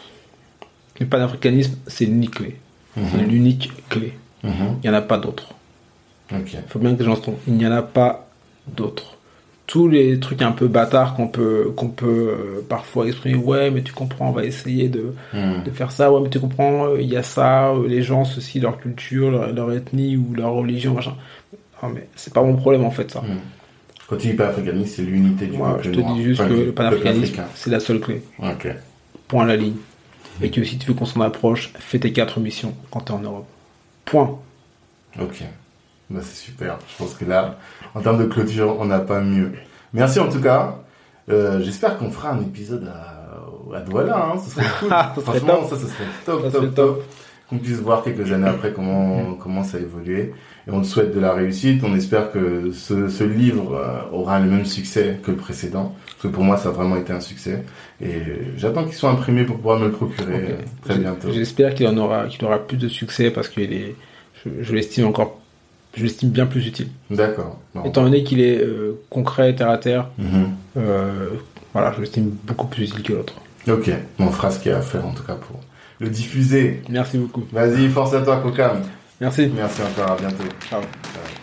le panafricanisme, c'est l'unique clé. Mm-hmm. C'est l'unique clé. Mm-hmm. Il n'y en a pas d'autre. Il okay. faut bien que les gens se trompent. Il n'y en a pas d'autre. tous les trucs un peu bâtards qu'on peut qu'on peut euh, parfois exprimer, ouais mais tu comprends, on va essayer de mmh. de faire ça, ouais mais tu comprends, il y a ça, les gens ceci, leur culture, leur, leur ethnie ou leur religion, machin. Non mais c'est pas mon problème en fait ça. Mmh. Quand tu dis panafricanisme, c'est l'unité du Moi, peuple je te noir. dis juste enfin, que le panafricanisme, c'est la seule clé. Ok. Point à la ligne. Et que si tu veux qu'on s'en approche, fais tes quatre missions quand t'es en Europe. Point. Ok. Bah, c'est super. Je pense que là, en termes de clôture, on n'a pas mieux. Merci en tout cas. Euh, j'espère qu'on fera un épisode à, à Douala. Hein. Ce serait cool. ça serait Franchement, top. ça, ce serait top, ça top, serait top, top. Qu'on puisse voir quelques années après comment, comment ça a évolué. Et on te souhaite de la réussite. On espère que ce, ce livre euh, aura le même succès que le précédent. Parce que pour moi, ça a vraiment été un succès. Et j'attends qu'il soit imprimé pour pouvoir me le procurer okay. très bientôt. J'espère qu'il en aura, qu'il aura plus de succès parce qu'il est, je, je l'estime encore, je l'estime bien plus utile. D'accord. Non. Étant donné qu'il est euh, concret, terre à terre, mm-hmm. euh, voilà, je l'estime beaucoup plus utile que l'autre. Ok. On fera ce qu'il y a à faire en tout cas pour le diffuser. Merci beaucoup. Vas-y, force à toi, Kokam. Merci. Merci encore, à bientôt. Ciao. Ciao.